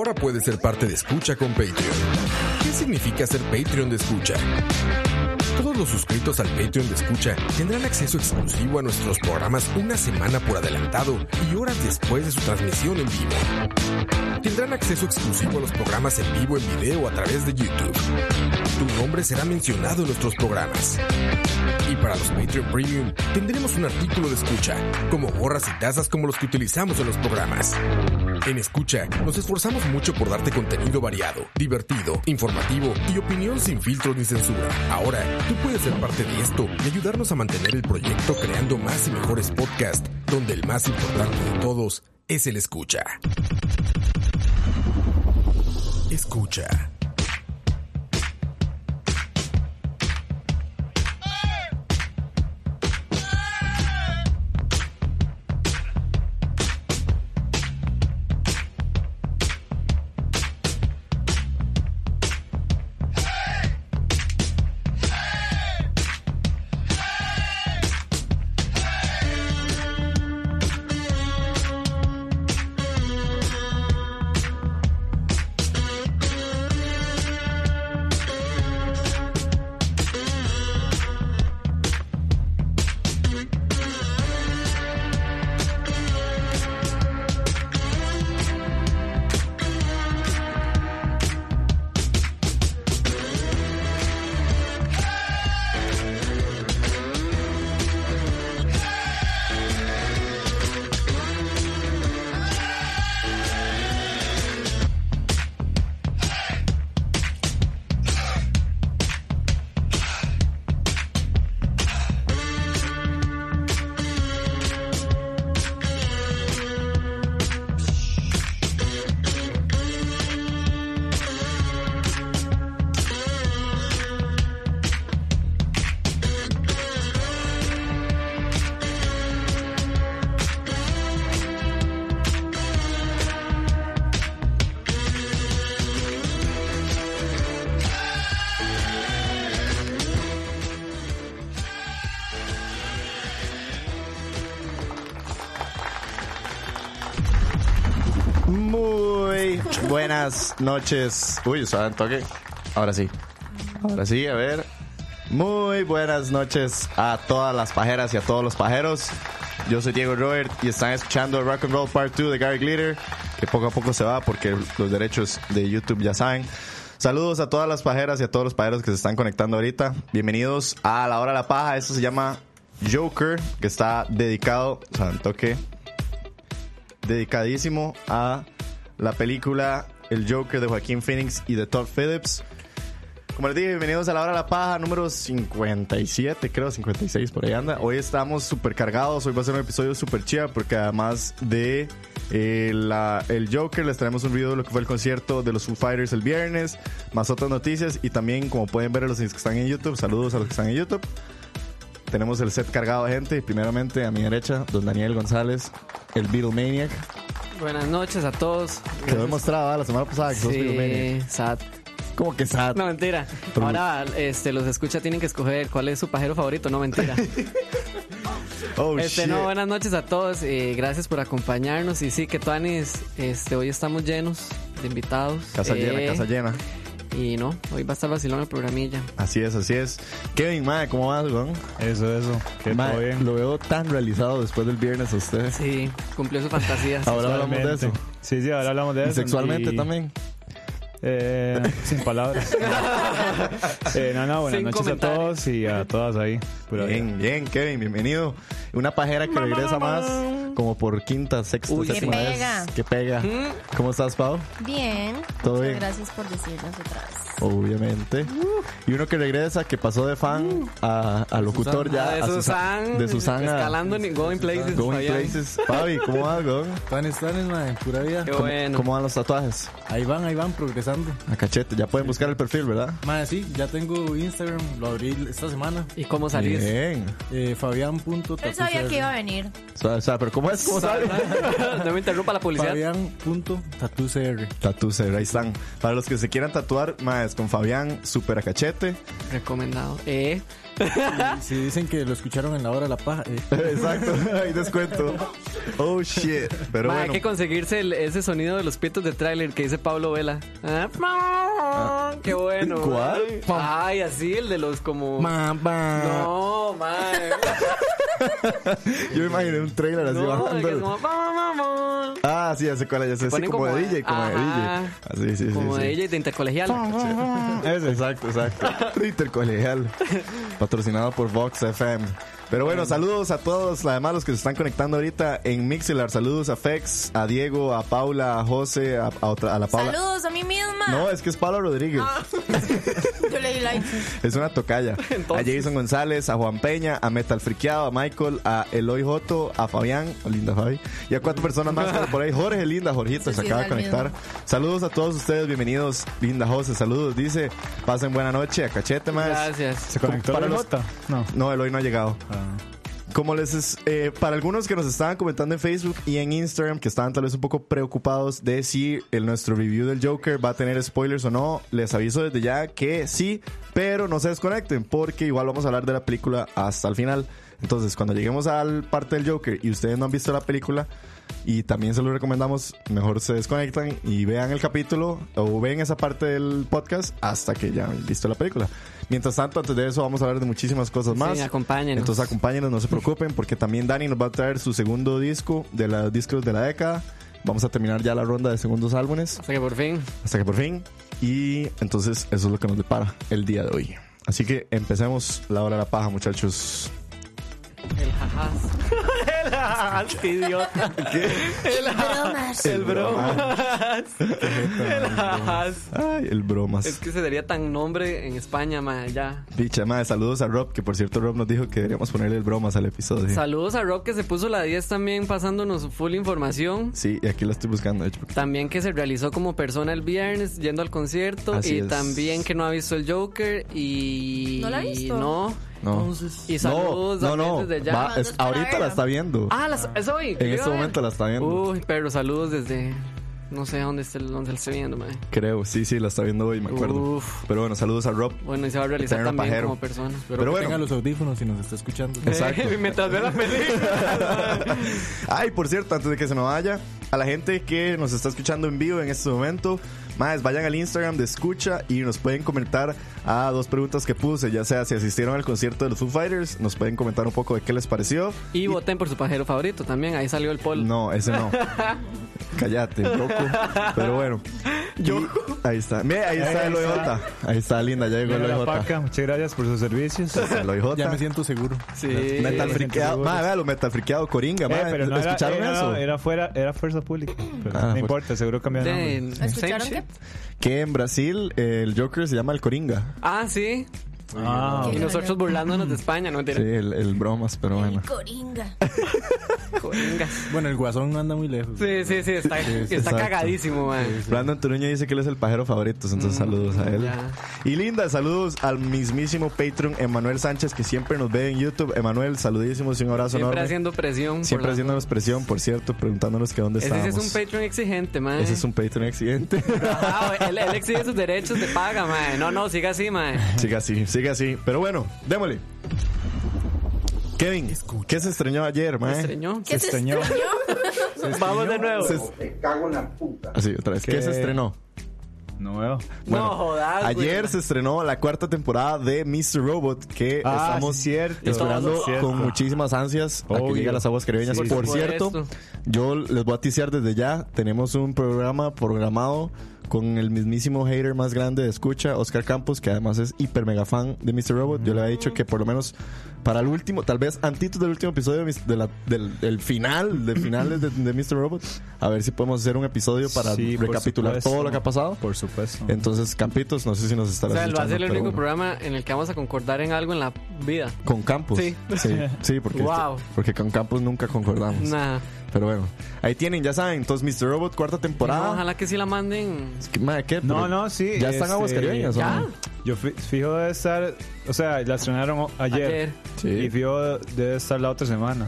Ahora puedes ser parte de Escucha con Patreon. ¿Qué significa ser Patreon de Escucha? Todos los suscritos al Patreon de Escucha tendrán acceso exclusivo a nuestros programas una semana por adelantado y horas después de su transmisión en vivo. Tendrán acceso exclusivo a los programas en vivo en video a través de YouTube. Tu nombre será mencionado en nuestros programas. Y para los Patreon Premium tendremos un artículo de Escucha, como gorras y tazas como los que utilizamos en los programas. En Escucha nos esforzamos mucho por darte contenido variado, divertido, informativo y opinión sin filtros ni censura. Ahora, tú puedes ser parte de esto y ayudarnos a mantener el proyecto creando más y mejores podcasts, donde el más importante de todos es el Escucha. Escucha. Buenas noches. Uy, ¿saben toque? Ahora sí, a ver. Muy buenas noches a todas las pajeras y a todos los pajeros. Yo soy Diego Robert y están escuchando Rock and Roll Part 2 de Gary Glitter, que poco a poco se va porque los derechos de YouTube ya saben. Saludos a todas las pajeras y a todos los pajeros que se están conectando ahorita. Bienvenidos a La Hora de la Paja. Esto se llama Joker, que está dedicado, ¿saben toque? Dedicadísimo a la película El Joker de Joaquín Phoenix y de Todd Phillips. Como les dije, bienvenidos a La Hora de la Paja, número 57, creo, 56, por ahí anda. Hoy estamos súper cargados, hoy va a ser un episodio súper chido porque además de el Joker, les traemos un video de lo que fue el concierto de los Foo Fighters el viernes, más otras noticias y también, como pueden ver a los que están en YouTube, saludos a los que están en YouTube. Tenemos el set cargado de gente, primeramente a mi derecha, don Daniel González, el Beatlemaniac. Buenas noches a todos. Quedó demostrado la semana pasada que sos Beatlemaniac. Sad. ¿Cómo que sad? No, mentira. Ahora los escucha tienen que escoger cuál es su pajero favorito. No, mentira. Shit. No, buenas noches a todos. Gracias por acompañarnos. Y sí, que tuanis, hoy estamos llenos de invitados. Casa llena. Y no, hoy va a estar vacilón el programilla. Así es. Kevin, mae, ¿cómo vas, güey? Eso. Que mae, todo bien. Lo veo tan realizado después del viernes a usted. Sí, cumplió su fantasía. Ahora hablamos de eso. Sí, ahora hablamos de ¿Y eso. sexualmente también? Sin palabras. Buenas noches a todos y a todas ahí. Bien, Kevin, bienvenido. Una pajera que regresa más como por quinta, sexta, séptima vez. Que pega. ¿Cómo estás, Pau? Bien. ¿Todo bien? Gracias por decirnos otra vez. Obviamente. Y uno que regresa, que pasó de fan a locutor Susana, ya. de Susana. Escalando en Going Places. Going Places. Pavi, ¿cómo vas, güey? Tanes, man, pura vida. Qué bueno. ¿Cómo van los tatuajes? Ahí van, progresando. A cachete, ya pueden buscar el perfil, ¿verdad? Man, sí, ya tengo Instagram, lo abrí esta semana. ¿Y cómo salís? Bien. Fabián.tatuajes. Él sabía que iba a venir. O sea, pero ¿cómo ¿Cómo es? ¿Cómo sale? No me interrumpa la publicidad. Fabián.tatucr. Tatúcer, ahí están. Para los que se quieran tatuar, más con Fabián, súper a cachete. Recomendado. Si dicen que lo escucharon en la hora de la paja. Exacto, hay descuento. Oh shit. Pero Ma, bueno. hay que conseguirse ese sonido de los pitos de tráiler que dice Pablo Vela. Qué bueno. ¿Cuál? Ay, así, el de los como... No, man. Yo me imaginé un trailer así No, que es bajando. como... Ah, sí, ya sé cuál es. Ya sé, sí, ponen como como- de DJ, como de ajá. DJ. Así, sí, Como sí. de sí. DJ de intercolegial. Exacto. Intercolegial. Patrocinado por Vox FM. Pero bueno, saludos a todos, además los que se están conectando ahorita en Mixelar. Saludos a Fex, a Diego, a Paula, a José, a la Paula. Saludos a mí misma. No, es que es Paula Rodríguez. Yo le di like. Es una tocaya. A Jason González, a Juan Peña, a Metal Friqueado, a Michael, a Eloy Joto, a Fabián, a Linda Fabi, y a 4 personas más que por ahí. Jorge, Linda, Jorgito, se Sí, acaba de es el conectar. mismo. Saludos a todos ustedes, bienvenidos. Linda José, saludos. Dice, pasen buena noche, a cachete más. Gracias. ¿Se conectó Para la los- nota? No. No, Eloy no ha llegado. Ah. Como para algunos que nos estaban comentando en Facebook y en Instagram, que estaban tal vez un poco preocupados de si nuestro review del Joker va a tener spoilers o no, les aviso desde ya que sí, pero no se desconecten porque igual vamos a hablar de la película hasta el final. Entonces, cuando lleguemos al parte del Joker y ustedes no han visto la película y también se lo recomendamos, mejor se desconectan y vean el capítulo o ven esa parte del podcast hasta que ya han visto la película. Mientras tanto, antes de eso vamos a hablar de muchísimas cosas más. Sí, acompáñenos. Entonces acompáñenos, no se preocupen, porque también Dani nos va a traer su segundo disco de los discos de la década. Vamos a terminar ya la ronda de segundos álbumes, Hasta que por fin. hasta que por fin. Y entonces eso es lo que nos depara el día de hoy. Así que empecemos la hora de la paja, muchachos. El jajás. El jajás, qué idiota. Bromas. El bromas. El jajás. Ay, el bromas. Es que se daría tan nombre en España, ma, ya. Dicha, madre, saludos a Rob, que por cierto Rob nos dijo que deberíamos ponerle el bromas al episodio. Saludos a Rob que se puso la 10 también pasándonos full información. Sí, y aquí la estoy buscando, de hecho. porque- También que se realizó como persona el viernes yendo al concierto. Así y es. también que no ha visto el Joker y... ¿No la ha visto? No. No, Y saludos no, también no. desde ya. Va, ¿Cuándo es para ahorita la verla? está viendo. Ah, ¿es hoy? En este momento la está viendo. Uy, pero saludos desde... No sé dónde la esté viendo, mae. Creo, sí, la está viendo hoy, me acuerdo. Uf. Pero bueno, saludos a Rob. Bueno, y se va a realizar Eterno también pajero. como persona. Espero Pero que bueno. tenga los audífonos y nos está escuchando. Exacto. Mientras ve la película. Ay, por cierto, antes de que se me vaya, a la gente que nos está escuchando en vivo en este momento, más vayan al Instagram de Escucha y nos pueden comentar a 2 preguntas que puse, ya sea si asistieron al concierto de los Foo Fighters, nos pueden comentar un poco de qué les pareció. Y voten por su pajero favorito también. Ahí salió el poll. No, ese no. Cállate, loco. Pero bueno. Ahí está. Mira, ahí está el OJ. Ahí está, linda, ya llegó el Hola, OJ. Paca, muchas gracias por sus servicios. El OJ. Ya me siento seguro. Sí. Metal me friqueado. siento Madre, véalo, metal friqueado Coringa, madre. pero no era, ¿Escucharon eso? era fuerza pública. Pero Ah, no fuerza. importa, seguro cambiaron de nombre. ¿Escucharon Same qué? shit. Que en Brasil el Joker se llama el Coringa. Ah, sí. Ah, Y nosotros burlándonos de España, no Sí, mentira. el bromas, pero bueno. Coringa. Coringas. Bueno, el guasón no anda muy lejos. Sí, está exacto. cagadísimo, man. Brandon Turuño dice que él es el pajero favorito, entonces saludos a él. ya. Y linda, saludos al mismísimo Patreon Emanuel Sánchez, que siempre nos ve en YouTube. Emanuel, saludísimos y un abrazo Siempre enorme. haciendo presión. Siempre por la- haciéndonos presión, por cierto, preguntándonos que dónde Ese sí estábamos. es un Patreon exigente, man. Ese es un Patreon exigente. Ah, él exige sus derechos de paga, man. No, siga así, man. Sigue así. Pero bueno, démosle. Kevin, ¿qué se estrenó ayer, ¿Me mae? estreñó? ¿Qué se extrañó. Vamos de nuevo. Me cago en la puta. Así, otra vez. ¿Qué se estrenó? No veo. No jodas, Ayer güey. se estrenó la 4ª temporada de Mr. Robot, que estamos sí, cierto. esperando Cierto. con muchísimas ansias a que Obvio. llegue a las aguas caribeñas. Sí, por por cierto, supuesto. yo les voy a ticiar desde ya. Tenemos un programa programado con el mismísimo hater más grande de Escucha, Oscar Campos, que además es hiper mega fan de Mr. Robot. Yo le había dicho que por lo menos para el último, tal vez antitos del último episodio del final de Mr. Robot, a ver si podemos hacer un episodio para Sí, por recapitular supuesto. todo lo que ha pasado. Por supuesto. Entonces, Campitos, no sé si nos O estarás sea, él va a escuchando, ser el pero único bueno. programa en el que vamos a concordar en algo en la vida. Con Campos. Sí. Sí, porque, Wow. porque con Campos nunca concordamos. Nah. Pero bueno, ahí tienen, ya saben. Entonces, Mr. Robot, 4ª temporada. No, ojalá que sí la manden. Es que, madre, ¿qué? No, Pero no, sí. ¿Ya están aguas caribeñas o ¿ya? no? Yo fijo debe estar, o sea, la estrenaron ayer. Sí. Y fijo debe estar la otra semana.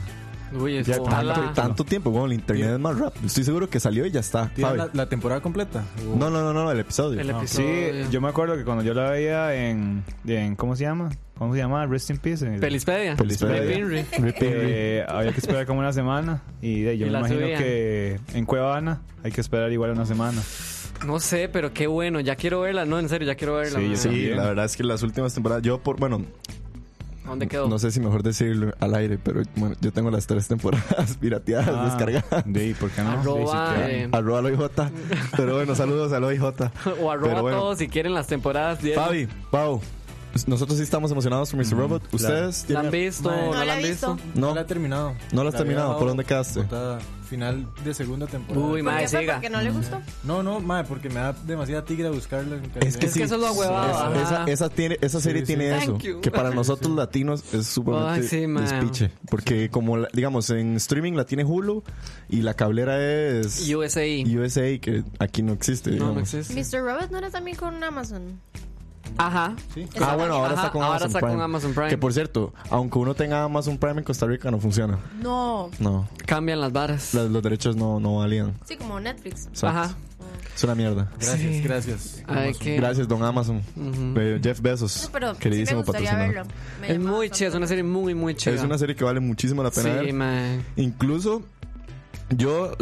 Uy, Ya ojalá. Tanto tiempo, bueno, el internet es más rápido. Estoy seguro que salió y ya está. ¿Tiene Fabi. la temporada completa? ¿O- No, el episodio. El Sí, episodio. yo me acuerdo que cuando yo la veía en ¿cómo se llama? ¿Cómo se llama? Rest in Peace. En el- Pelispedia. Pelispedia. Rip Inri. había que esperar como una semana y yo Y me la imagino subían. que en Cuevana hay que esperar igual una semana. No sé, pero qué bueno. Ya quiero verla. No, en serio, ya quiero verla. Sí, man. yo Sí, también. la verdad es que las últimas temporadas, ¿Dónde quedó? no sé si mejor decirlo al aire, pero bueno, yo tengo las 3 temporadas pirateadas, descargadas. ¿Por qué no? Arroba, Sí, sí, claro. @loij. Pero bueno, saludos a loij. o arroba Pero bueno. todos si quieren las temporadas 10. Fabi, Pau, nosotros sí estamos emocionados por Mr. Robot. ¿Ustedes ¿La han tienen? visto? Mae, ¿No no la la han he visto? visto. No, No la he terminado. no la has había terminado. dado ¿Por dónde quedaste? botada final de segunda temporada. Uy, ¿Por mae, qué fue? siga. ¿Porque no le gustó? No, mae, porque me da demasiada tigre buscarla. En Es que Es que eso es lo huevado. ajá. esa serie Sí, tiene sí. eso, Thank you. que para nosotros latinos es Ay, sumamente sí, man. despiche. Porque como, digamos, en streaming la tiene Hulu y la cablera es USA. USA, que aquí no existe, No, digamos. no existe. Mr. Robot no era también con Amazon. Ajá. Sí. Ah, bueno, ahora Ajá, está con ahora Amazon está Prime. con Amazon Prime. Que por cierto, aunque uno tenga Amazon Prime en Costa Rica, no funciona. No. No, Cambian las varas. los derechos no valían. Sí, como Netflix. Exacto. Ajá. Es una mierda. Gracias, gracias. Ay, qué. Gracias, don Amazon. Ujú. Jeff Bezos, No, pero sí me queridísimo gustaría patrocinador. verlo. Me Es llama muy bastante chida, es una serie muy, muy chida. Es una serie que vale muchísimo la pena Sí, ver. man. Incluso yo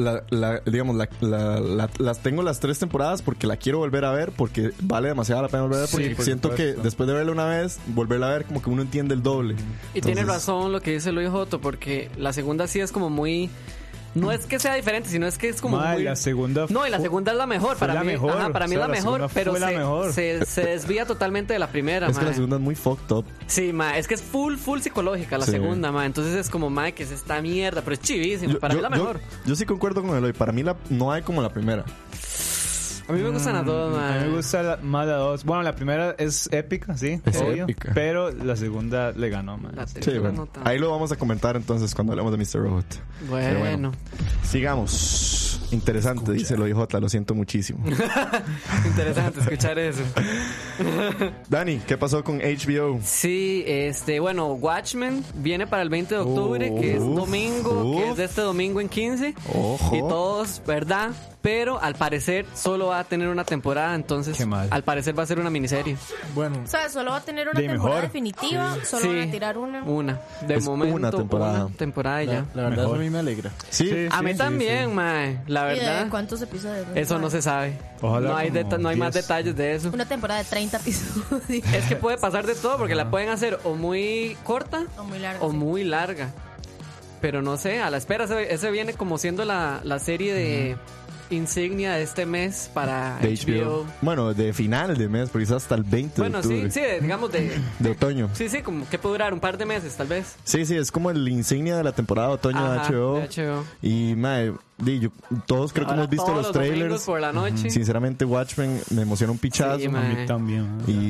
las tengo las 3 temporadas porque la quiero volver a ver, porque vale demasiado la pena volver a ver, porque Sí, por siento supuesto. que después de verla una vez, volverla a ver como que uno entiende el doble. Y tiene Entonces, razón lo que dice Luis Joto, porque la segunda sí es como muy... No es que sea diferente, sino es que es como Mae, muy... la segunda No, y la segunda es la mejor. fue Para la mí, mejor. Ajá, para mí O sea, es la la mejor, segunda pero fue la mejor. se desvía totalmente de la primera, Es que la mae. segunda es muy fucked up. Sí, ma, es que es full psicológica la Sí. segunda, ma. Entonces es como, ma, que es esta mierda, pero es chivísimo. Para mí la mejor. Yo sí concuerdo con Eloy. Para mí no hay como la primera. A mí me gustan las dos, ma. A mí me gusta más la 2. Bueno, la primera es épica, sí, Es obvio. épica. Pero la segunda le ganó, man. La Sí, tercera bueno. no tanto. Ahí lo vamos a comentar entonces cuando hablemos de Mr. Robot. Pero Bueno. Sigamos. Interesante, dice Eloy J. Lo siento muchísimo. Interesante escuchar eso. Dani, ¿qué pasó con HBO? Sí, bueno, Watchmen viene para el 20 de octubre, que es domingo, que es de este domingo en 15. Ojo. Y todos, ¿verdad? Pero al parecer solo va a tener una temporada, entonces Qué mal. al parecer va a ser una miniserie. Bueno, O sea, solo va a tener una De temporada mejor. definitiva. Solo Sí. van a tirar una. Una. De Es momento, una temporada. una temporada y ya. la verdad Mejor. eso a mí me alegra. Sí. A mí también, mae. La ¿Y de verdad. cuántos episodios? Eso no se sabe. Ojalá No hay, como no hay más 10. detalles de eso. Una temporada de 30 episodios. Es que puede pasar de todo porque la pueden hacer o muy corta O muy larga. o muy larga. Pero no sé, a la espera. Ese viene como siendo la serie de insignia de este mes para De HBO. Bueno, de final de mes, porque es hasta el 20 Bueno, de octubre. sí, digamos de... De otoño. Sí, como que puede durar un par de meses, tal vez. Sí, es como el insignia de la temporada de otoño Ajá, de HBO. de HBO. Y, mae, todos creo que Ahora hemos visto todos los domingos trailers. por la noche. Sinceramente, Watchmen me emociona un pichazo. Sí, A mae. mí también.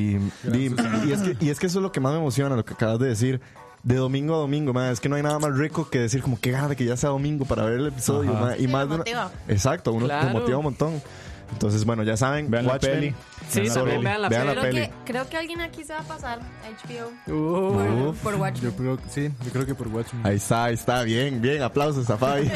Y es que eso es lo que más me emociona, lo que acabas de decir. De domingo a domingo, mae, es que no hay nada más rico que decir como que gana de que ya sea domingo para ver el episodio, Ajá. mae, y Sí, más lo de una- motiva. Exacto, uno Claro. te motiva un montón. Entonces, bueno, ya saben, Vean la Watchmen. peli. Sí, Vean la también peli. vean la Vean la peli. peli. Creo que alguien aquí se va a pasar a HBO Uh, por Watchmen. Yo creo que sí, yo creo que por Watchmen. Ahí está, bien, aplausos a Fabi.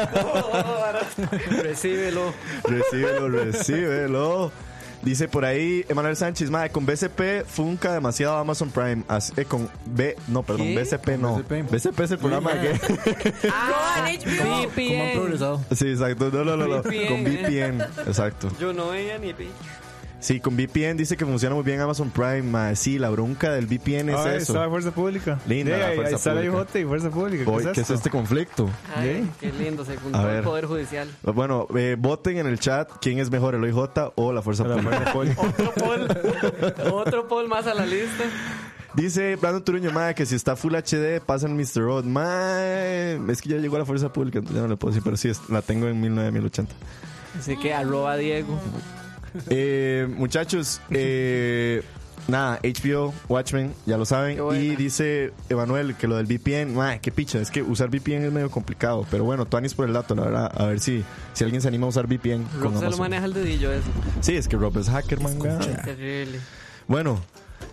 recíbelo. Recíbelo. Dice por ahí Emanuel Sánchez, madre, con BCP funca demasiado Amazon Prime. Con ¿Qué? BCP no. BCP. BCP es el programa que... Ah, en HBO. ¿Cómo han VPN. progresado? Sí, exacto. No. VPN. Con VPN, exacto. Yo no veía ni vi. Sí, con VPN dice que funciona muy bien Amazon Prime, madre. Sí, la bronca del VPN es Ah, eso. está la Fuerza Pública. Linda la ahí Fuerza está Pública. la IJ y Fuerza Pública. Hoy, ¿qué es este conflicto? Ay, qué lindo, se juntó A el ver. Poder Judicial. Bueno, voten en el chat quién es mejor, el OIJ o la Fuerza La Pública. Fuerza Pública. Otro poll más a la lista. Dice Brandon Turuño, madre, que si está Full HD, pasa en Mr. Rod. Madre, es que ya llegó a la Fuerza Pública, entonces ya no le puedo decir, pero sí, la tengo en 1080. Así que @ Diego. Muchachos, nada, HBO, Watchmen, ya lo saben. Qué buena. Y dice Emanuel que lo del VPN, madre, qué picha, es que usar VPN es medio complicado. Pero bueno, Tuanis por el dato, la verdad, a ver si alguien se anima a usar VPN con Rob se lo Amazon. maneja el dedillo eso. Sí, es que Rob es hacker, man. Terrible. Bueno,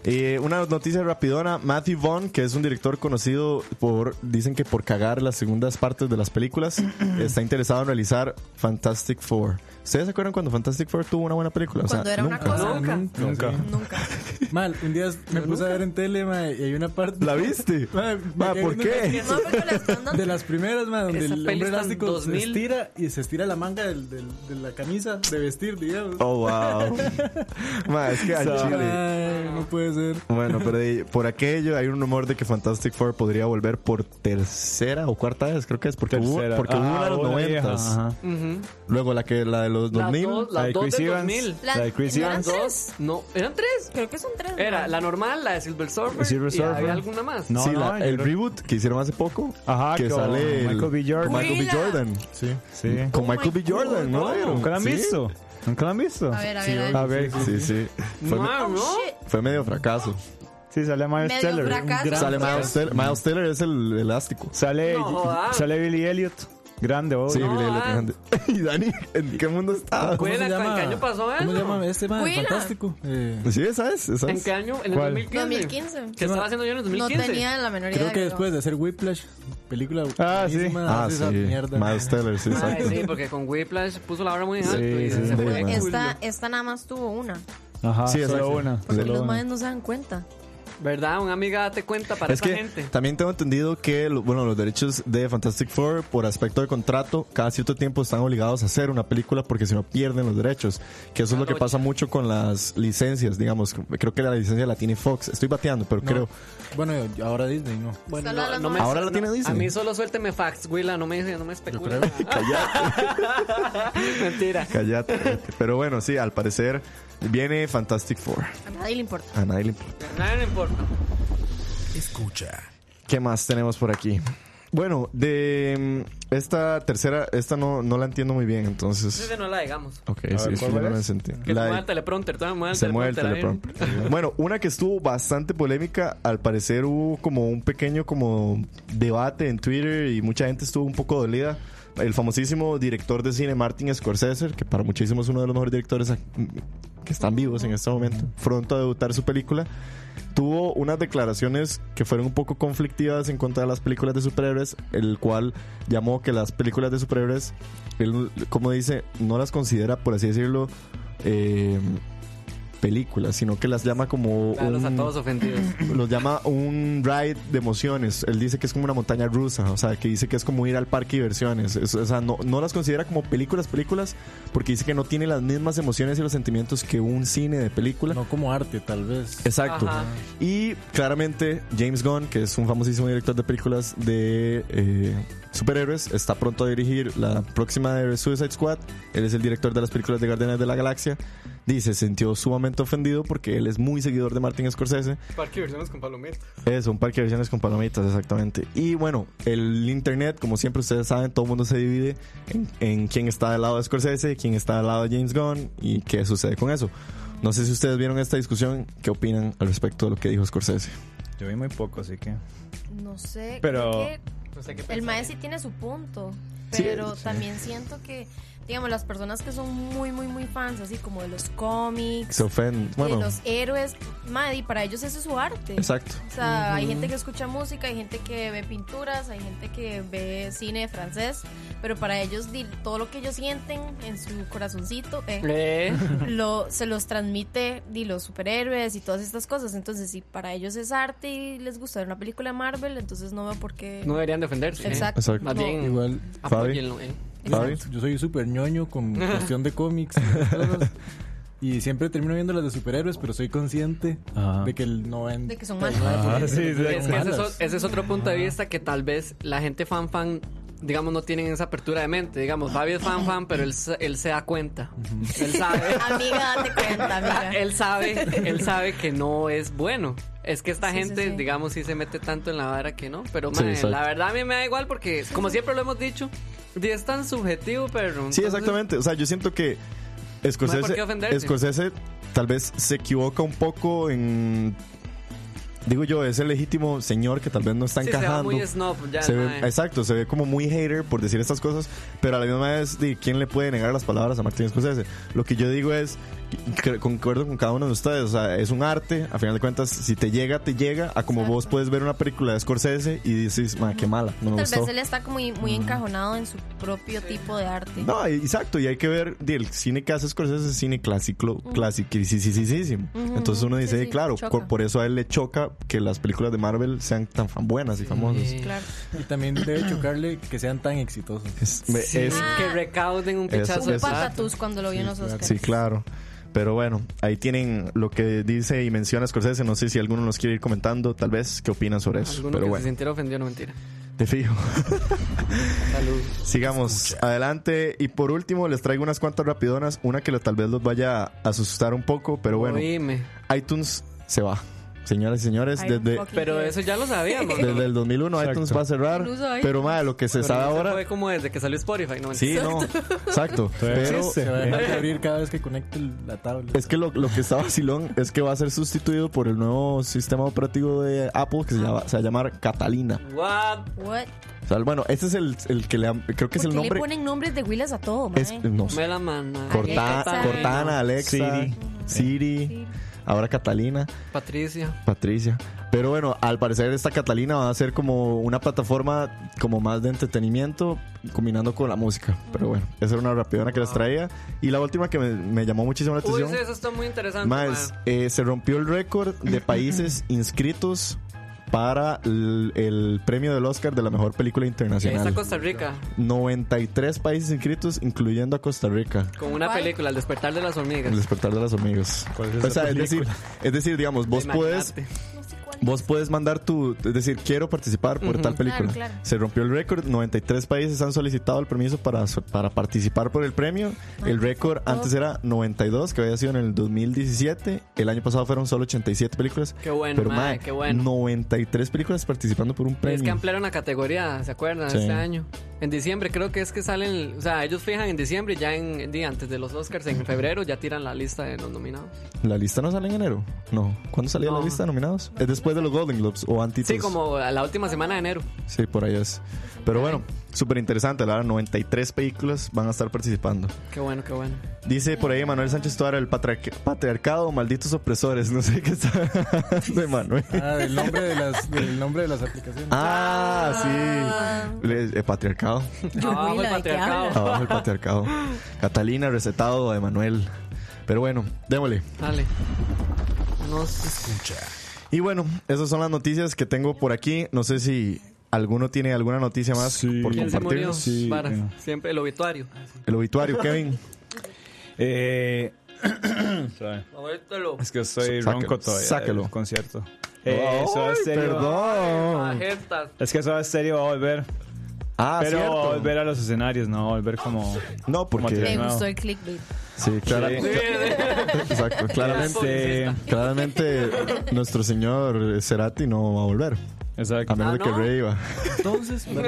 Una noticia rapidona. Matthew Vaughn, que es un director conocido dicen que por cagar las segundas partes de las películas, está interesado en realizar Fantastic Four. ¿Ustedes se acuerdan cuando Fantastic Four tuvo una buena película? Cuando era una cosa. Nunca. Nunca. Mal, un día me puse a ver en tele, mae, y hay una parte. ¿La viste? Mae, ¿Por qué? No, porque la están dando. De las primeras, mae, donde Esa el peli hombre está en elástico 2000. se estira y se estira la manga de la camisa de vestir, digamos. Oh, wow. Ma, es que al chile. Ay, no puede ser. Bueno, pero por aquello hay un rumor de que Fantastic Four podría volver por tercera o cuarta vez, creo que es, porque hubo una de los 90s. Luego la de los 2000. Las de dos Chris del Evans. 2000. La de Chris ¿eran Evans. tres? No, ¿eran tres? Creo que son tres. Era ¿no? la normal, la de Silver Surfer, Silver y Surfer. había alguna más. No, Sí, no, el yo- reboot que hicieron hace poco. Ajá, que con sale Michael B. Jordan. con Michael B. Huila. Jordan. Sí. Sí. Con Michael B. Jordan, ¿no? ¿Nunca la han Sí. visto? ¿Nunca la han visto? A ver, a ver, a ver. A ver, Sí. Fue, No, no. Shit. fue medio fracaso. sí, sale Miles Medio Teller. fracaso. Sale Miles Teller. Miles Teller es el elástico. Sale, No jodas. sale Billy Elliot. Grande, obvio. Sí, No, Billy Elliot ah. grande. ¿Y Dani? ¿En qué mundo está? ¿Cómo se Cuela, llama? ¿en qué año pasó eso? ¿Cómo se llama este, mae? Huila. Fantástico. Sí, ¿sabes? ¿En qué año? ¿En el ¿Cuál? 2015? 2015. ¿Qué estaba haciendo yo en el No 2015? tenía la menor idea. Creo que de después de hacer Whiplash, película. Ah, sí. buenísima, hace esa mierda. Miles Teller, sí, Ay, exacto. sí, porque con Whiplash puso la hora muy alto Sí, y sí, se fue. sí, Esta nada más tuvo una. Ajá, Sí, solo exacto. una. Porque solo los una. madres no se dan cuenta. ¿Verdad? Una amiga date cuenta para Es esa que gente. también tengo entendido que los derechos de Fantastic Four, por aspecto de contrato, cada cierto tiempo están obligados a hacer una película porque si no pierden los derechos. Que eso es lo que pasa mucho con las licencias, digamos. Creo que la licencia la tiene Fox. Estoy bateando, pero No. creo. Bueno, ahora Disney, ¿no? Bueno, Solo las no me, mamás. Ahora la tiene A Disney. mí solo suélteme facts, Willa, no me especula. creo. Mentira. Cállate. Pero bueno, sí, al parecer viene Fantastic Four. A nadie le importa. A nadie le importa. Nada no importa. Escucha. ¿Qué más tenemos por aquí? Bueno, de esta tercera, esta no la entiendo muy bien, entonces. Esa no la digamos. Ok, A sí, ver, sí, ¿cuál yo no es? la sentí. Que La se de- mueve el teleprompter, todavía mueve el Se mueve el teleprompter ahí. teleprompter. Bueno, una que estuvo bastante polémica, al parecer hubo como un pequeño como debate en Twitter y mucha gente estuvo un poco dolida. El famosísimo director de cine Martin Scorsese, que para muchísimos es uno de los mejores directores que están vivos en este momento, pronto a debutar su película, tuvo unas declaraciones que fueron un poco conflictivas en contra de las películas de superhéroes, el cual llamó que las películas de superhéroes, él, como dice, no las considera, por así decirlo, películas, sino que las llama como Véalos a todos ofendidos. los llama un ride de emociones. Él dice que es como una montaña rusa, o sea, que dice que es como ir al parque de diversiones. O sea, no las considera como películas, porque dice que no tiene las mismas emociones y los sentimientos que un cine de película. No como arte, tal vez. Exacto. Ajá. Y claramente James Gunn, que es un famosísimo director de películas de superhéroes, está pronto a dirigir la próxima de Suicide Squad. Él es el director de las películas de Guardianes de la Galaxia. Dice, se sintió sumamente ofendido porque él es muy seguidor de Martin Scorsese. Parque de versiones con palomitas. Es un parque de versiones con palomitas, exactamente. Y bueno, el internet, como siempre ustedes saben, todo el mundo se divide en quién está del lado de Scorsese, quién está del lado de James Gunn y qué sucede con eso. No sé si ustedes vieron esta discusión, ¿qué opinan al respecto de lo que dijo Scorsese? Yo vi muy poco, así que. No sé. Pero- creo que No sé qué el pensar. maestro sí tiene su punto. Sí, Pero sí. también siento que, digamos, las personas que son muy, muy, muy fans, así como de los cómics, Se ofenden. de Bueno, los héroes, madre, y para ellos ese es su arte. exacto. O sea, hay gente que escucha música, hay gente que ve pinturas, hay gente que ve cine francés, pero para ellos todo lo que ellos sienten en su corazoncito se los transmite los superhéroes y todas estas cosas. Entonces, si para ellos es arte y les gusta ver una película de Marvel, entonces no veo por qué. No deberían defenderse. Exacto. Exacto. Más No. bien, Igual, apóyenlo. Fabi. yo soy súper ñoño con cuestión de cómics y esas cosas. Y siempre termino viendo las de superhéroes, pero soy consciente Ajá. de que el 90... De que son malos. Ah, sí, sí. Es que malas. ese es otro punto de vista que tal vez la gente fan, digamos, no tienen esa apertura de mente. Digamos, Fabi es fan, pero él se da cuenta. Él sabe. Amiga, date cuenta, amiga. Él sabe que no es bueno. Es que esta Sí, gente, sí, sí. digamos, sí se mete tanto en la vara que no. Pero, Sí, mae, exacto. la verdad a mí me da igual porque, como siempre lo hemos dicho, es tan subjetivo, pero... Sí, entonces- exactamente. O sea, yo siento que No hay por qué ofenderse. Scorsese tal vez se equivoca un poco en digo yo, es el legítimo señor que tal vez no está encajando. Se ve muy snob, ya, exacto, se ve como muy hater por decir estas cosas, pero a la misma vez, ¿quién le puede negar las palabras a Martin Scorsese? Lo que yo digo es, concuerdo con cada uno de ustedes, o sea, es un arte, a final de cuentas, si te llega, a como vos puedes ver una película de Scorsese y dices, qué mala, no me Tal gustó. vez él está como muy encajonado en su propio tipo de arte. No, exacto, y hay que ver, el cine que hace Scorsese es cine clásico, clasiquísimo. Entonces uno dice, claro, por eso a él le choca que las películas de Marvel sean tan buenas y famosas. Claro. Y también debe chocarle que sean tan exitosos. Que recauden un pichazo de un patatús cuando lo vi en los Oscars. Sí, claro. Pero bueno, ahí tienen lo que dice y menciona Scorsese. No sé si alguno nos quiere ir comentando, tal vez, qué opinan sobre eso. Alguno pero que bueno, se sintiera ofendido, no mentira. te fijo. Salud. Sigamos adelante. Y por último, les traigo unas cuantas rapidonas. Una que tal vez los vaya a asustar un poco, pero bueno. Oíme. iTunes se va. Señoras y señores, pero eso ya lo sabíamos, ¿no? Desde el 2001 exacto. iTunes va a cerrar. Pero madre, lo que se sabe ahora fue como desde que salió Spotify, ¿no? Sí, no, exacto. Pero se va a dejar de abrir cada vez que conecte la tablet. Es que lo que está vacilón es que va a ser sustituido por el nuevo sistema operativo de Apple que se va a llamar Catalina. What? O sea, bueno, este es el que creo que es el nombre. Le ponen nombres de Willis a todo, man. No sé. Me la mano. Cortana, Alexa, Siri. Ahora Catalina. Patricia. Pero bueno, al parecer esta Catalina va a ser como una plataforma como más de entretenimiento combinando con la música. Pero bueno, esa era una rapidona que les traía. Y la última que me llamó muchísimo la atención. Uy, sí, eso está muy interesante. Más, se rompió el récord de países inscritos para el premio del Oscar de la mejor película internacional. Ahí está Costa Rica. 93 países inscritos, incluyendo a Costa Rica. Con una película, El despertar de las hormigas. El despertar de las hormigas. ¿Cuál es esa película? Es decir, digamos, vos puedes mandar es decir, quiero participar por tal película. Claro. Se rompió el récord, 93 países han solicitado el permiso para participar por el premio. El récord antes era 92, que había sido en el 2017. El año pasado fueron solo 87 películas. Qué bueno, pero qué bueno. 93 películas participando por un premio. Es que ampliaron la categoría, ¿se acuerdan? Sí. Este año. En diciembre creo que es que salen, o sea, ellos fijan en diciembre, ya antes de los Oscars, en febrero ya tiran la lista de los nominados. ¿La lista no sale en enero? No. ¿Cuándo salía la lista de nominados? Es después de los Golden Globes o antes. Sí, como la última semana de enero. Sí, por ahí es. Pero bueno, súper interesante, la verdad, 93 películas van a estar participando. Qué bueno, qué bueno. Dice por ahí Manuel Sánchez Toara, el patriarcado, malditos opresores. No sé qué está de Manuel. El nombre de las aplicaciones. Sí. Patriarcado. Abajo el patriarcado. Abajo el patriarcado. Catalina, recetado de Manuel. Pero bueno, démosle. Dale. Nos escucha. Y bueno, esas son las noticias que tengo por aquí. No sé si alguno tiene alguna noticia más por ¿Quién compartir. se murió? Sí. Siempre el obituario. El obituario, Kevin. Es que estoy ronco todavía. Sáquelo. Del concierto. Soda Stereo. Perdón. Es que Soda Stereo va a volver. Pero cierto. va a volver a los escenarios, no va a volver como... No, porque... Me nuevo. gustó el clickbait. Sí, exacto. Claramente nuestro señor Cerati no va a volver. Exacto. A menos de que Rey iba. Entonces, Sí.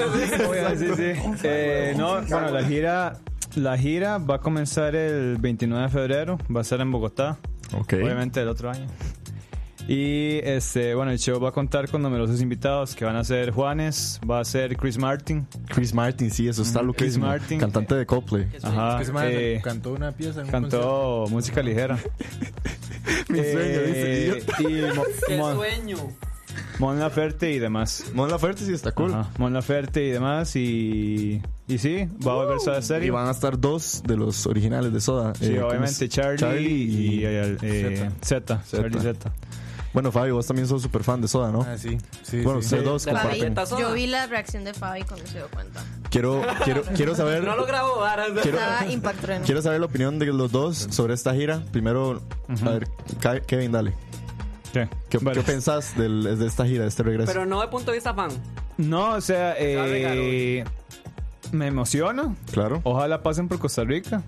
No, bueno, la gira va a comenzar el 29 de febrero. Va a ser en Bogotá. Ok. Obviamente el otro año. Y bueno, el show va a contar con numerosos invitados que van a ser Juanes, va a ser Chris Martin. Chris Martin, sí, eso está loquísimo. Chris Martin. Cantante de Coldplay. Ajá. cantó una pieza en un Cantó música ligera. Mi sueño, dice. ¡Qué sueño! Mon Laferte y demás. Mon Laferte sí está cool. Ajá. Mon Laferte y demás. Y sí, va a volver Soda Stereo. Y van a estar dos de los originales de Soda. Sí, obviamente Charlie y Z. Charlie Z. Bueno, Fabi, vos también sos súper fan de Soda, ¿no? Sí. Bueno, ustedes dos comparten. Yo vi la reacción de Fabi cuando se dio cuenta. Quiero saber... No lo grabó, Estaba impactado. Quiero saber la opinión de los dos sobre esta gira. Primero, a ver, Kevin, dale. ¿Qué pensás de esta gira, de este regreso? Pero no de punto de vista fan. No, o sea, me emociona. Claro. Ojalá pasen por Costa Rica.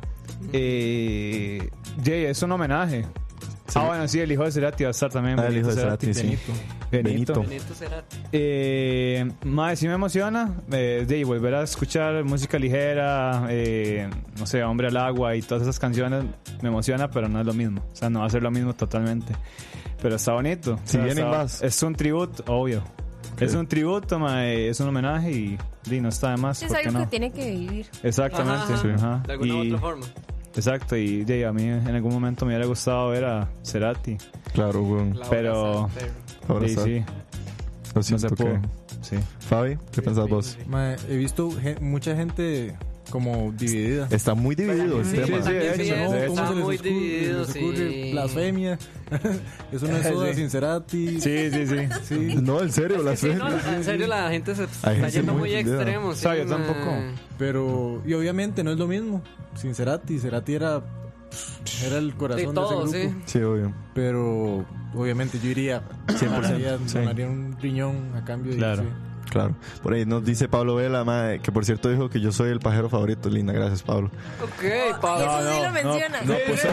Es un homenaje. Sí. Bueno, sí, el hijo de Cerati va a estar también. El hijo de Cerati, sí. Benito Cerati. Más, sí me emociona volver a escuchar música ligera, no sé, Hombre al Agua y todas esas canciones me emociona, pero no es lo mismo. O sea, no va a ser lo mismo totalmente. Pero está bonito. Si vienen está- más. Es un tributo, obvio. Es un tributo, mae, es un homenaje y no está de más. Es ¿por qué algo no? que tiene que vivir. Exactamente. Ajá, ajá. Ajá. De alguna u Y- otra forma. Exacto, y a mí en algún momento me hubiera gustado ver a Cerati. Claro, weón. La Pero- hora santa. Ahora Sí, está. sí, Lo no se siento pudo. que... Sí. Fabi, ¿qué pensás vos? Mae, he visto mucha gente como dividida. Está muy dividido el Sí, tema. sí, de sí, hecho, es, de ¿Cómo está se les muy ocurre? dividido, ¿Les ocurre sí. blasfemia? Eso no es soda Sí. sin Cerati. Sí, sí, sí. Sí. No, en serio, la Sí, fe. no, en serio, la gente se está gente yendo muy muy entendida. extremo. O sea, sí, yo tampoco. mae. Pero, y obviamente no es lo mismo. Sin Cerati. Cerati era el corazón De todo, de ese sí. grupo. Sí, obvio. Pero, obviamente yo iría 100%. Donaría un riñón a cambio de... Claro. sí. Claro. Por ahí nos dice Pablo Vela, mae, que por cierto dijo que yo soy el pajero favorito. Linda, gracias, Pablo. Ok, Pablo. Eso sí lo menciona. No puso,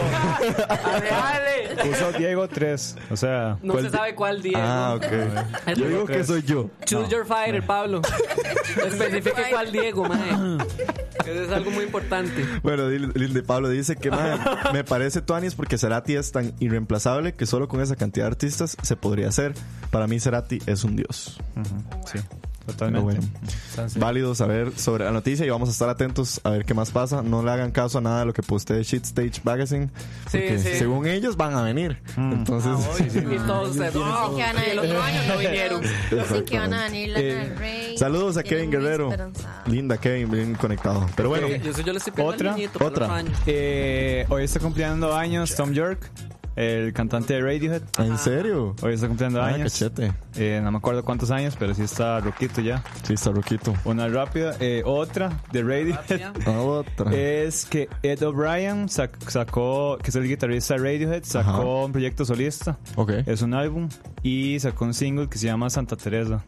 Dale. puso Diego 3. O sea, No se sabe cuál día. Ah, ok. Yo digo que soy yo. Choose your fighter, Pablo. Especifique cuál Diego, mae. Eso es algo muy importante. Bueno, Linda Pablo dice que mae, me parece tuanis porque Cerati es tan irreemplazable que solo con esa cantidad de artistas se podría hacer. Para mí Cerati es un dios. sí, Pero totalmente. bueno, Entonces, válido saber sobre la noticia y vamos a estar atentos a ver qué más pasa. No le hagan caso a nada de lo que postee Shit Stage Magazine, porque sí. según ellos van a venir. Entonces, Y todos ustedes. Así que van a y el otro año no vinieron. Así que van a venir Lana del Rey. saludos a Kevin Tienen muy Guerrero. esperanzada. Linda Kevin, bien conectado. Pero bueno, Yo le estoy pidiendo Otra, al niñito por otra. otro año. Hoy está cumpliendo años Tom York, el cantante de Radiohead. ¿en serio? Hoy está cumpliendo Ah, años. cachete. No me acuerdo cuántos años, pero sí está roquito ya. Sí, está roquito. Una rápida. Otra de Radiohead. Otra. Es que Ed O'Brien sacó, que es el guitarrista de Radiohead, sacó Ajá. un proyecto solista. Ok. Es un álbum y sacó un single que se llama Santa Teresa.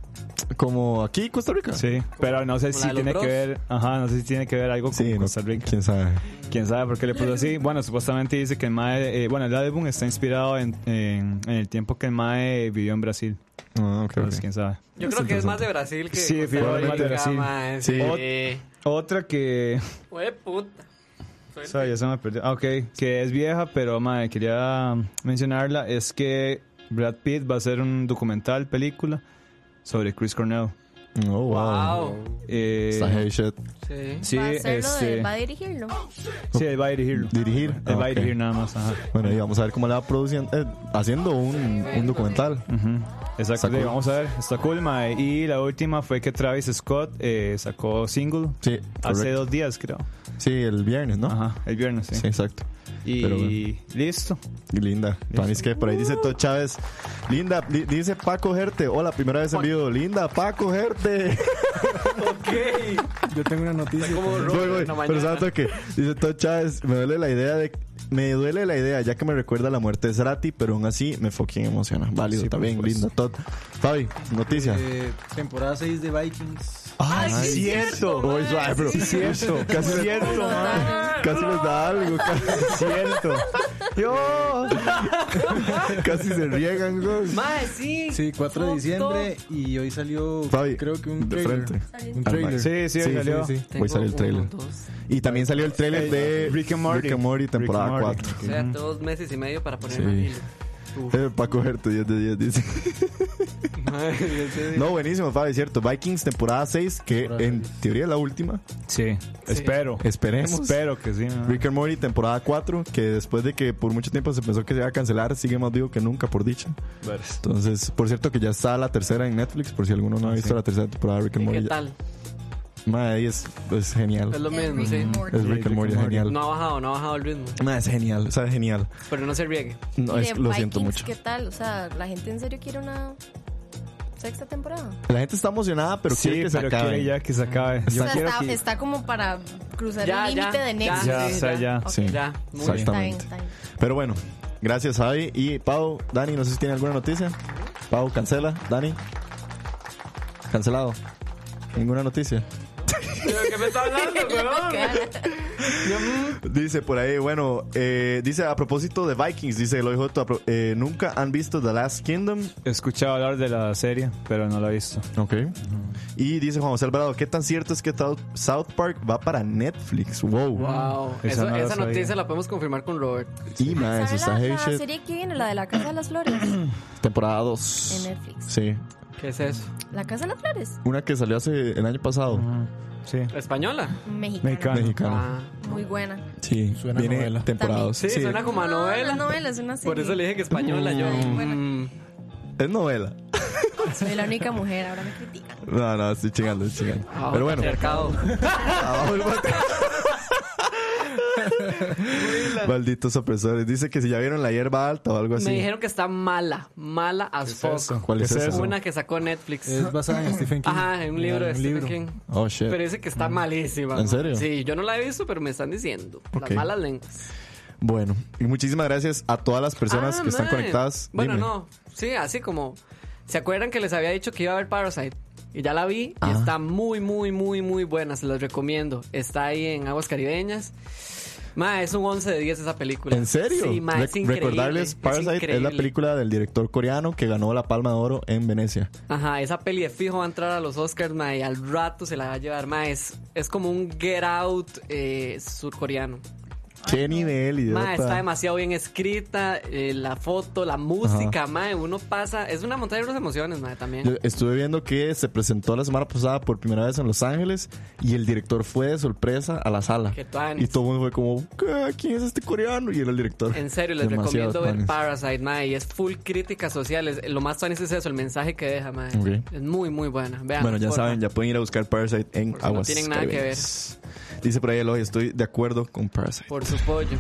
Como aquí, Costa Rica. Sí, pero no sé como si la de los tiene que Bros. ver, no sé si tiene que ver algo con Sí, no, Costa Rica. quién sabe. ¿Quién sabe por qué le puso así? Bueno, supuestamente dice que el Mae, el álbum está inspirado en el tiempo que el Mae vivió en Brasil. Ah, ok, Entonces, ok. quién sabe. Yo creo que es más de Brasil que Sí, Costa fijo, Rica, más de Brasil. mae, Sí. sí. Otra que, Hue puta. o sea, ya se me perdió. Ok, que es vieja, pero Mae, quería mencionarla, es que Brad Pitt va a hacer un documental, película, sobre Chris Cornell. Oh, wow. Wow. Está heavy shit. Sí. Sí, Va a hacerlo va a dirigirlo. sí, él va a dirigirlo. Dirigir. Él va a ok. dirigir nada más, ajá. Bueno, y vamos a ver cómo le va produciendo, haciendo un documental. Ujú. Exacto, Está cool. vamos a ver, está cool, mae. Y la última fue que Travis Scott sacó single Sí, hace correcto. 2 días, creo. Sí, el viernes, ¿no? Ajá, el viernes, sí. Sí, exacto. Y Pero bueno. listo. Y Linda. Tuanis que por ahí dice Todd Chávez. Linda, dice Paco Gerte. Hola, primera vez en vivo. Linda, Paco Gerte. yo tengo una noticia. Voy. Pero ¿sabes qué? Dice Todd Chávez. Me duele la idea, ya que me recuerda la muerte de Cerati, pero aún así me fucking emociona. Válido, Sí, por también, supuesto. linda. Todd. Fabi, noticia. Temporada 6 de Vikings. ¡Ay, sí, cierto, Uy, suave, bro. Cierto, Casi cierto, Casi les da algo. cierto. Yo. Casi se riegan, güey. Mae, sí. Sí, 4 de diciembre y hoy salió Fabi, creo que un de trailer. frente. Un trailer. Sí, sí, salió. sí. Hoy salió el trailer. Y también salió el trailer de Rick and Morty. temporada Rick and Morty. 4. O sea, 2 meses y medio para poner Sí. un hilo. Para cogerte 10 de 10, dice. No, buenísimo, Fabi, cierto. Vikings temporada 6, que en teoría es la última. Sí, espero. Esperemos. Espero que sí. ¿no? Rick and Morty temporada 4, que después de que por mucho tiempo se pensó que se iba a cancelar, sigue más vivo que nunca, por dicha. Entonces, por cierto que ya está la tercera en Netflix, por si alguno no ha visto la tercera temporada de Rick and ¿Y Morty. qué tal? Madre, ahí es genial. Es lo mismo, Rick sí. and Morty. Es Rick and Morty, es genial. No ha bajado el ritmo. Madre, es genial, o sea, es genial. Pero no se riegue. No, Y de lo siento Vikings, mucho. ¿qué tal? O sea, ¿la gente en serio quiere una sexta temporada? La gente está emocionada, pero Sí, quiere que se pero acabe. quiere ya que se acabe. O Yo sea, quiero está, que... está como para cruzar Ya, el límite ya, de ya. Nexus. Ya, Sí, o sea, ya. Ok. Sí. Ya, muy bien. Está bien, Exactamente. está bien. Pero bueno, gracias, Javi. Y Pau, Dani, no sé si tiene alguna noticia. Pau, cancela. Dani. Cancelado. Ninguna noticia. ¿Pero qué me está hablando, weón? Dice por ahí, bueno, dice a propósito de Vikings, dice el OIJ, ¿nunca han visto The Last Kingdom? He escuchado hablar de la serie, pero no la he visto. Ok. Y dice Juan José Alvarado, ¿qué tan cierto es que South Park va para Netflix? Wow. Wow. Esa no la Esa sabía. noticia la podemos confirmar con Robert. Y man, eso está heavy la shit. serie que viene, la de la Casa de las Flores? Temporada 2. En Netflix. Sí. ¿Qué es eso? ¿La Casa de las Flores? Una que salió hace el año pasado. Sí. ¿Española? Mexicana. Mexicano. Ah. Muy buena. Sí. Suena Viene novela. temporada 2. Sí, suena como a novela. No, novela, es una serie. Por eso le dije que española. Yo. Bueno. Es novela. Soy la única mujer, ahora me critican. No, estoy chingando. Ah, Pero bueno. patriarcado. Abajo el bote. Malditos opresores. Dice que si ya vieron La Hierba Alta o algo así. Me dijeron que está mala as fuck. eso? ¿Cuál es ¿Qué es eso? eso? Una que sacó Netflix. Es basada en Stephen King. Ajá, en un libro de Stephen King. Oh, shit. Pero dice que está malísima. ¿En serio? Sí, yo no la he visto, pero me están diciendo. Ok. Las malas lenguas. Bueno, y muchísimas gracias a todas las personas que están man. conectadas. Bueno, Dime. no. Sí, así como... ¿Se acuerdan que les había dicho que iba a haber Parasite? Y ya la vi y está muy, muy, muy, muy buena. Se las recomiendo. Está ahí en Aguas Caribeñas. Ma, es un 11 de 10 esa película. ¿En serio? Sí, ma, es increíble. Recordarles, Parasite es la película del director coreano que ganó la Palma de Oro en Venecia. Ajá, esa peli de fijo va a entrar a los Oscars, ma, y al rato se la va a llevar, ma. Es como un Get Out surcoreano. ¿Qué nivel, idiota? Ma, está demasiado bien escrita, la foto, la música, ma, uno pasa... Es una montaña de emociones, ma, también. Yo estuve viendo que se presentó la semana pasada por primera vez en Los Ángeles y el director fue de sorpresa a la sala. Qué tuanis. Y todo el mundo fue como, ¿qué? ¿Quién es este coreano? Y era el director. En serio, les Demasiado recomiendo ver tuanis. Parasite, ma, y es full crítica social. Lo más tuanis es eso, el mensaje que deja, ma. Ok. Es muy, muy buena. Vean, Bueno, ya saben, ya pueden ir a buscar Parasite en Por si no Aguas tienen nada que Caribeñas. Dice por ahí Eloy, estoy de acuerdo con Parasite. Por su pollo.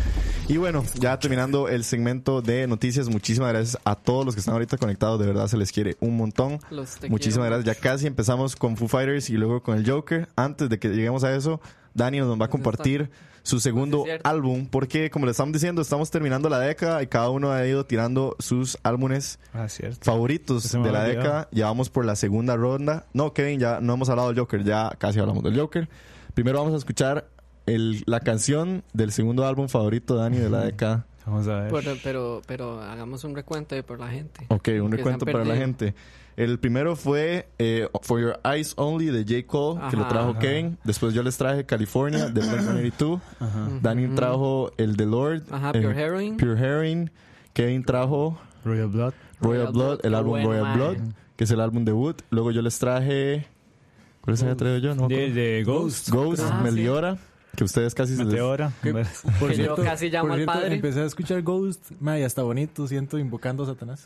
Y bueno, ya terminando el segmento de noticias, muchísimas gracias a todos los que están ahorita conectados, de verdad se les quiere un montón. Muchísimas gracias, ya casi empezamos con Foo Fighters y luego con el Joker. Antes de que lleguemos a eso, Dani nos va a compartir su segundo álbum, porque como le estamos diciendo, estamos terminando la década y cada uno ha ido tirando sus álbumes favoritos Se me de la había olvidado. década. Ya vamos por la segunda ronda. No, Kevin, ya no hemos hablado del Joker, ya casi hablamos del Joker. Primero vamos a escuchar la canción del segundo álbum favorito de Dani de la década. Vamos a ver. Pero hagamos un recuento ahí por la gente. Ok, un Que recuento se han para la perdido. gente. El primero fue For Your Eyes Only de J. Cole, que lo trajo Kevin. Después yo les traje California de Blink-182. Dani trajo el The Lord. Ajá, Pure Heroin. Pure Heroin. Kevin trajo Royal Blood. Royal Blood, el qué álbum bueno, Royal man. Blood, que es el álbum debut. Luego yo les traje... ¿Cuál se había traído yo? No me acuerdo. De Ghost. Ghost, Ah, Meliora, que ustedes casi se les... Meteora. Por Que yo casi llamo por al cierto, padre. empecé a escuchar Ghost, ma, y hasta bonito siento invocando a Satanás.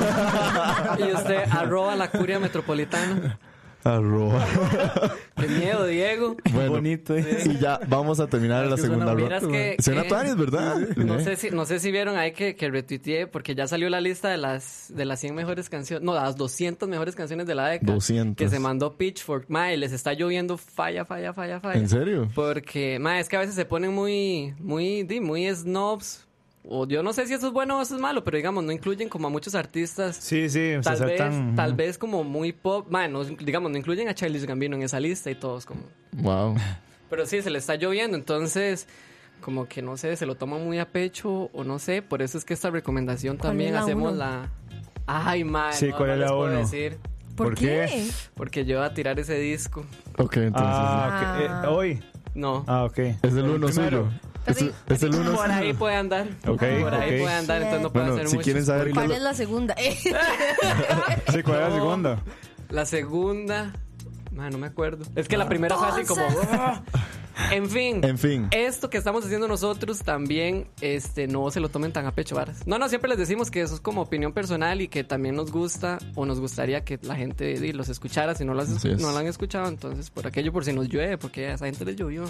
Y usted arroba la curia metropolitana. Arroba. Qué miedo, Diego. Bueno, Bonito. y ya vamos a terminar la que segunda suena ronda. Miras que... Suena Tuanis, ¿verdad? No sé si vieron ahí que retuiteé, porque ya salió la lista de las 100 mejores canciones, no, las 200 mejores canciones de la década. 200. Que se mandó Pitchfork. Mae, les está lloviendo falla. ¿En serio? Porque, mae, es que a veces se ponen muy snobs. O yo no sé si eso es bueno o eso es malo, pero digamos, no incluyen como a muchos artistas. Sí, se saltan. Tal vez como muy pop. Mae, no, digamos, no incluyen a Childish Gambino en esa lista y todos como... Wow. Pero sí, se le está lloviendo, entonces como que no sé, se lo toma muy a pecho o no sé, por eso es que esta recomendación ¿Cuál también es la hacemos uno? la... Ay, mae, Sí, no, ¿cuál no es les la puedo uno? decir, ¿Por qué? porque yo voy a tirar ese disco. Ok, entonces... Ah. Hoy. No. Ok. Es el uno primero. suyo. Es el uno Por ahí suyo. puede andar. Ok, Por ahí ok. puede andar, entonces no puedo Bueno, hacer si mucho. quieren saber ¿Cuál es la segunda? Sí, ¿cuál es la No. segunda? La segunda... mae, no me acuerdo. Es que la primera fue así como... ¡ah! En fin. Esto que estamos haciendo nosotros también, no se lo tomen tan a pecho, varas. No, siempre les decimos que eso es como opinión personal y que también nos gusta o nos gustaría que la gente los escuchara si no lo han escuchado. Entonces, por aquello, por si nos llueve, porque a esa gente les llovió.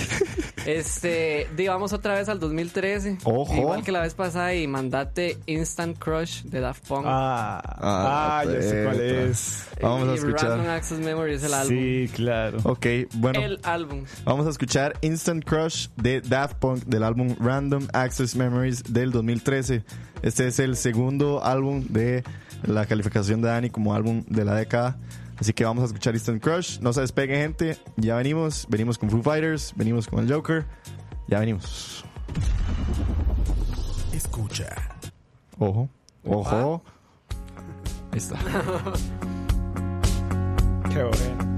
Vamos otra vez al 2013. Ojo. Igual que la vez pasada y mandate Instant Crush de Daft Punk. Ya sé cuál es. Vamos a Y escuchar. Random Access Memory es el álbum. Sí, claro. Ok, bueno. El álbum. Vamos a escuchar Instant Crush de Daft Punk del álbum Random Access Memories del 2013. Este es el segundo álbum de la calificación de Dani como álbum de la década. Así que vamos a escuchar Instant Crush. No se despeguen, gente. Ya venimos con Foo Fighters, venimos con el Joker. Ya venimos. Escucha. Ojo. Ahí está. Qué bueno.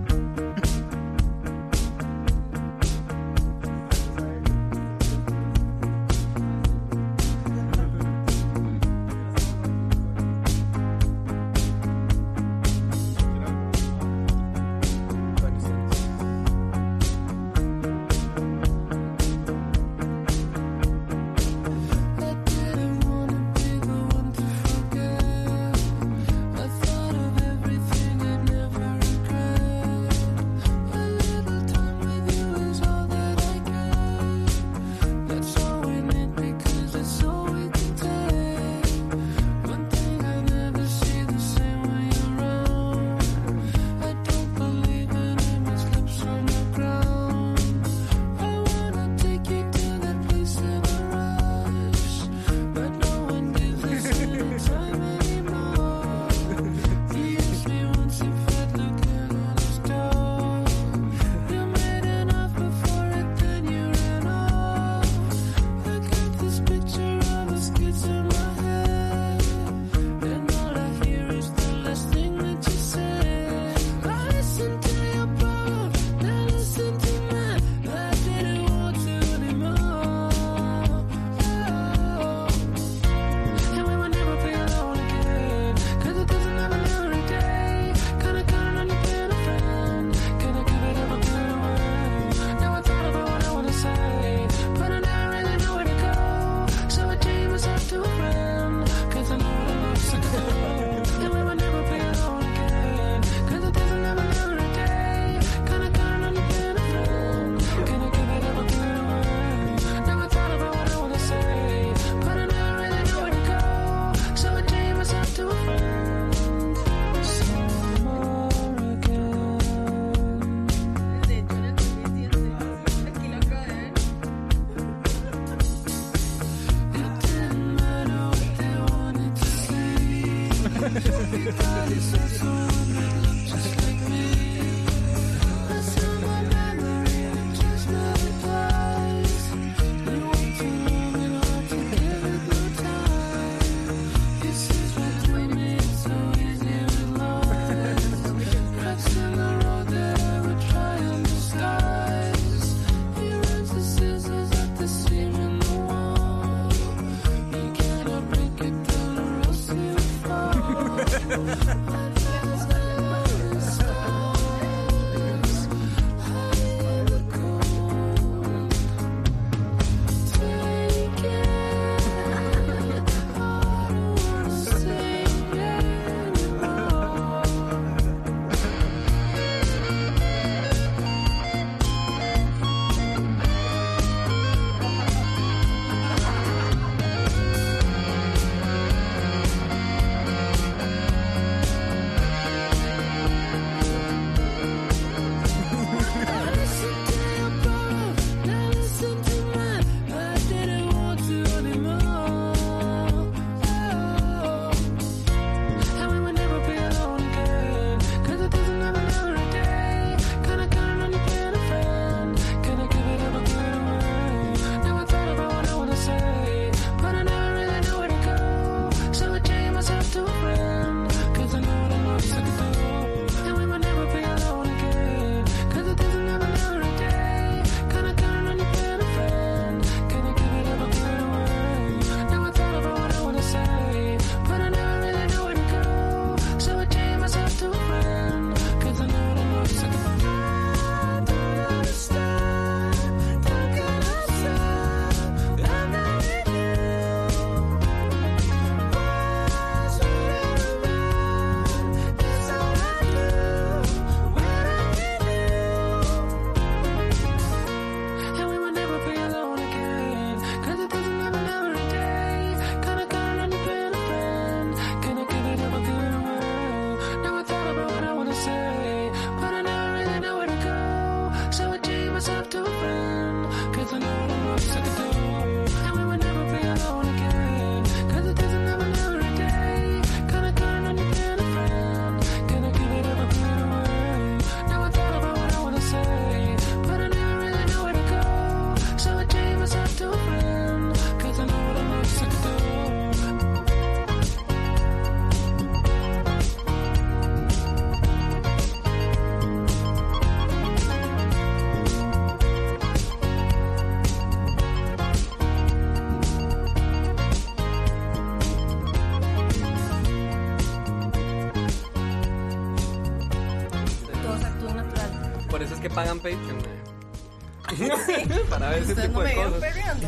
pagan Patreon, para ver ese tipo de cosas.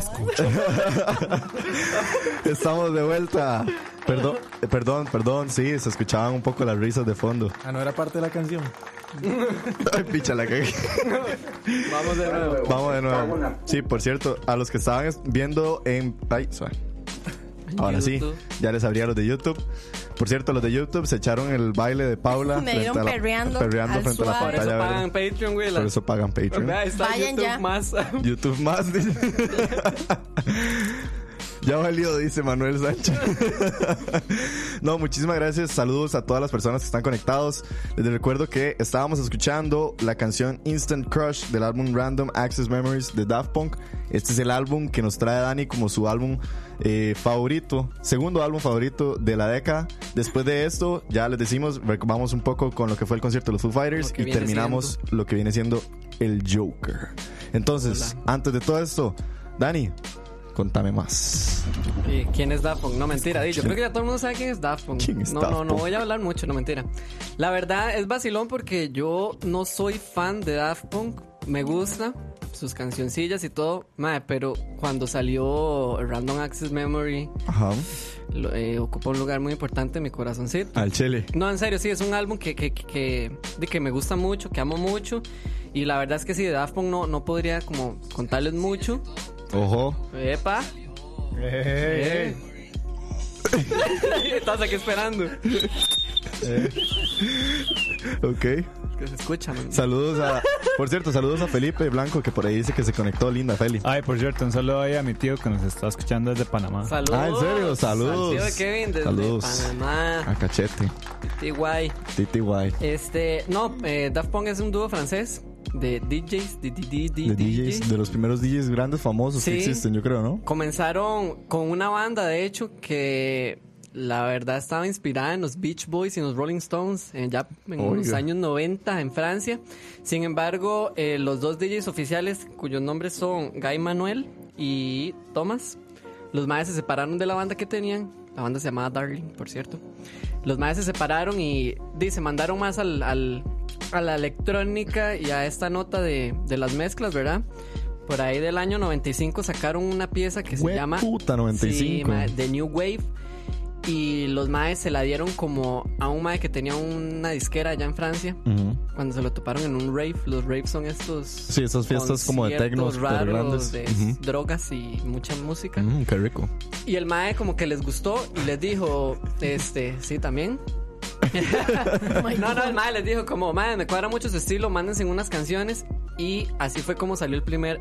Estamos de vuelta. Perdón, sí, se escuchaban un poco las risas de fondo. No era parte de la canción. Ay, picha, la cagué. Vamos de nuevo. Sí, por cierto, a los que estaban viendo en... Ay, suave. Ahora sí, ya les abría los de YouTube. Por cierto, los de YouTube se echaron el baile de Paula. Me dieron perreando frente a la pantalla. Por eso pagan Patreon, güey. Por eso pagan Patreon. Vayan YouTube ya. Más. YouTube más. Ya valió, dice Manuel Sánchez. No, muchísimas gracias. Saludos a todas las personas que están conectados. Les recuerdo que estábamos escuchando la canción Instant Crush del álbum Random Access Memories de Daft Punk. Este es el álbum que nos trae Dani como su álbum favorito, segundo álbum favorito de la década. Después de esto, ya les decimos, vamos un poco con lo que fue el concierto de los Foo Fighters y terminamos lo que viene siendo el Joker. Entonces, antes de todo esto, Dani, contame más. ¿Quién es Daft Punk? No, mentira. Yo creo que ya todo el mundo sabe quién es Daft Punk. No voy a hablar mucho, no, mentira. La verdad es vacilón porque yo no soy fan de Daft Punk. Me gusta sus cancioncillas y todo, pero cuando salió Random Access Memory, ocupa un lugar muy importante en mi corazoncito. Al chile. No, en serio, sí, es un álbum que me gusta mucho, que amo mucho. Y la verdad es que sí, de Daft Punk no podría como contarles mucho. Ojo. Epa. Estás aquí esperando. Ok. Que se escucha, man. Por cierto, saludos a Felipe Blanco, que por ahí dice que se conectó. Linda, Feli. Ay, por cierto, un saludo ahí a mi tío que nos está escuchando desde Panamá. Saludos. Ah, ¿en serio? Saludos. Al tío de Kevin desde saludos. Panamá. A Cachete. Titi Guay. Daft Punk es un dúo francés de DJs, de los primeros DJs grandes famosos que existen, yo creo, ¿no? Comenzaron con una banda, de hecho, que la verdad estaba inspirada en los Beach Boys y en los Rolling Stones, ya en los años 90 en Francia. Sin embargo, los dos DJs oficiales, cuyos nombres son Guy Manuel y Thomas, los maes se separaron de la banda que tenían. La banda se llamaba Darling, por cierto. Los maes se separaron y se mandaron más a la electrónica y a esta nota de las mezclas, ¿verdad? Por ahí del año 95 sacaron una pieza que se llama... ¡Puta, 95! Sí, The New Wave. Y los maes se la dieron como a un mae que tenía una disquera allá en Francia. Cuando se lo toparon en un rave. Los raves son estos... Sí, esas fiestas como de techno super grandes. De drogas y mucha música. Qué rico. Y el mae como que les gustó y les dijo... Sí, también... No, el mae les dijo como, mae, me cuadra mucho su estilo, mándense unas canciones. Y así fue como salió el primer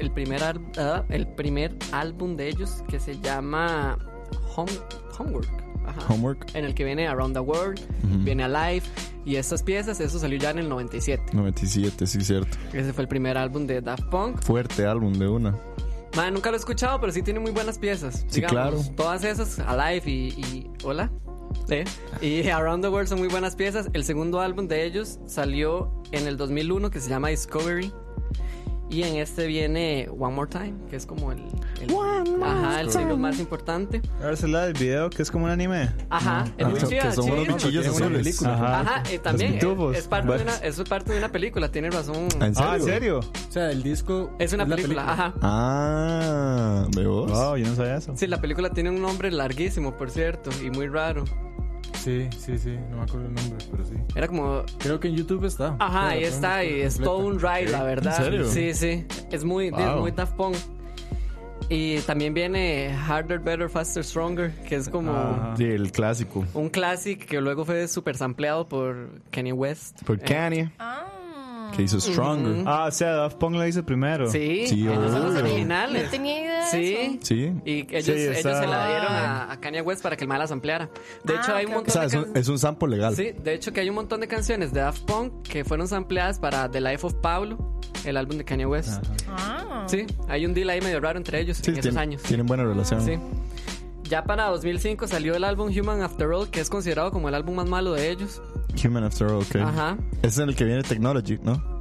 álbum de ellos, que se llama Homework. Homework. En el que viene Around the World, viene Alive y estas piezas. Eso salió ya en el 97. 97, sí, cierto. Ese fue el primer álbum de Daft Punk. Fuerte álbum de una. Man, nunca lo he escuchado, pero sí tiene muy buenas piezas. Sí, digamos, claro. Todas esas, Alive y Hola. Y Around the World son muy buenas piezas. El segundo álbum de ellos salió en el 2001, que se llama Discovery. Y en este viene One More Time, que es como el single más importante. Ahora es la del video, que es como un anime. Ajá, es muy chida. Que son unos bichillos azules. Ajá, también es parte de una película, tiene razón. ¿En serio? ¿En serio? O sea, el disco es una película, ajá. Ah, ¿me vos? Wow, yo no sabía eso. Sí, la película tiene un nombre larguísimo, por cierto, y muy raro. Sí, no me acuerdo el nombre, pero sí. Era como... Creo que en YouTube está. Ajá, ahí está, y es todo un ride, la verdad. ¿En serio? Sí, es muy Daft Punk. Y también viene Harder, Better, Faster, Stronger, que es como... Sí, el clásico. Un clásico que luego fue super sampleado por Kanye West. Por Kanye. Que hizo Stronger. O sea, Daft Punk lo hizo primero. Sí, ellos son los originales. No tenía idea Sí. de eso. Sí. Y ellos se la dieron a Kanye West para que el mal la sampleara. De hecho, hay un montón o sea, de es un sample legal. Sí, de hecho que hay un montón de canciones de Daft Punk que fueron sampleadas para The Life of Pablo, el álbum de Kanye West. Sí, hay un deal ahí medio raro entre ellos en esos años. Tienen buena relación. Sí. Ya para 2005 salió el álbum Human After All, que es considerado como el álbum más malo de ellos. Human After All, ok. Ajá. Ese es en el que viene Technology, ¿no?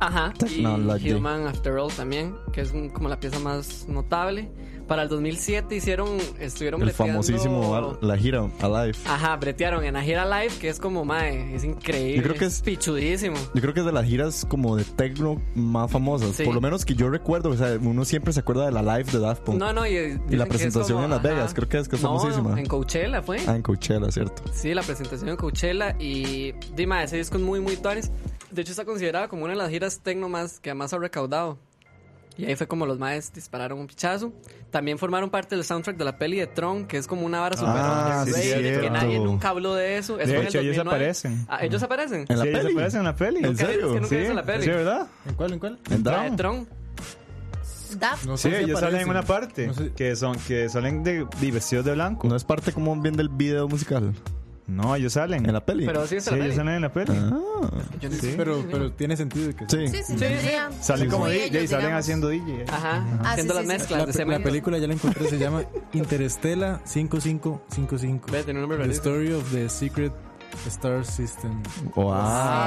Ajá. Technology. Y Human After All también, que es como la pieza más notable. Para el 2007 estuvieron el breteando... famosísimo la gira Alive. Ajá, bretearon en la gira Live, que es como, mae, es increíble. Yo creo que es pichudísimo. Yo creo que es de las giras como de techno más famosas. Sí. Por lo menos que yo recuerdo, o sea, uno siempre se acuerda de la Live de Daft Punk. No, y la presentación en Las Vegas, creo que es famosísima. En Coachella fue. En Coachella, cierto. Sí, la presentación en Coachella. Y dime, ese disco es muy, muy tuanis. De hecho, está considerada como una de las giras techno que más ha recaudado. Y ahí fue como los maes dispararon un pichazo. También formaron parte del soundtrack de la peli de Tron, que es como una vara super underrated, que nadie nunca habló de eso. De hecho, ellos aparecen. ¿Ellos aparecen? ¿En la peli? Ellos aparecen en la peli. ¿En serio? ¿Nunca viste la peli? Sí, ¿verdad? ¿En cuál? En La de Daft. Tron. Daft. No sé Sí, si ellos salen en aparecen. una parte No sé. que salen de vestidos de blanco. ¿No es parte como bien del video musical? No, ellos salen. En la peli. Pero sí es Sí, la ellos peli. salen en la peli. Yo ni Sí. sé. Pero tiene sentido que Sí. Sí, tendría. Salen como Muy DJ, ellos, salen digamos. haciendo DJ. Ajá, Ah, haciendo sí, las sí, mezclas de la cemento. película ya la encontré, se llama Interestela 5555. Ve, tiene un nombre The rarísimo. Story of the Secret Star System. Wow.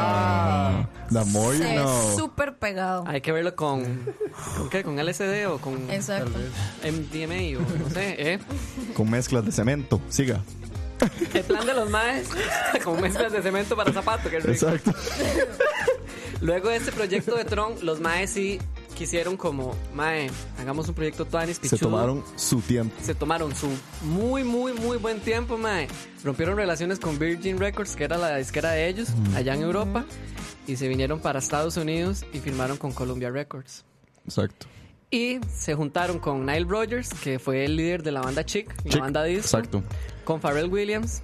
The more you Se know. ve súper pegado. Hay que verlo con qué, con LSD o con Exacto. MDMA o no sé, Con mezclas de cemento. Siga. El plan de los maes con mezclas de cemento para zapatos, que rico. Exacto. Luego de este proyecto de Tron, los maes sí quisieron como, mae, hagamos un proyecto tuanis Se pichudo. tomaron su tiempo. Se tomaron su muy, muy, muy buen tiempo, mae. Rompieron relaciones con Virgin Records, que era la disquera de ellos, allá en Europa. Y se vinieron para Estados Unidos y firmaron con Columbia Records. Exacto. Y se juntaron con Nile Rodgers, que fue el líder de la banda Chic, la banda disco. Exacto. Con Pharrell Williams.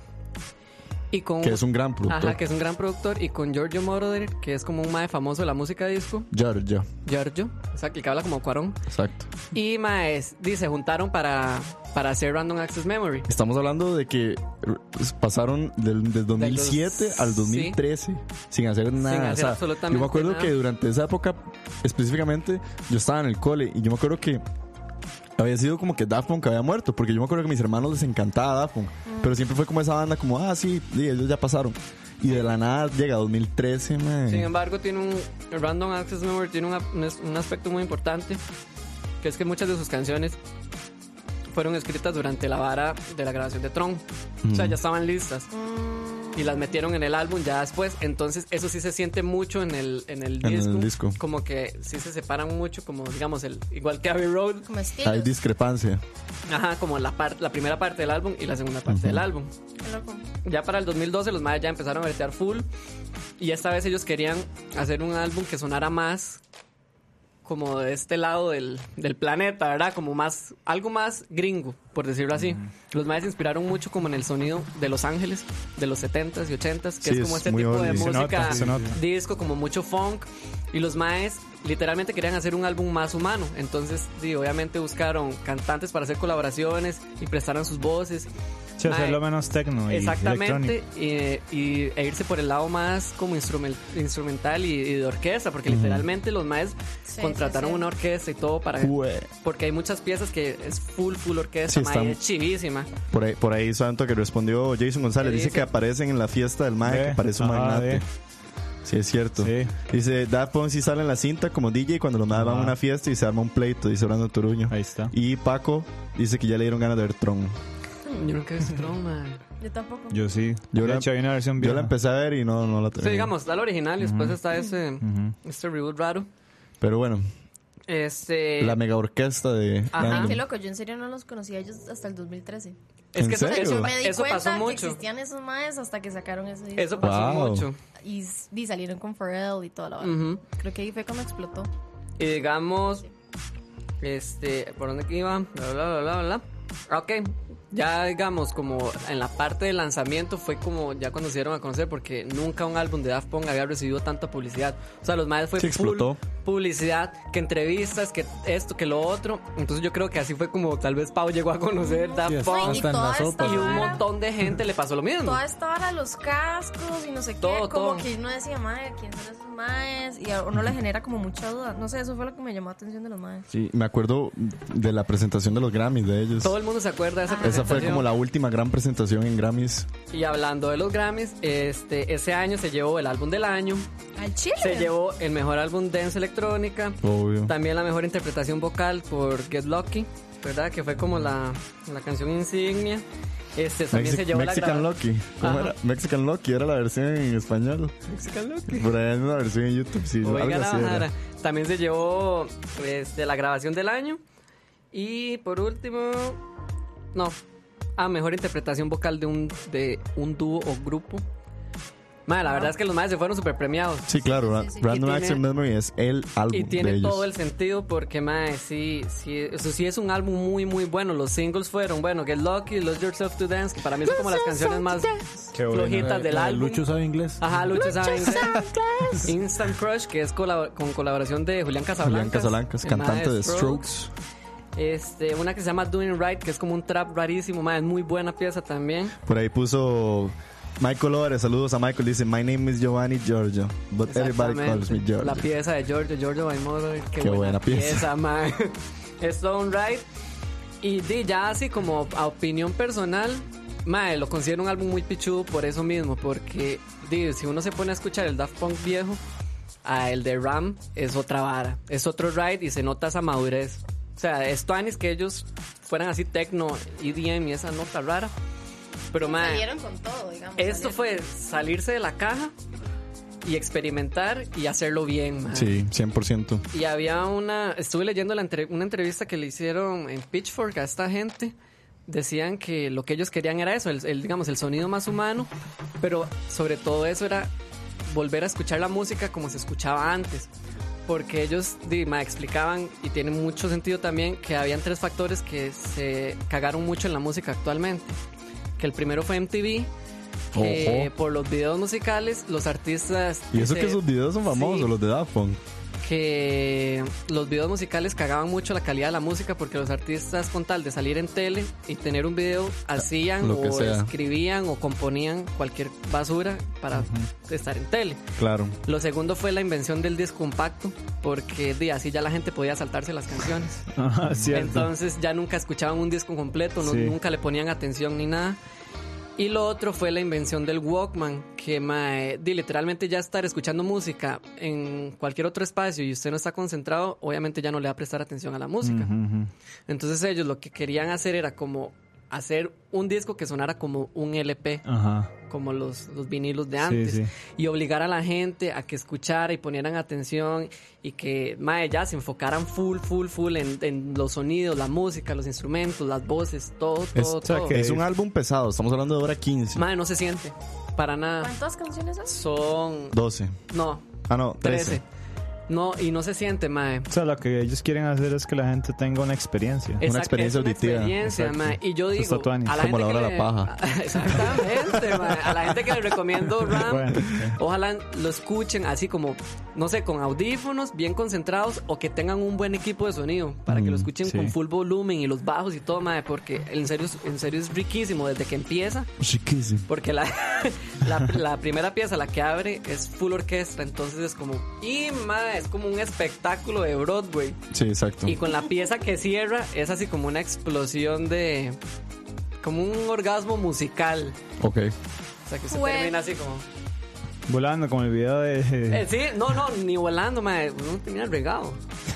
Y con... Que es un gran productor. Ajá, que es un gran productor. Y con Giorgio Moroder, que es como un mae famoso de la música disco. Giorgio. Giorgio, exacto, el que habla como Cuarón. Exacto. Y maes, se juntaron para hacer Random Access Memory. Estamos hablando de que pasaron del 2007 al 2013 sin hacer nada. Sin hacer O sea, absolutamente yo me acuerdo nada. que durante esa época, específicamente, yo estaba en el cole y yo me acuerdo que había sido como que Daft Punk había muerto, porque yo me acuerdo que a mis hermanos les encantaba Daft Punk, pero siempre fue como esa banda como, sí, ellos ya pasaron. Y de la nada llega 2013, man. Sin embargo, el Random Access Memory tiene un aspecto muy importante, que es que muchas de sus canciones fueron escritas durante la vara de la grabación de Tron. O sea, ya estaban listas. Y las metieron en el álbum ya después. Entonces, eso sí se siente mucho en el disco. Como que sí se separan mucho, como digamos, igual que Abbey Road. Como estilos. Hay discrepancia. Ajá, como la primera parte del álbum y la segunda parte del álbum. Qué loco. Ya para el 2012 los mayas ya empezaron a bretear full. Y esta vez ellos querían hacer un álbum que sonara más como de este lado del planeta, ¿verdad? Como más, algo más gringo, por decirlo así. Los mayas se inspiraron mucho como en el sonido de Los Ángeles, de los 70s y 80s, que Sí, es como es este muy tipo de oldie. música, Se nota. disco, como mucho funk. Y los maes literalmente querían hacer un álbum más humano. Entonces, obviamente buscaron cantantes para hacer colaboraciones y prestaran sus voces. Sí, hacerlo menos tecno y Exactamente, e irse por el lado más como instrumental y de orquesta, porque literalmente los maes contrataron una orquesta y todo porque hay muchas piezas que es full orquesta, Sí, mae, es chivísima. Por ahí santo que respondió Jason González. ¿Qué Dice dice? que aparecen en la fiesta del mae, que parece un magnate. Sí, es cierto. Sí. Dice, Daft Punk sí sale en la cinta como DJ cuando los más van a una fiesta y se arma un pleito, dice Brandon Toruño. Ahí está. Y Paco dice que ya le dieron ganas de ver Tron. Yo nunca he visto Tron, mae. Yo tampoco. Yo sí. Yo De la- hecho, hay una versión Yo vieja. la empecé a ver y no la Sí, terminé. digamos, está el original y después está este reboot raro. Pero bueno, la mega orquesta de Ajá. Random. Qué loco, yo en serio no los conocía ellos hasta el 2013. Es ¿En que serio? eso, Me di eso cuenta pasó que mucho. existían esos maes hasta que sacaron ese disco. Eso pasó Wow. mucho. Y salieron con Pharrell y toda la Ujú. verdad. Creo que ahí fue cuando explotó. Y digamos, ¿por dónde que iba? Bla. Ok, ya digamos, como en la parte del lanzamiento fue como ya cuando se dieron a conocer, porque nunca un álbum de Daft Punk había recibido tanta publicidad. O sea, los maes fue Sí, explotó. full publicidad, que entrevistas, que esto, que lo otro. Entonces yo creo que así fue como tal vez Pau llegó a conocer Sí, Daft hasta Punk. en la toda sopa. Y un vara- montón de gente le pasó lo mismo. Toda esta hora los cascos y no sé Todo, qué, como todo. que uno decía, madre, ¿quién son esos maes? Y a uno le genera como mucha duda. No sé, eso fue lo que me llamó la atención de los maes. Sí, me acuerdo de la presentación de los Grammys de ellos. Todo el mundo se acuerda de esa presentación. Esa fue como la última gran presentación en Grammys. Y hablando de los Grammys, ese año se llevó el álbum del año. ¿Al Chile? Se llevó el mejor álbum dance electrónica. Obvio. También la mejor interpretación vocal por Get Lucky, ¿verdad? Que fue como la canción insignia. También se llevó Mexican Lucky. ¿Cómo era? Mexican Lucky era la versión en español. Mexican Lucky. Por ahí hay una versión en YouTube, sí. Oiga, algo así era. También se llevó la grabación del año. Y por último, mejor interpretación vocal de un dúo o grupo. Madre, la verdad es que los madres se fueron súper premiados. Sí, claro. Sí. Random Access Memory es el álbum y tiene de ellos. todo el sentido porque, madre, eso sí es un álbum muy, muy bueno. Los singles fueron, Get Lucky, Lose Yourself to Dance, que para mí son como las canciones más flojitas del álbum. Lucho sabe inglés. Ajá, Lucho sabe inglés. Instant Crush, que es con colaboración de Julián Casablancas, cantante de Strokes. Una que se llama Doing Right, que es como un trap rarísimo, madre, es muy buena pieza también. Por ahí puso Michael Ores, saludos a Michael, dice My name is Giovanni Giorgio, but everybody calls me Giorgio. La pieza de Giorgio by Mother, qué buena pieza, man. Stone Right. Y ya así como a opinión personal, lo considero un álbum muy pichudo por eso mismo, porque si uno se pone a escuchar el Daft Punk viejo, el de Ram es otra vara, es otro ride y se nota esa madurez. O sea, es tuanis que ellos fueran así techno, EDM y esa nota rara. Pero salieron con todo, digamos. Esto fue salirse de la caja y experimentar y hacerlo bien, man. Sí, 100%. Y había estuve leyendo una entrevista que le hicieron en Pitchfork a esta gente. Decían que lo que ellos querían era eso, el sonido más humano, pero sobre todo eso era volver a escuchar la música como se escuchaba antes. Porque ellos explicaban, y tiene mucho sentido también, que habían 3 factores que se cagaron mucho en la música actualmente. Que el primero fue MTV, que por los videos musicales, los artistas... Y eso que sus videos son famosos, sí, los de Daft Punk. Que los videos musicales cagaban mucho la calidad de la música porque los artistas, con tal de salir en tele y tener un video, hacían o escribían o componían cualquier basura para estar en tele. Claro. Lo segundo fue la invención del disco compacto, porque así ya la gente podía saltarse las canciones. Entonces ya nunca escuchaban un disco completo, nunca le ponían atención ni nada. Y lo otro fue la invención del Walkman, que literalmente ya estar escuchando música en cualquier otro espacio y usted no está concentrado, obviamente ya no le va a prestar atención a la música. Entonces ellos lo que querían hacer era como hacer un disco que sonara como un LP, como los vinilos de antes, y obligar a la gente a que escuchara y ponieran atención y que ya se enfocaran full en los sonidos, la música, los instrumentos, las voces, todo. O sea, que es un álbum pesado, estamos hablando de hora 15. No se siente para nada. ¿Cuántas canciones son? Son 12. No. 13. No, y no se siente, O sea, lo que ellos quieren hacer es que la gente tenga una experiencia. Una experiencia auditiva. Y yo digo, a la como la hora de la paja. Exactamente, a la gente que le recomiendo Ram, ojalá lo escuchen así como, no sé, con audífonos bien concentrados o que tengan un buen equipo de sonido para que lo escuchen con full volumen y los bajos y todo, porque en serio es riquísimo desde que empieza. Riquísimo. Porque la primera pieza, la que abre, es full orquesta, entonces es como, es como un espectáculo de Broadway. Sí, exacto. Y con la pieza que cierra es así como una explosión como un orgasmo musical. Ok. O sea, que se termina así como... Volando, como el video de... sí, ni volando, uno termina regado.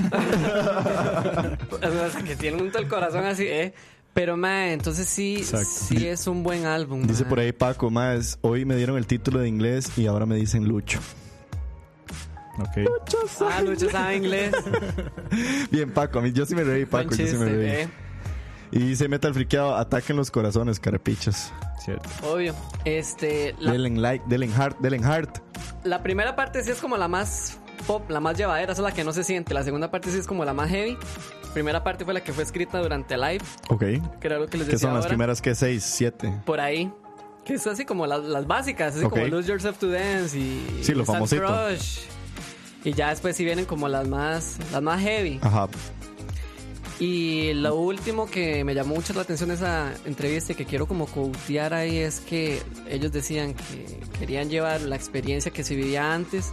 O sea, que tiene un todo el corazón así, Pero, entonces sí es un buen álbum. Dice por ahí Paco, hoy me dieron el título de inglés y ahora me dicen Lucho. Okay. Lucho sabe inglés. Bien, Paco, yo sí me reí, Paco, yo sí me reí. Y dice Metal Friqueado, ataquen los corazones, carepichas. Cierto. Obvio. Delen heart. La primera parte sí es como la más pop, la más llevadera, esa es la que no se siente. La segunda parte sí es como la más heavy. La primera parte fue la que fue escrita durante el live. Ok. Que era lo que les decía. ¿Qué son ahora. Las primeras, 6, 7? Por ahí. Que es así como las básicas, así como Lose Yourself to Dance y lo famosito. Crush. Y ya después sí vienen como las más heavy. Ajá. Y lo último que me llamó mucho la atención de esa entrevista y que quiero como quotear ahí es que ellos decían que querían llevar la experiencia que se vivía antes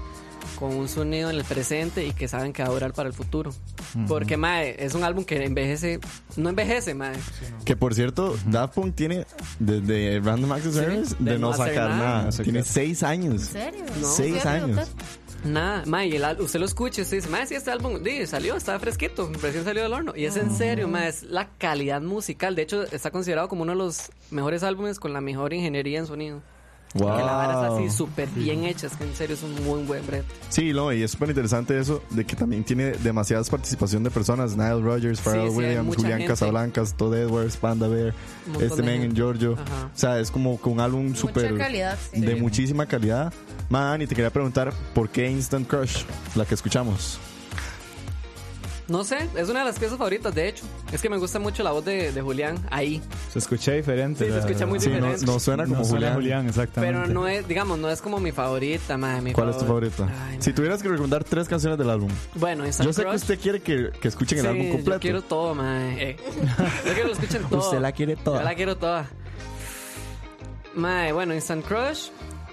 con un sonido en el presente y que saben que va a durar para el futuro. Porque, mae, es un álbum que no envejece, mae. Que por cierto, Daft Punk tiene desde Random Access Memories de no sacar nada. Tiene 6 años. ¿En serio? No. 6 años. Nada, mae, y usted lo escucha y usted dice, mae, sí, este álbum salió, estaba fresquito, recién salió del horno. Y es en serio, mae, es la calidad musical. De hecho, está considerado como uno de los mejores álbumes con la mejor ingeniería en sonido. Wow. Que la vara es así súper bien hecha, es que en serio es un muy buen brete. Sí, no, y es súper interesante eso de que también tiene demasiadas participación de personas. Nile Rodgers, Pharrell Williams, Julián Casablancas, Todd Edwards, Panda Bear, Men en Giorgio. Ajá. O sea, es como un álbum súper de muchísima calidad. Man, y te quería preguntar, ¿por qué Instant Crush? La que escuchamos. No sé, es una de las piezas favoritas, de hecho. Es que me gusta mucho la voz de Julián ahí. Se escucha diferente. Sí, se escucha muy diferente. No suena como Julián, exactamente. Pero no es, digamos, no es como mi favorita, madre. ¿Cuál es tu favorita? Ay, si tuvieras que recomendar 3 canciones del álbum. Bueno, Instant Yo sé Crush. que usted quiere que escuchen el álbum completo. Yo quiero todo, madre. Yo quiero que lo escuchen todo. Usted la quiere toda. Yo la quiero toda. Madre, bueno, Instant Crush.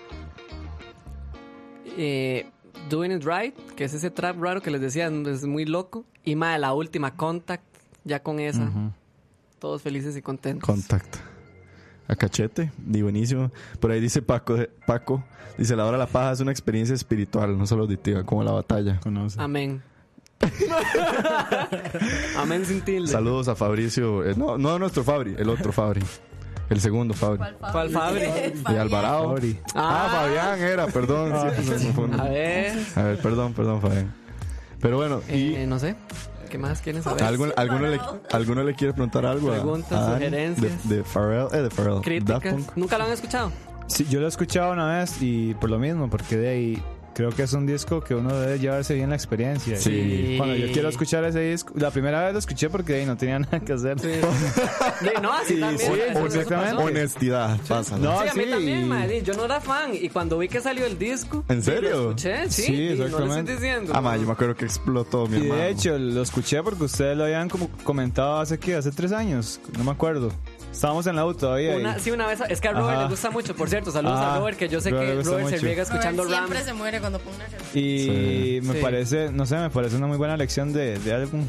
Doing It Right, que es ese trap raro que les decía, es muy loco. Y madre, la última, Contact, ya con esa. Todos felices y contentos. Contact. A cachete, y buenísimo. Por ahí dice Paco, dice, la hora de la paja es una experiencia espiritual, no solo auditiva, como la batalla. Conoce. Amén. Amén sin tilde. Saludos a Fabricio, no nuestro Fabri, el otro Fabri. El segundo Fabri. ¿Cuál Fabri? De Alvarado. Fabri. Fabián era, perdón. Sí, me confundo. A ver, perdón, Fabián. Pero bueno, no sé. ¿Qué más quieren saber? ¿Alguno le quiere preguntar algo? Preguntas, sugerencias. De Pharrell. Críticas. ¿Nunca lo han escuchado? Sí, yo lo he escuchado una vez y por lo mismo, porque de ahí creo que es un disco que uno debe llevarse bien la experiencia. Sí. Y cuando yo quiero escuchar ese disco, la primera vez lo escuché porque de ahí no tenía nada que hacer. Sí. No, así también. Exactamente. Honestidad, pasa. No, sí, a mí también, madre. Yo no era fan. Y cuando vi que salió el disco, ¿en serio? Lo escuché, sí. Sí, y no exactamente. lo estoy diciendo. Yo me acuerdo que explotó mi Y hermano. de hecho, lo escuché porque ustedes lo habían como comentado hace 3 años. No me acuerdo. Estábamos en la U todavía. Una vez. Es que a Robert le gusta mucho, por cierto. Saludos a Robert, que yo sé que Robert se riega escuchando Ram. Siempre se muere cuando pongo una canción. Y me parece una muy buena lección de álbum.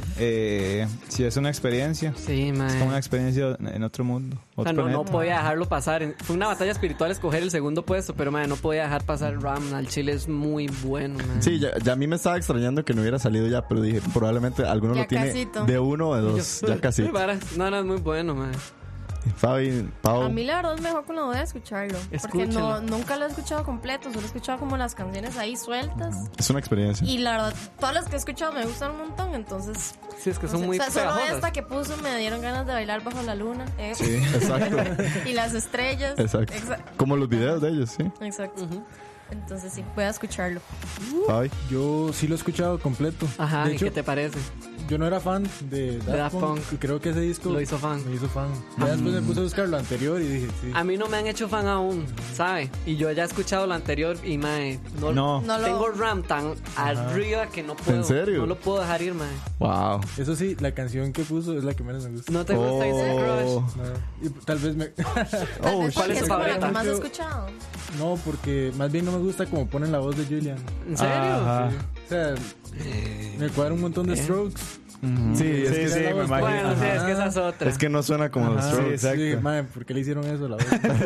Si es una experiencia. Sí, man. Es como una experiencia en otro mundo. O sea, no podía dejarlo pasar. Fue una batalla espiritual escoger el segundo puesto, pero man, no podía dejar pasar Ram. Al Chile es muy bueno, man. Sí, ya a mí me estaba extrañando que no hubiera salido ya, pero dije, probablemente alguno lo tiene casito. de 1 o de 2. Ya casi. No, es muy bueno, man. Fabi, Pau. A mí la verdad es mejor con la voz de escucharlo. Escúchelo. Porque nunca lo he escuchado completo. Solo he escuchado como las canciones ahí sueltas. Es una experiencia. Y la verdad, todas las que he escuchado me gustan un montón. Entonces, Sí, es que son muy solo pegajosas. esta que puso me dieron ganas de bailar bajo la luna. Sí, exacto. Y las estrellas. Exacto. Como los videos de ellos, sí. Exacto. Entonces sí, voy a escucharlo. Fabi. Yo sí lo he escuchado completo. Ajá, De ¿y hecho, qué te parece? yo no era fan de Daft Punk. Y creo que ese disco Lo hizo fan. me hizo fan. Ya después me puse a buscar lo anterior y dije, sí. A mí no me han hecho fan aún, ¿sabe? Y yo ya he escuchado lo anterior y, mae, No. tengo Ram tan arriba que no puedo. ¿En serio? No lo puedo dejar ir, mae. Wow. Eso sí, la canción que puso es la que menos me gusta. ¿No te gusta Instant Crush? No. Y tal vez me... Tal vez ¿cuál porque es tu es como la favorita? que más he escuchado. No, porque más bien no me gusta como ponen la voz de Julian. ¿En serio? Ajá. O sea, me cuadra un montón de strokes. Sí, es que sí, me imagino. Bueno, sí, es que esa es otra. Es que no suena como los Sí, Strokes. exacto. Sí, madre, ¿por qué le hicieron eso a la voz?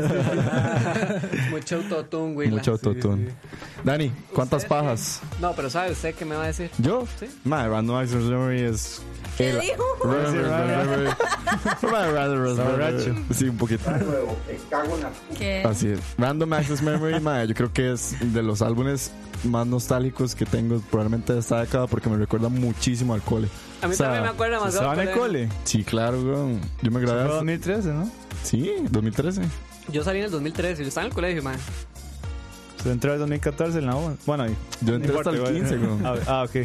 Mucho autotune, güey. Mucho autotune. sí. Dani, ¿cuántas ¿Usted pajas? No, pero ¿sabe usted qué me va a decir? ¿Yo? Sí. My Random Access Memory es... ¿Qué dijo? Sí, un poquito. ¿Qué? Así es. Random Access Memory, yo creo que es de los álbumes más nostálgicos que tengo probablemente de esta década porque me recuerda muchísimo al cole. A mí O sea, también me acuerda más. ¿Estaban en el cole? Sí, claro, güey. Yo me gradué Fue hace... 2013, ¿no? Sí, 2013. Yo salí en el 2013 y yo estaba en el colegio, man. Se entró en el 2014 en la U. Bueno, ahí. Yo entré No hasta el importa, 15, igual. güey. Ok.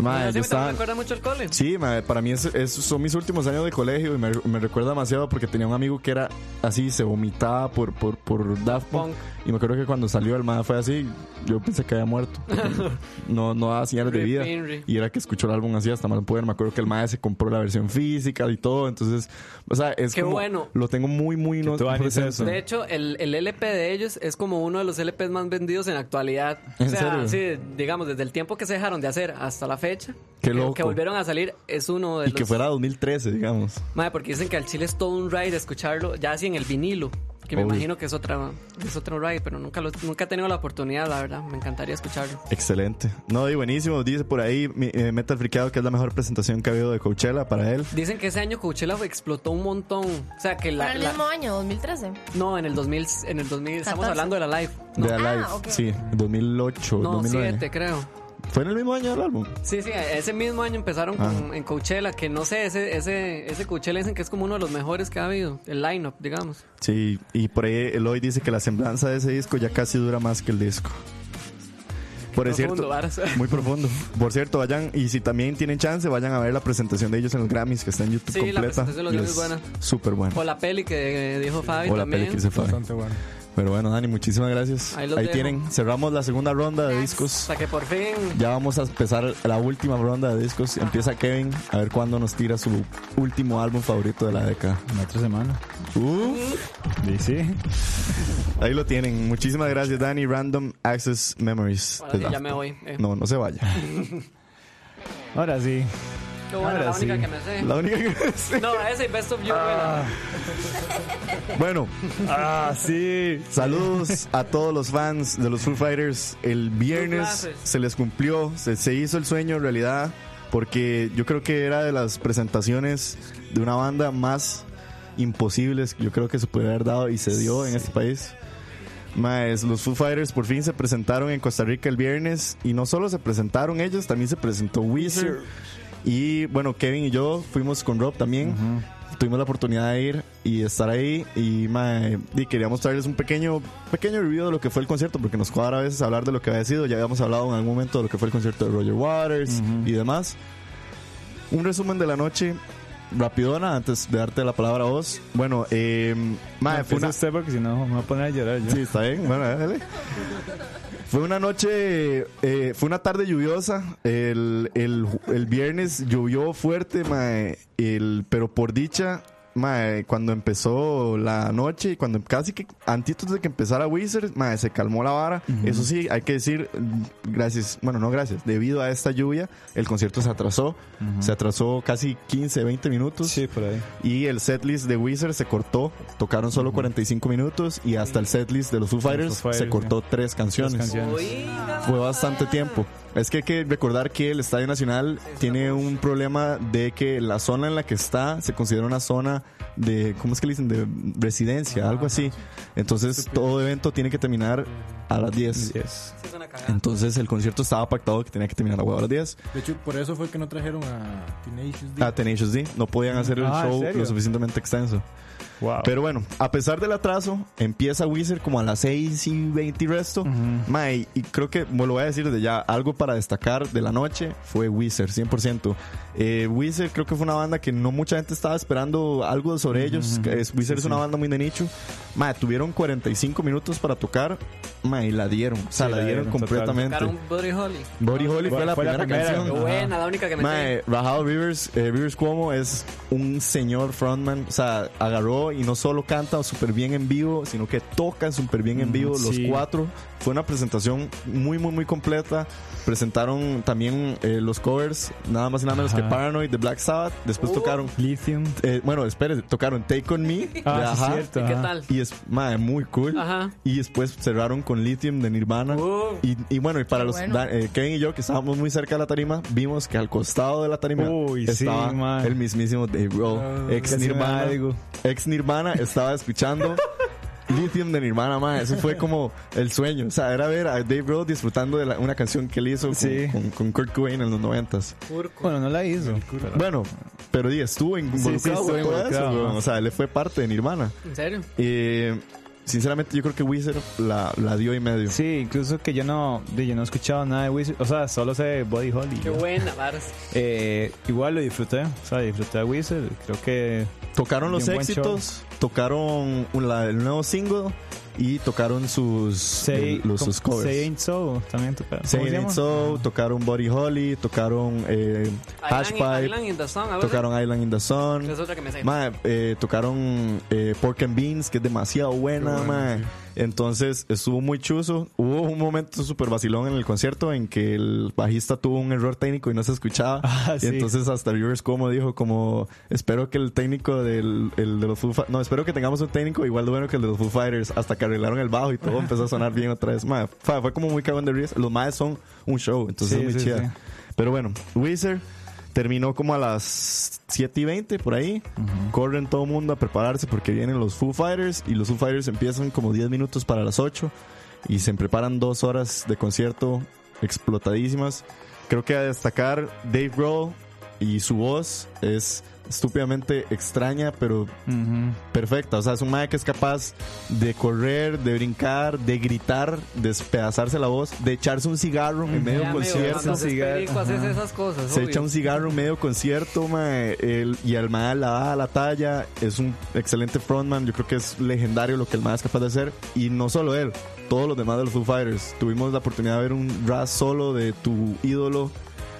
Mae, me recuerda mucho al cole. Sí, mae, para mí son mis últimos años de colegio y me recuerda demasiado porque tenía un amigo que era así, se vomitaba por Daft Punk. Y me acuerdo que cuando salió el mae fue así, yo pensé que había muerto. No daba señales de vida. Y era que escuchó el álbum así hasta mal poder. Me acuerdo que el mae se compró la versión física y todo. Entonces, o sea, es qué como, bueno. Lo tengo muy no presente. De hecho, el LP de ellos es como uno de los LPs más vendidos en la actualidad. ¿En serio? Sí, digamos, desde el tiempo que se dejaron de hacer hasta la fecha. Qué loco. Que volvieron a salir, es uno de los... Y que fuera 2013, digamos. Madre, porque dicen que al chile es todo un ride escucharlo, ya así en el vinilo. Que me imagino que es otro ride, pero nunca he tenido la oportunidad, la verdad. Me encantaría escucharlo. Excelente. No, y buenísimo. Dice por ahí Metal Friqueado que es la mejor presentación que ha habido de Coachella para él. Dicen que ese año Coachella explotó un montón. O sea, que ¿Para el mismo año, 2013? No, en el 2000 estamos hablando de la Live. De la Live, okay. Sí, 2008, no, 2009. 2007 creo. ¿Fue en el mismo año el álbum? Sí, ese mismo año empezaron en Coachella, que no sé, ese Coachella dicen que es como uno de los mejores que ha habido, el line-up, digamos. Sí, y por ahí Eloy dice que la semblanza de ese disco ya casi dura más que el disco. Por cierto, muy profundo. Por cierto, vayan, y si también tienen chance, vayan a ver la presentación de ellos en los Grammys, que está en YouTube completa. Sí, la presentación de los Grammys es buena. Súper buena. O la peli que dijo Fabi también. O la peli que dice Fabi. Bastante buena. Pero bueno, Dani, muchísimas gracias. Ahí tienen, cerramos la segunda ronda de discos. Hasta que por fin. Ya vamos a empezar la última ronda de discos. Empieza Kevin a ver cuándo nos tira su último álbum favorito de la década. En otra semana. Sí. Ahí lo tienen. Muchísimas gracias, Dani. Random Access Memories. Ahora sí, ya me voy. No se vaya. Ahora sí. Qué buena, la única que me sé. La única que me sé. No, ese Best of You. Bueno. Sí. Saludos a todos los fans de los Foo Fighters. El viernes se les cumplió, se hizo el sueño realidad, porque yo creo que era de las presentaciones de una banda más imposibles que yo creo que se puede haber dado y se dio en este país. Los Foo Fighters por fin se presentaron en Costa Rica el viernes, y no solo se presentaron ellos, también se presentó Weezer. Y bueno, Kevin y yo fuimos con Rob también. Tuvimos la oportunidad de ir y estar ahí, y queríamos traerles un pequeño review de lo que fue el concierto, porque nos cuadra a veces hablar de lo que había sido. Ya habíamos hablado en algún momento de lo que fue el concierto de Roger Waters y demás. Un resumen de la noche rapidona antes de darte la palabra a vos. Bueno, fue una... porque si no me voy a poner a llorar yo. Sí, está bien. Bueno, dale. Fue una noche, fue una tarde lluviosa. El viernes llovió fuerte, pero por dicha, cuando empezó la noche, cuando casi que antes de que empezara Weezer, se calmó la vara. Eso sí, hay que decir, debido a esta lluvia, el concierto se atrasó. Se atrasó casi 15, 20 minutos. Sí, por ahí. Y el setlist de Weezer se cortó. Tocaron solo 45 minutos, y hasta el setlist de los Foo Fighters se cortó 3 canciones. Fue bastante tiempo. Es que hay que recordar que el Estadio Nacional tiene un problema de que la zona en la que está se considera una zona de, ¿cómo es que le dicen? De residencia, algo así. Entonces todo evento tiene que terminar a las 10. Entonces el concierto estaba pactado que tenía que terminar a las 10. De hecho, por eso fue que no trajeron a Tenacious D. A Tenacious D. No podían hacer el show lo suficientemente extenso. Wow. Pero bueno, a pesar del atraso, empieza Weezer como a las 6:20 y resto. Y creo que, lo voy a decir desde ya, algo para destacar de la noche fue Weezer, 100%. Weezer creo que fue una banda que no mucha gente estaba esperando algo sobre ellos. Weezer es una banda muy de nicho. Tuvieron 45 minutos para tocar, y la dieron. O sea, la dieron completamente. Tocaron Buddy Holly. Buddy Holly fue la primera canción. Qué buena, la única que me sé. Rahal Rivers Cuomo es un señor frontman. O sea, agarró y no solo canta súper bien en vivo, sino que toca súper bien en vivo los 4. Fue una presentación muy, muy, muy completa. Presentaron también los covers, nada más y nada menos que Paranoid de Black Sabbath. Después tocaron Lithium. Tocaron Take On Me de Ajá. ¿Y qué tal? Y es muy cool. Y después cerraron con Lithium de Nirvana. Y para los Kevin y yo, que estábamos muy cerca de la tarima, vimos que al costado de la tarima estaba el mismísimo Dave Grohl, ex Nirvana, estaba escuchando Lithium de Nirvana, eso fue como el sueño. O sea, era ver a Dave Grohl disfrutando de una canción que él hizo con Kurt Cobain en los 90s. Bueno, no la hizo. Bueno, pero estuvo involucrado en todo eso, o sea, él fue parte de Nirvana. ¿En serio? sinceramente yo creo que Weezer la dio y medio. Sí, incluso que yo no he escuchado nada de Weezer. O sea, solo sé Buddy Holly. Qué buena, Varas. Igual lo disfruté. O sea, disfruté a Weezer. Creo que tocaron los éxitos, tocaron el nuevo single y tocaron sus covers. Say Ain't So también tocaron. Say Ain't So, tocaron Buddy Holly, tocaron Hashpipe, tocaron Island in the Sun. Es otra que me sé. Tocaron Pork and Beans, que es demasiado buena, mae. Entonces estuvo muy chuzo. Hubo un momento súper vacilón en el concierto en que el bajista tuvo un error técnico y no se escuchaba. Sí. Y entonces hasta Rivers como dijo como espero que el técnico de los Foo Fighters, no, espero que tengamos un técnico igual de bueno que el de los Foo Fighters, hasta que arreglaron el bajo y todo empezó a sonar bien otra vez. Mae, fue como muy cagón de risa. Los maes son un show, entonces es muy chida. Sí. Pero bueno, Weezer terminó como a las 7:20 por ahí. Corren todo el mundo a prepararse porque vienen los Foo Fighters y los Foo Fighters empiezan como 10 minutos para las 8 y se preparan 2 horas de concierto explotadísimas. Creo que a destacar Dave Grohl y su voz es estúpidamente extraña pero perfecta. O sea, es un mae que es capaz de correr, de brincar, de gritar, de despedazarse la voz, de echarse un cigarro en medio concierto. Esas cosas, se echa un cigarro en medio concierto, mae, y el mae la da a la talla. Es un excelente frontman. Yo creo que es legendario lo que el mae es capaz de hacer. Y no solo él, todos los demás de los Foo Fighters. Tuvimos la oportunidad de ver un Raz solo de tu ídolo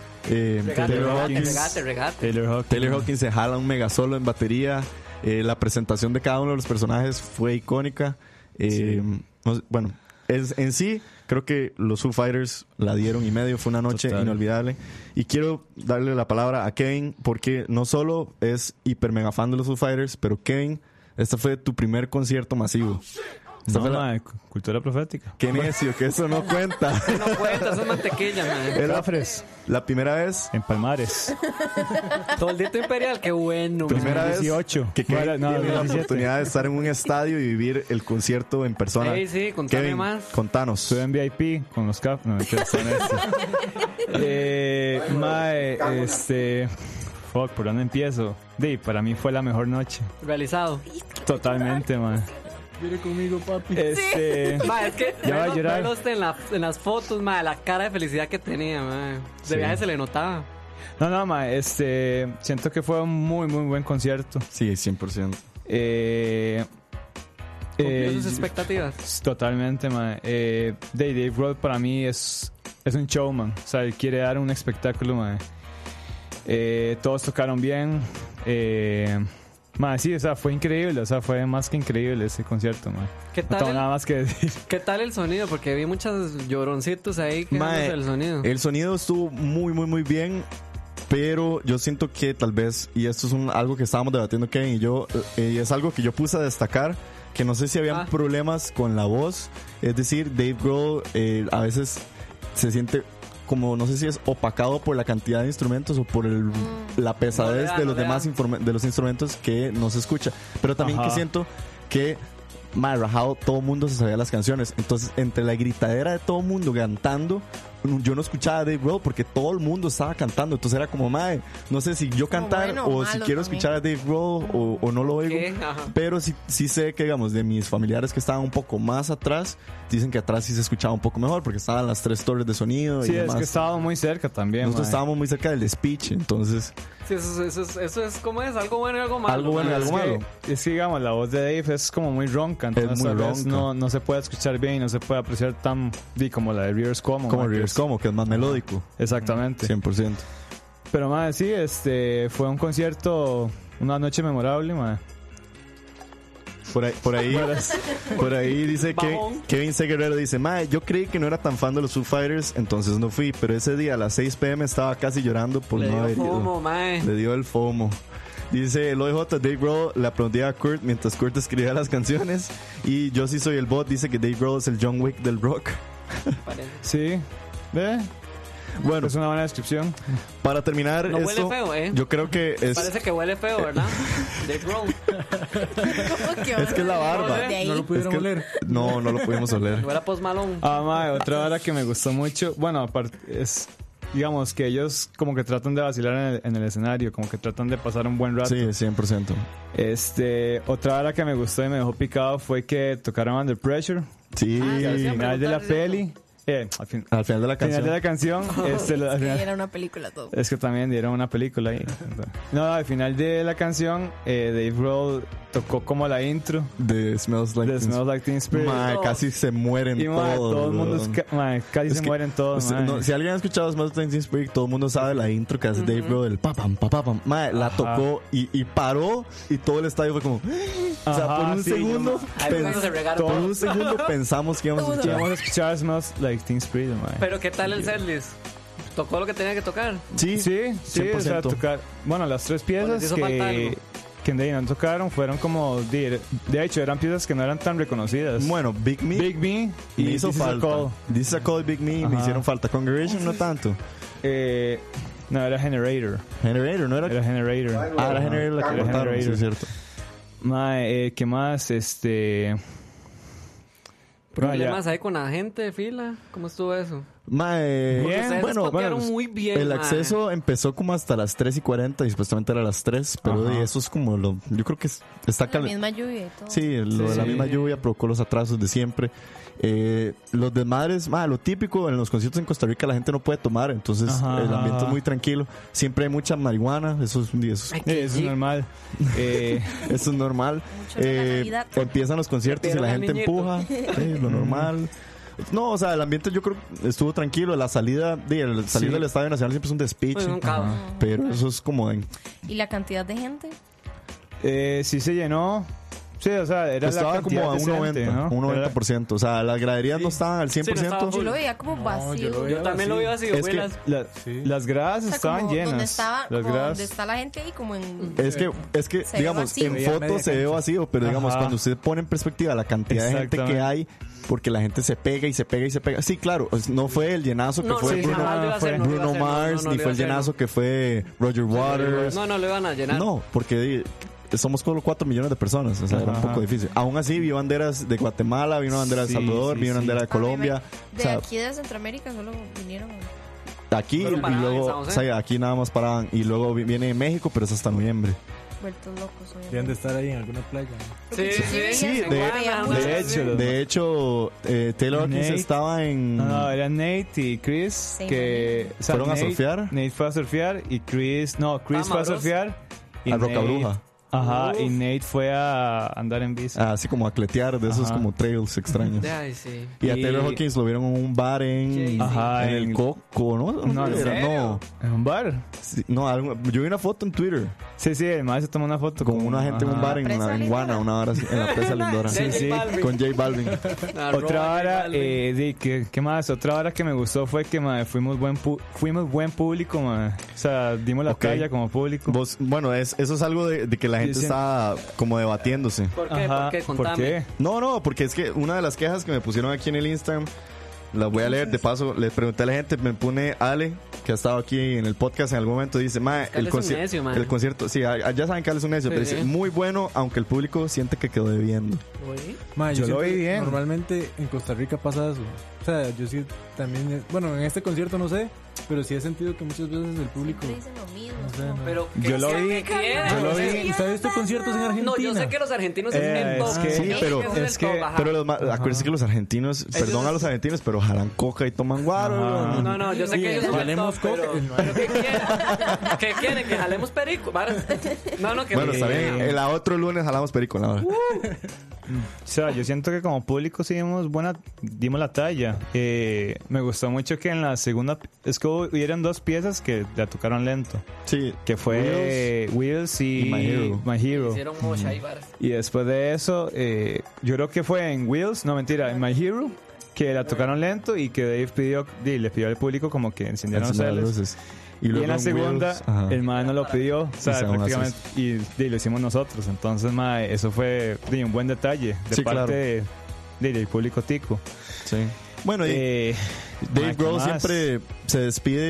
Taylor Hawkins se jala un mega solo en batería. La presentación de cada uno de los personajes fue icónica. Bueno, en sí creo que los Foo Fighters la dieron y medio. Fue una noche inolvidable. Y quiero darle la palabra a Kevin porque no solo es hiper mega fan de los Foo Fighters, pero Kevin, este fue tu primer concierto masivo. Cultura profética. Qué necio, que eso no cuenta. No cuenta, eso es mantequilla, man. La primera vez en Palmares. Toldito Imperial, qué bueno. Primera vez 18. Que Kevin tiene la oportunidad de estar en un estadio y vivir el concierto en persona. Sí, contame Kevin, más. Contanos. Estuve en VIP con los Cap. No, fuck, ¿por dónde empiezo? Para mí fue la mejor noche. Realizado. Totalmente, man. Viene conmigo, papi. Es que ya va a llorar. En las fotos, ma, la cara de felicidad que tenía, ma. De viaje se le notaba. No, ma, siento que fue un muy, muy buen concierto. Sí, 100%. ¿Cumplió sus expectativas? Totalmente, ma. Dave Grohl para mí es un showman. O sea, él quiere dar un espectáculo, ma. Todos tocaron bien. Sí, o sea, fue increíble, o sea, fue más que increíble ese concierto, man. ¿Qué tal? No tengo nada más que decir. ¿Qué tal el sonido? Porque vi muchos lloroncitos ahí quejándose del sonido. El sonido estuvo muy, muy, muy bien, pero yo siento que tal vez, y esto es algo que estábamos debatiendo Kevin y yo, es algo que yo puse a destacar, que no sé si habían problemas con la voz. Es decir, Dave Grohl a veces se siente como, no sé si es opacado por la cantidad de instrumentos o por la pesadez de los demás de los instrumentos que no se escucha. Pero también que siento que rajado, todo el mundo se sabía las canciones. Entonces, entre la gritadera de todo el mundo cantando, yo no escuchaba a Dave Grohl porque todo el mundo estaba cantando. Entonces era como, no sé si yo cantar o si quiero escuchar a Dave Grohl o no lo oigo. Pero sí sé que, digamos, de mis familiares que estaban un poco más atrás, dicen que atrás sí se escuchaba un poco mejor porque estaban las 3 torres de sonido. Sí, y demás. Es que estábamos muy cerca también. Nosotros estábamos muy cerca del speech, entonces... Sí, eso es como es, algo bueno y algo malo. Algo bueno y algo malo. Es que, digamos, la voz de Dave es como muy ronca, entonces es muy ronca. No se puede escuchar bien y no se puede apreciar tan como la de Rivers Cuomo. Como Rivers Cuomo, que es más melódico. Exactamente. 100%. Pero, madre, sí, fue un concierto, una noche memorable, madre. Por ahí dice que Kevin C. Guerrero dice, yo creí que no era tan fan de los Foo Fighters, entonces no fui, pero ese día a las 6 p.m. estaba casi llorando por no haber ido. Le dio el FOMO. Dice el OJ, Dave Grohl le aplaudía a Kurt mientras Kurt escribía las canciones. Y yo sí soy el bot, dice que Dave Grohl es el John Wick del rock. Sí, bueno, es una buena descripción. Para terminar, no huele feo, yo creo que es... Parece que huele feo, ¿verdad? Dave Grohl. Es que es la barba. No lo pudieron oler. No lo pudimos oler. No era Post Malone. Otra hora que me gustó mucho, bueno, aparte digamos que ellos como que tratan de vacilar en el escenario, como que tratan de pasar un buen rato. Sí, 100%. Otra hora que me gustó y me dejó picado fue que tocaron Under Pressure. Sí, al final de la peli. Al final de la canción. Era una película todo. Es que también dieron una película ahí. No, al final de la canción, Dave Grohl tocó como la intro de Smells Like Teen Spirit. Casi se mueren todos. Todo el mundo casi se mueren todos. Si alguien ha escuchado Smells Like Teen Spirit, todo el mundo sabe la intro que hace Dave Grohl, el papam, papam. La tocó y paró y todo el estadio fue como... O sea, por un segundo pensamos que íbamos a escuchar Smells Like Teen Spirit. Pero ¿qué tal el setlist? ¿Tocó lo que tenía que tocar? Sí, o sea, tocar. Bueno, las 3 piezas que no tocaron fueron como de hecho eran piezas que no eran tan reconocidas. Bueno, Big Me me hizo falta. This is a Call, Big Me me hicieron falta. Congregation no tanto. No, era Generator, no era. Era Generator. Era Generator la que cortaron, sí, es cierto. ¿Qué más? ¿Problemas ahí con la gente de fila? ¿Cómo estuvo eso? Bien, bueno, muy bien, el acceso empezó como hasta las 3:40 y supuestamente era a las 3, pero eso es como yo creo que está la misma lluvia y todo. Sí, de la misma lluvia provocó los atrasos de siempre. Los desmadres, lo típico en los conciertos en Costa Rica, la gente no puede tomar, entonces el ambiente es muy tranquilo. Siempre hay mucha marihuana, eso es normal. Eso es normal. Empiezan los conciertos y la gente empuja, lo normal. No, o sea, el ambiente yo creo estuvo tranquilo. La salida del Estadio Nacional siempre es un despiche. Pero eso es como... ¿Y la cantidad de gente? Sí se llenó. Sí, o sea, estaba la como a un decente, 90%, ¿no? Un 90%. O sea, las graderías no estaban al 100%. Yo lo veía como vacío. Yo también lo vi vacío. Es que las gradas estaban llenas. Donde está la gente ahí como en... Es que digamos, en fotos se ve vacío, pero digamos, cuando usted pone en perspectiva la cantidad de gente que hay, porque la gente se pega y se pega y se pega. Sí, claro, no fue el llenazo que fue Bruno Mars, ni fue el llenazo que fue Roger Waters. No lo iban a llenar. No, porque... somos solo 4 millones de personas, o sea, era un poco difícil. Aún así, vi banderas de Guatemala, vi una bandera de Salvador, vi una bandera de Colombia. De aquí de Centroamérica solo vinieron. Aquí y luego, aquí nada más paraban. Y luego viene México, pero es hasta noviembre. Vueltos locos, obviamente. Deben de estar ahí en alguna playa. Sí, de hecho, Taylor Hawkins estaba en... No, eran Nate y Chris que fueron a surfear. Nate fue a surfear y Chris fue a surfear. A Rocabruja. Y Nate fue a andar en bici. Así como a cletear de esos como trails extraños. Sí. Y a Taylor Hawkins lo vieron en un bar en el Coco, ¿no? No. ¿En un bar? Sí, yo vi una foto en Twitter. Sí, el maestro se tomó una foto con una gente en un bar en Guana, una hora así, en la presa Lindora. Sí. Con J Balvin. Otra hora, ¿qué más? Otra hora que me gustó fue que fuimos buen público, o sea, dimos la talla como público. Bueno, eso es algo de que la gente está como debatiéndose. ¿Por qué? ¿Por qué? No, porque es que una de las quejas que me pusieron aquí en el Instagram, la voy a leer de paso. Le pregunté a la gente, me pone Ale, que ha estado aquí en el podcast en algún momento, dice, el concierto, sí, ya saben que Ale es un necio, pero dice, muy bueno, aunque el público siente que quedó debiendo. Yo lo vi bien. Normalmente en Costa Rica pasa eso. O sea, yo sí también, bueno, en este concierto no sé, pero sí he sentido que muchas veces el público dicen lo mismo. No sé, no. Pero yo lo vi. ¿Usted ha visto conciertos en Argentina? No, yo sé que los argentinos es top. Sí, pero acuérdense que los argentinos, perdón a los argentinos, pero jalan coca y toman guaro. No, yo sé que ellos jalemos coca. Pero ¿qué quieren? ¿Que jalemos perico? No, que bueno, está bien. El otro lunes jalamos perico, la hora. O sea, yo siento que como público sí dimos la talla. Me gustó mucho que en la segunda es que hubieron 2 piezas que la tocaron lento. Sí. Que fue Wheels y My Hero. Hicieron mocha ahí, y después de eso, yo creo que fue en Wheels, no mentira, en My Hero, que la tocaron lento y que Dave le pidió al público como que encendieran las luces. Y en la segunda, el mae no lo pidió, o sea, prácticamente, y lo hicimos nosotros. Entonces, mae, eso fue un buen detalle de parte del público tico. Sí. Bueno, y Dave Grohl siempre se despide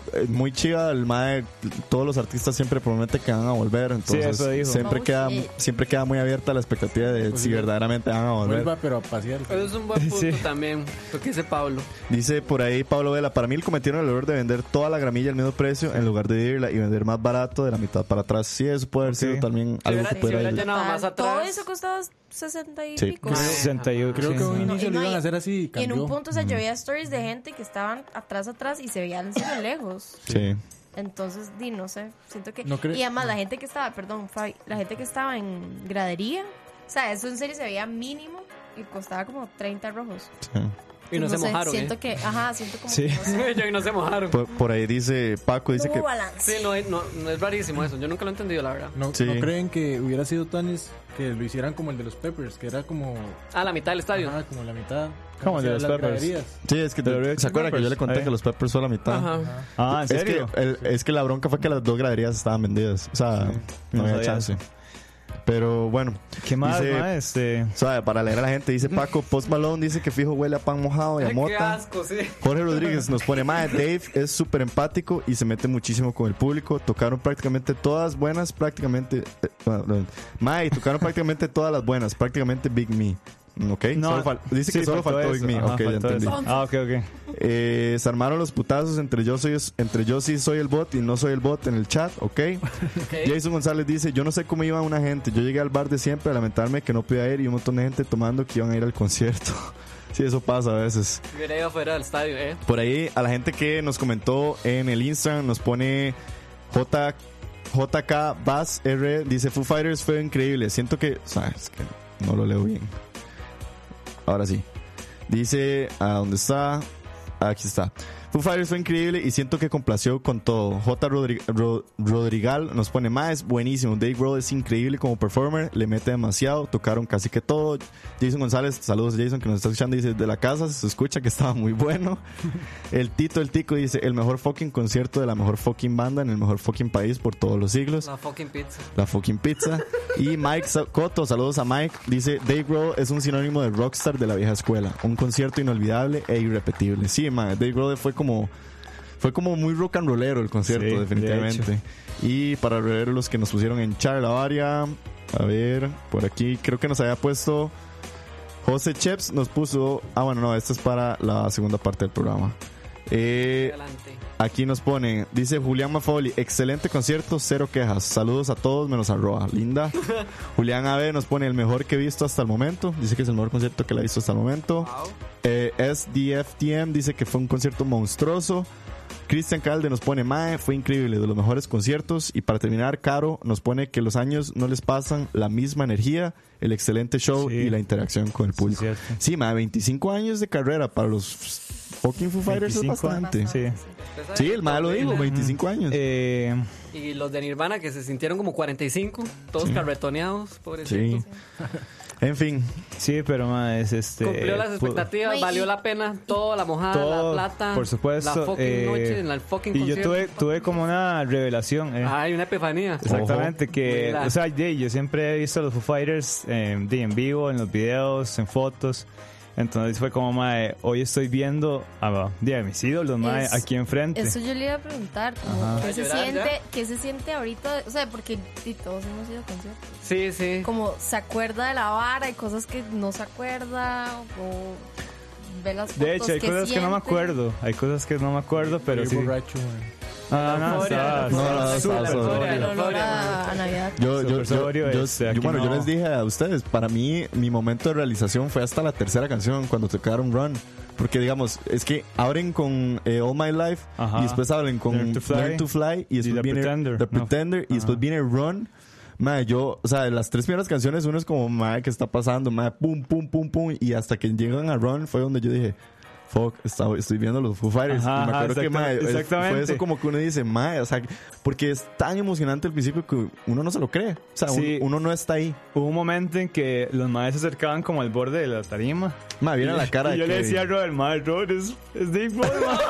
muy chiva, el mae, todos los artistas siempre prometen que van a volver, entonces siempre queda muy abierta la expectativa de si verdaderamente van a volver. Vuelva, pero a pasear. Eso es un buen punto también, lo que dice Pablo. Dice por ahí Pablo Vela, para mí cometieron el error de vender toda la gramilla al mismo precio en lugar de dividirla y vender más barato de la mitad para atrás. Sí, eso puede haber sido también algo que pudiera ir. Todo eso costaba 60 y pico. 61. Creo que un inicio lo iban a hacer así. Y en un punto, o sea, yo veía stories de gente que estaban atrás y se veían súper lejos. Sí. Entonces, no sé, siento que... y además la gente que estaba, la gente que estaba en gradería, o sea, eso en serio se veía mínimo y costaba como 30 rojos. Sí. Y no se mojaron. Siento que, siento como sí. que no sé. Y no se mojaron. Por ahí dice Paco, dice que... balance. Sí, no es rarísimo eso. Yo nunca lo he entendido, la verdad. ¿No creen que hubiera sido Tanis que lo hicieran como el de los Peppers? Que era como... la mitad del estadio. Como la mitad. Como el de los Peppers. Sí, es que ¿se acuerdan que yo le conté que los Peppers son la mitad? ¿En serio? Es que la bronca fue que las 2 graderías estaban vendidas. O sea, no había chance. Eso. Pero bueno. ¿Qué más, ¿sabe? Para leer a la gente, dice Paco, Post Malone dice que fijo huele a pan mojado y a mota. Qué asco, sí. Jorge Rodríguez nos pone, Dave es súper empático y se mete muchísimo con el público. Tocaron prácticamente todas buenas, tocaron prácticamente todas las buenas, prácticamente Big Me. Ok, no, dice que solo faltó Big Me. Ok, ya entendí. Ok. Se armaron los putazos entre yo sí soy el bot y no soy el bot en el chat. Ok. Jason González dice, yo no sé cómo iba una gente. Yo llegué al bar de siempre a lamentarme que no podía ir y un montón de gente tomando que iban a ir al concierto. Sí, eso pasa a veces. Hubiera ido afuera del estadio, Por ahí, a la gente que nos comentó en el Instagram, nos pone JK Bass R, dice, Foo Fighters fue increíble. Siento que... es que no lo leo bien. Ahora sí. Dice, ¿a dónde está? Aquí está. Foo Fighters fue increíble y siento que complació con todo. J. Rodrigal nos pone más buenísimo. Dave Grohl es increíble como performer, le mete demasiado, tocaron casi que todo. Jason González, saludos a Jason que nos está escuchando, dice, de la casa se escucha que estaba muy bueno. El Tico dice, el mejor fucking concierto de la mejor fucking banda en el mejor fucking país por todos los siglos. La fucking pizza. Y Mike Cotto, saludos a Mike, dice, Dave Grohl es un sinónimo de rockstar de la vieja escuela, un concierto inolvidable e irrepetible. Sí, Dave Grohl fue como muy rock and rollero el concierto, sí, definitivamente. Y para ver los que nos pusieron en Charlavaria, a ver, por aquí creo que nos había puesto José Cheps, nos puso, esta es para la segunda parte del programa. Aquí nos pone, dice Julián Mafoli, excelente concierto, 0 quejas, saludos a todos menos a Roa, linda. Julián AB nos pone el mejor que he visto hasta el momento, dice que es el mejor concierto que le ha visto hasta el momento. Wow. SDFTM dice que fue un concierto monstruoso. Cristian Calde nos pone, fue increíble, de los mejores conciertos. Y para terminar, Caro nos pone que los años no les pasan la misma energía, el excelente show y la interacción con el público. Sí, 25 años de carrera para los fucking Foo Fighters es bastante. Sí, el lo dijo, 25 años. Y los de Nirvana que se sintieron como 45, todos carretoneados, pobrecitos. Sí. En fin. Sí, pero cumplió las expectativas, valió la pena toda la mojada, la plata. Por supuesto. La fucking noche en el fucking concierto. Y yo tuve como una revelación. Hay una epifanía. Exactamente, que o sea, yo siempre he visto a los Foo Fighters en vivo, en los videos, en fotos. Entonces fue como, hoy estoy viendo a mis ídolos, aquí enfrente. Eso yo le iba a preguntar, como, ¿qué se siente ahorita? O sea, porque todos hemos ido a conciertos. Sí, sí. Como, ¿se acuerda de la vara? Hay cosas que no se acuerda, o ve las fotos. De hecho, hay cosas que no me acuerdo. Hay cosas que no me acuerdo, pero sí. Borracho, yo les dije a ustedes, para mí mi momento de realización fue hasta la tercera canción cuando tocaron Run, porque digamos es que abren con All My Life y después abren con Learn to Fly y después viene The Pretender y después viene Run. O sea, las 3 primeras canciones uno es como, ¿qué está pasando? Pum, pum, pum, pum, y hasta que llegan a Run fue donde yo dije, fuck, estoy viendo los Foo Fighters. Y me acuerdo que fue eso como que uno dice, o sea, porque es tan emocionante al principio que uno no se lo cree. O sea, uno no está ahí. Hubo un momento en que los maes se acercaban como al borde de la tarima. Viene la cara de yo le decía a Robert, Robert es Dave Grohl,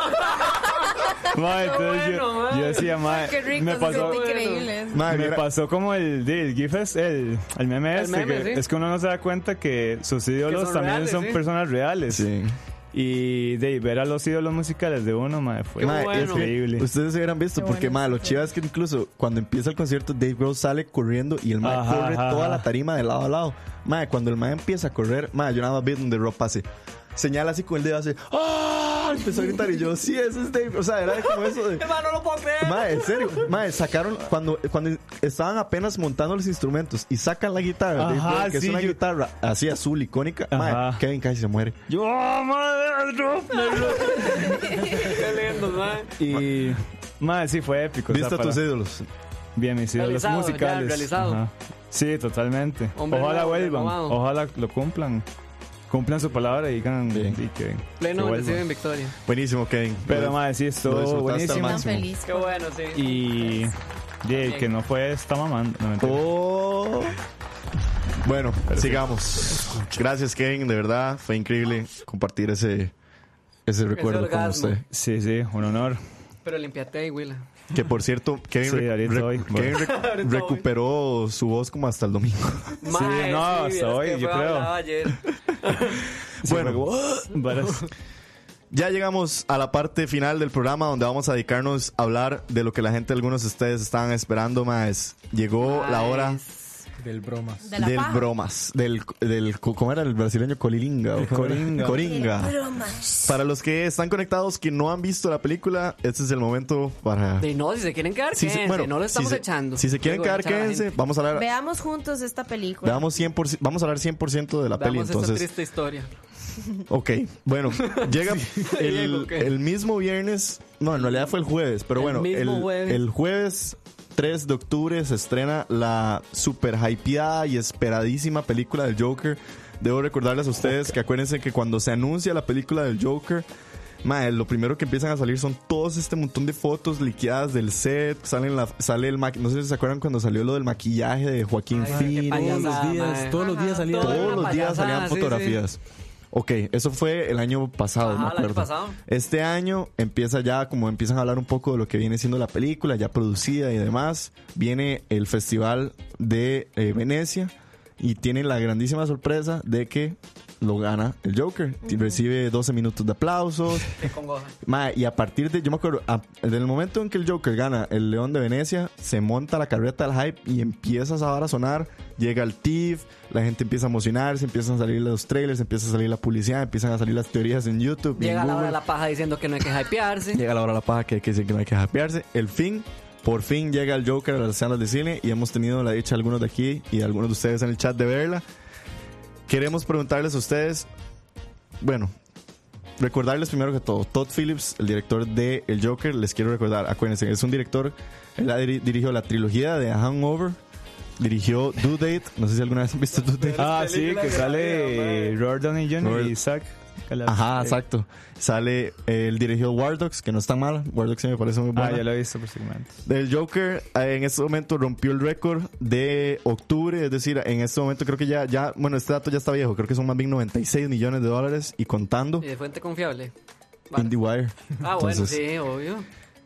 entonces yo decía, qué rico, me pasó increíble. Me pasó como el GIF el meme sí. Es que uno no se da cuenta que sus ídolos también reales, son personas reales. Sí. Y de ver a los ídolos musicales de uno, mae, fue increíble. Ustedes se hubieran visto, porque mae, lo chido es que incluso cuando empieza el concierto, Dave Grohl sale corriendo y el mae corre toda la tarima de lado a lado. Mae, cuando el mae empieza a correr, mae, yo nada más vi donde Rob pase. Señala así con el dedo, hace ¡ah! Empezó a gritar y yo, sí, ese es Dave. O sea, era como eso de... no lo puedo creer. Mae, en serio. Mae, sacaron... Cuando estaban apenas montando los instrumentos y sacan la guitarra, Dave Grohl, que es una guitarra así azul, icónica, mae, Kevin casi se muere. Yo, madre, qué lindo, mae. Y... mae, sí, fue épico. ¿Viste a tus ídolos? Bien, mis ídolos musicales. Ya, realizado. Sí, totalmente. Hombre, ojalá vuelvan. Ojalá lo cumplan su palabra y digan que pleno bendecido en victoria. Buenísimo, Kevin. Pero más sí, estuvo buenísimo. Feliz. Qué bueno, sí. Y que no fue esta mamando. No, bueno, sigamos. Gracias, Kevin, de verdad fue increíble compartir ese recuerdo con usted. Sí, un honor. Pero limpiate ahí, Willa. Que por cierto, Kevin recuperó su voz como hasta el domingo. Hasta hoy, yo creo. Bueno, ya llegamos a la parte final del programa donde vamos a dedicarnos a hablar de lo que la gente, algunos de ustedes estaban esperando más. Llegó la hora del bromas. ¿Cómo era el brasileño? Coringa. Para los que están conectados que no han visto la pelíula, este es el momento para... si se quieren quedar, quédense, no lo estamos echando. Si se quieren quedar, quédense. Vamos a hablar... Veamos juntos esta película. Vamos a hablar 100% de la peli, entonces. Esta triste historia. Ok, bueno, llega el mismo viernes, no, en realidad fue el jueves, pero el jueves 3 de octubre se estrena la super hypeada y esperadísima película del Joker. Debo recordarles a ustedes que acuérdense que cuando se anuncia la película del Joker, lo primero que empiezan a salir son todos este montón de fotos liqueadas del set. Sale no sé si se acuerdan cuando salió lo del maquillaje de Joaquín Phoenix. Todos los días salían fotografías. Sí. Ok, eso fue el año pasado, me acuerdo. El año pasado. Este año empiezan a hablar un poco de lo que viene siendo la película, ya producida y demás. Viene el Festival de Venecia y tiene la grandísima sorpresa de que lo gana el Joker. Recibe 12 minutos de aplausos. Qué congoja. Y a partir de, yo me acuerdo, en el momento en que el Joker gana el León de Venecia, se monta la carreta del hype y empieza a sonar. Llega el TIFF, la gente empieza a emocionarse, empiezan a salir los trailers, empieza a salir la publicidad, empiezan a salir las teorías en YouTube. Llega la hora de la paja diciendo que no hay que hypearse. Llega la hora de la paja que dice que no hay que hypearse. Por fin llega el Joker a las salas de cine y hemos tenido la dicha algunos de aquí y algunos de ustedes en el chat de verla. Queremos preguntarles a ustedes, recordarles primero que todo, Todd Phillips, el director de El Joker, les quiero recordar, acuérdense, es un director, él dirigió la trilogía de Hangover, dirigió Due Date, no sé si alguna vez han visto Due Date. Sí, que sale Robert Downey Jr. y Zack. Ajá, exacto. Sale, él dirigió War Dogs, que no es tan mal. War Dogs sí me parece muy buena. Ya lo he visto por segmentos. El Joker en este momento rompió el récord de octubre, es decir, en este momento creo que ya, este dato ya está viejo, creo que son más bien $96 millones y contando. ¿Y de fuente confiable? IndieWire. Bueno, sí, obvio.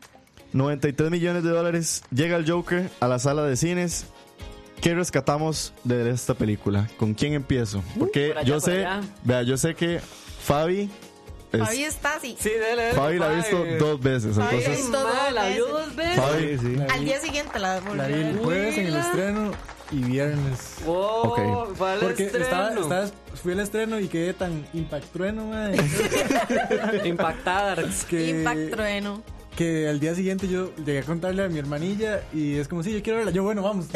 $93 millones. Llega el Joker a la sala de cines. ¿Qué rescatamos de esta película? ¿Con quién empiezo? Porque yo sé que Fabi está así. Sí, dale. Fabi la ha visto 2 veces. Entonces, la vio 2 veces. Fabi, sí. Al día siguiente la vi el jueves en el estreno y viernes. Wow, fue al estreno. Fui al estreno y quedé tan impactrueno, madre. Impactada. Impactrueno. Que al día siguiente yo llegué a contarle a mi hermanilla y es como, sí, yo quiero verla. Yo, bueno, vamos.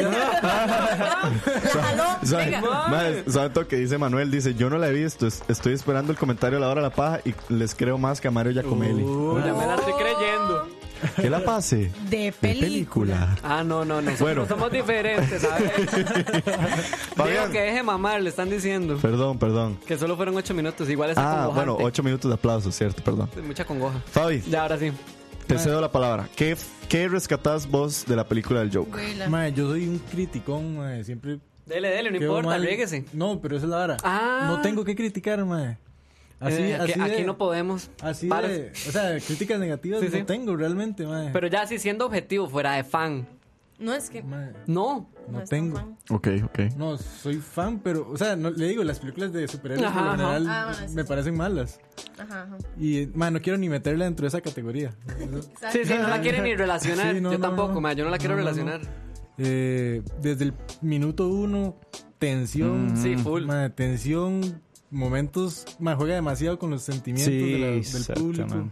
¿Saben que dice Manuel? Dice, yo no la he visto, estoy esperando el comentario a la hora de la paja y les creo más que a Mario Giacomelli. Ya me la estoy creyendo. ¿Qué la pase? De película. No. Nosotros somos diferentes, ¿sabes? Digo que deje mamar, le están diciendo. Perdón. Que solo fueron 8 minutos, igual es congojante. 8 minutos de aplauso, cierto, perdón. Mucha congoja. Fabi. Ya, ahora sí. Te cedo la palabra. ¿Qué rescatás vos de la película del Joker? Yo soy un criticón, siempre... Dele, no importa, ríguese. No, pero esa es la hora. No tengo que criticar, Así aquí no podemos. Así o sea, críticas negativas no tengo realmente, Pero ya así siendo objetivo, fuera de fan. No, es que... No tengo. Ok. No, soy fan, pero... O sea, le digo, las películas de superhéroes por lo general me parecen malas. Ajá. Y, no quiero ni meterla dentro de esa categoría. Sí, no la quieren ni relacionar. Yo tampoco, yo no la quiero relacionar. Desde el minuto 1, tensión. Sí, full. Tensión, momentos... juega demasiado con los sentimientos del público.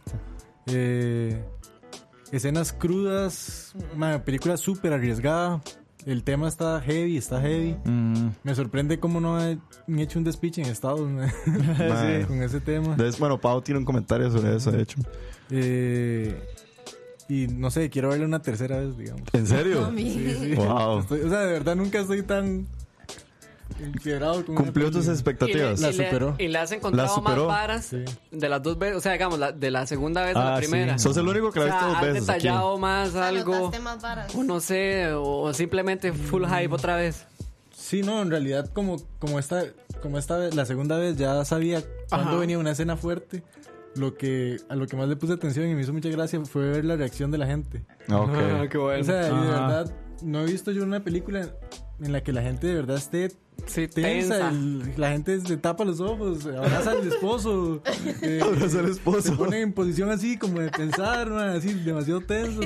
Escenas crudas, película súper arriesgada. El tema está heavy. Me sorprende cómo no han hecho un despiche en Estados con ese tema. Bueno, Pau tiene un comentario sobre eso, de hecho. Y no sé, quiero verla una tercera vez, digamos. ¿En serio? Sí. Wow. De verdad nunca estoy tan... Cumplió tus expectativas. La superó. Y le has encontrado más varas de las dos veces. O sea, digamos, de la segunda vez a la primera. Sos el único que la ha visto dos veces. ¿Has detallado más algo? Más varas. O no sé, o simplemente full hype otra vez. Sí, no, en realidad como esta vez, la segunda vez ya sabía cuándo venía una escena fuerte. A lo que más le puse atención y me hizo mucha gracia fue ver la reacción de la gente. Ok. Qué bueno. O sea, y de verdad, no he visto yo una película en la que la gente de verdad esté tensa. La gente se tapa los ojos, abraza al esposo. Abraza al esposo. Se pone en posición así como de pensar, así demasiado tenso.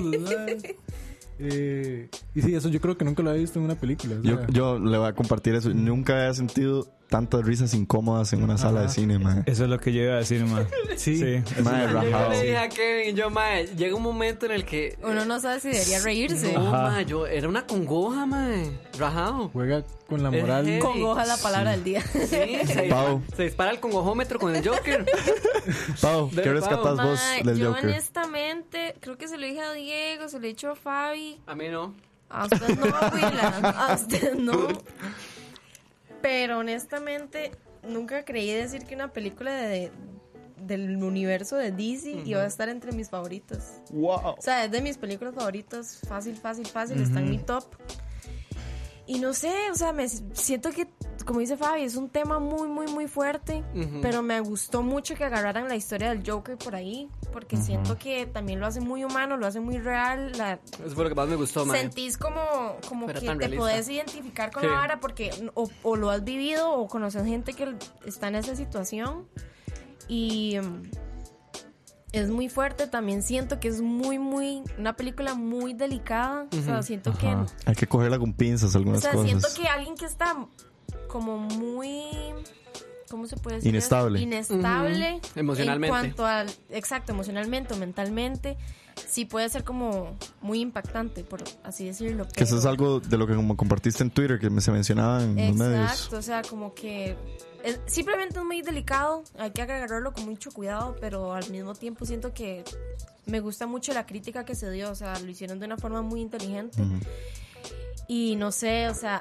Y sí, eso yo creo que nunca lo había visto en una película. Yo le voy a compartir eso. Nunca había sentido tantas risas incómodas en una sala de cine, man. Eso es lo que yo iba a decir, man. Sí. Yo le dije a Kevin, llega un momento en el que... Uno no sabe si debería reírse. No, era una congoja, man. Rajado. Juega con la moral. Congoja la palabra del día. Sí, se dispara el congojómetro con el Joker. Pau, ¿qué rescatas vos del yo Joker? Yo honestamente, creo que se lo dije a Diego, se lo he dicho a Fabi. A mí no. A usted no, Willa. A usted no. Pero honestamente, nunca creí decir que una película del universo de DC iba a estar entre mis favoritas. Wow. O sea, es de mis películas favoritas. Fácil. Está en mi top. Y no sé, o sea, me siento que, como dice Fabi, es un tema muy, muy, muy fuerte. Pero me gustó mucho que agarraran la historia del Joker por ahí. Porque siento que también lo hace muy humano, lo hace muy real. Eso fue lo que más me gustó, man. Sentís como que te realista. podés identificar con la vara porque o lo has vivido o conoces gente que está en esa situación. Y es muy fuerte. También siento que es muy, muy... Una película muy delicada. O sea, siento que... Hay que cogerla con pinzas algunas cosas. Siento que alguien que está como muy... ¿Cómo se puede decir? Inestable. Emocionalmente. En cuanto al... Exacto, emocionalmente o mentalmente. Sí puede ser como muy impactante, por así decirlo. Pero... Que eso es algo de lo que como compartiste en Twitter, que se mencionaba en los medios. Exacto, o sea, como que... simplemente es muy delicado, hay que agarrarlo con mucho cuidado, pero al mismo tiempo siento que me gusta mucho la crítica que se dio, o sea, lo hicieron de una forma muy inteligente. Y no sé, o sea...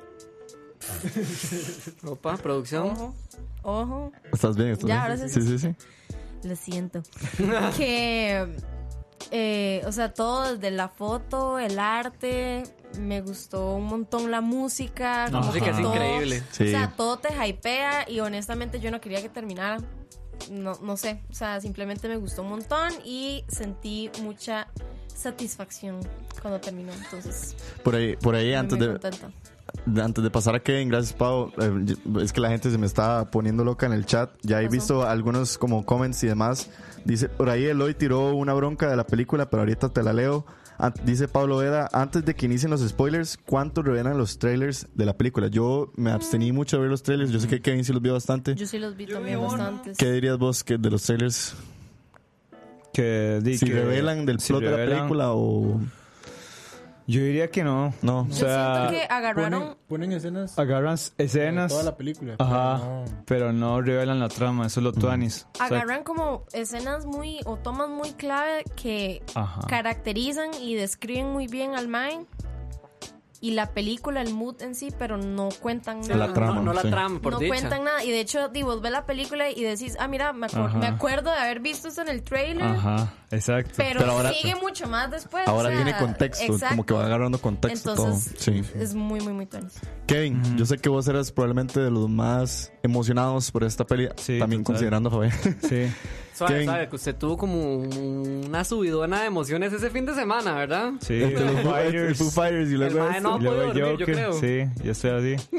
Opa, producción. Ojo. ¿Estás bien? Ya, bien? Ahora Sí. Lo siento. Que... o sea, todo desde la foto, el arte, me gustó un montón la música. La música es increíble. Sí. O sea, todo te hypea y honestamente yo no quería que terminara. No sé, o sea, simplemente me gustó un montón y sentí mucha satisfacción cuando terminó. Entonces, por ahí antes de pasar a Kevin, gracias Pau, es que la gente se me está poniendo loca en el chat. Ya he visto algunos como comments y demás. Dice, por ahí Eloy tiró una bronca de la película, pero ahorita te la leo. Dice Pablo Veda, antes de que inicien los spoilers, ¿cuánto revelan los trailers de la película? Yo me abstení mucho de ver los trailers. Yo sé que Kevin sí los vio bastante. Yo sí los vi también bastantes. ¿Qué dirías vos que de los trailers? Si revelan del plot de la película o... Yo diría que no. No. Yo siento que agarraron... Ponen escenas... Agarran escenas... De toda la película. Ajá. Pero no revelan la trama. Eso es lo tuanis. Agarran como escenas muy... O tomas muy clave que caracterizan y describen muy bien al Mae. Y la película, el mood en sí, pero no cuentan nada. La trama, no la trama, por dicha. Cuentan nada. Y de hecho, vos ves la película y decís, mira, me acuerdo de haber visto esto en el trailer. Ajá, exacto. Pero ahora, sigue mucho más después. Ahora tiene contexto, como que va agarrando contexto. Entonces, todo. Sí. Es muy, muy, muy tuanis. Kevin, yo sé que vos eras probablemente de los más emocionados por esta peli, también considerando a Fabián. Sí. Suave, que usted tuvo como una subidona de emociones ese fin de semana, ¿verdad? Sí, los Foo Fighters y luego dormir, yo creo. Sí, yo estoy así.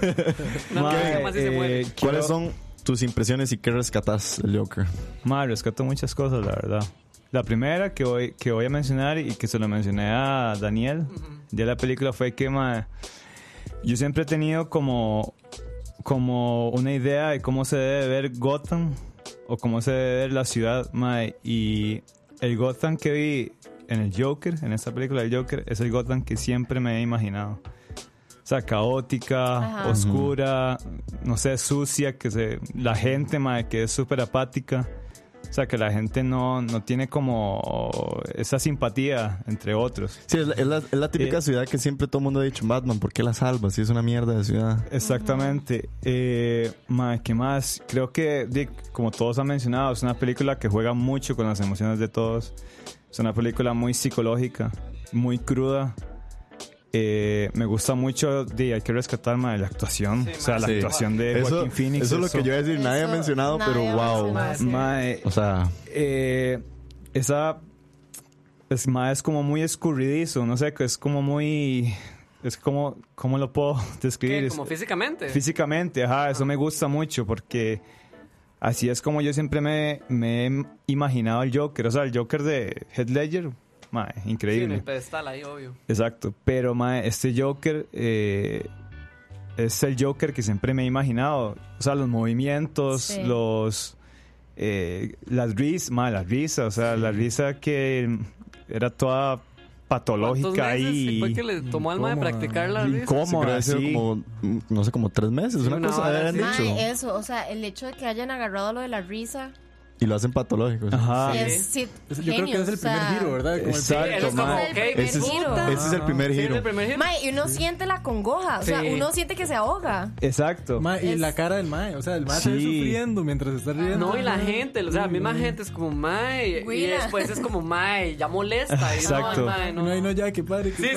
¿Cuáles son tus impresiones y qué rescatas del Joker? Rescato muchas cosas, la verdad. La primera que voy a mencionar y que se lo mencioné a Daniel de la película fue que yo siempre he tenido como una idea de cómo se debe ver Gotham o cómo se debe ver la ciudad, y el Gotham que vi en el Joker, en esta película del Joker, es el Gotham que siempre me he imaginado. O sea, caótica, oscura, no sé, sucia, la gente, que es súper apática. O sea, que la gente no tiene como esa simpatía entre otros. Sí, es la típica ciudad que siempre todo el mundo ha dicho, Batman, ¿por qué la salva? Si es una mierda de ciudad. Exactamente. ¿Qué más? Creo que, como todos han mencionado, es una película que juega mucho con las emociones de todos. Es una película muy psicológica, muy cruda. Me gusta mucho, hay que rescatar la actuación, la actuación de Joaquin Phoenix. Eso es lo que yo iba a decir, nadie ha mencionado, pero wow. O sea, esa es como muy escurridizo, no sé, es como muy, es como, ¿cómo lo puedo describir? ¿Qué? ¿Como físicamente? Físicamente, eso me gusta mucho porque así es como yo siempre me he imaginado el Joker, o sea, el Joker de Heath Ledger. Increíble. Sí, en el pedestal ahí, obvio. Exacto, pero este Joker es el Joker que siempre me he imaginado. O sea, los movimientos, las risas, o sea, la risa que era toda patológica y fue que le tomó al mae practicar la risa. Incómoda, sí. Como, no sé, como 3 meses, una cosa habían dicho. Eso, o sea, el hecho de que hayan agarrado lo de la risa. Y lo hacen patológico. Ajá. Sí, yo creo que es el primer giro, ¿verdad? Como exacto, ese es el primer giro. Y uno siente la congoja. O sea, uno siente que se ahoga. Exacto. Y la cara del mae. O sea, el mae está sufriendo mientras está riendo. No, y la gente, o sea, la misma gente es como mae. Y después es como mae, ya molesta. Exacto. No, ya, qué padre. Sí,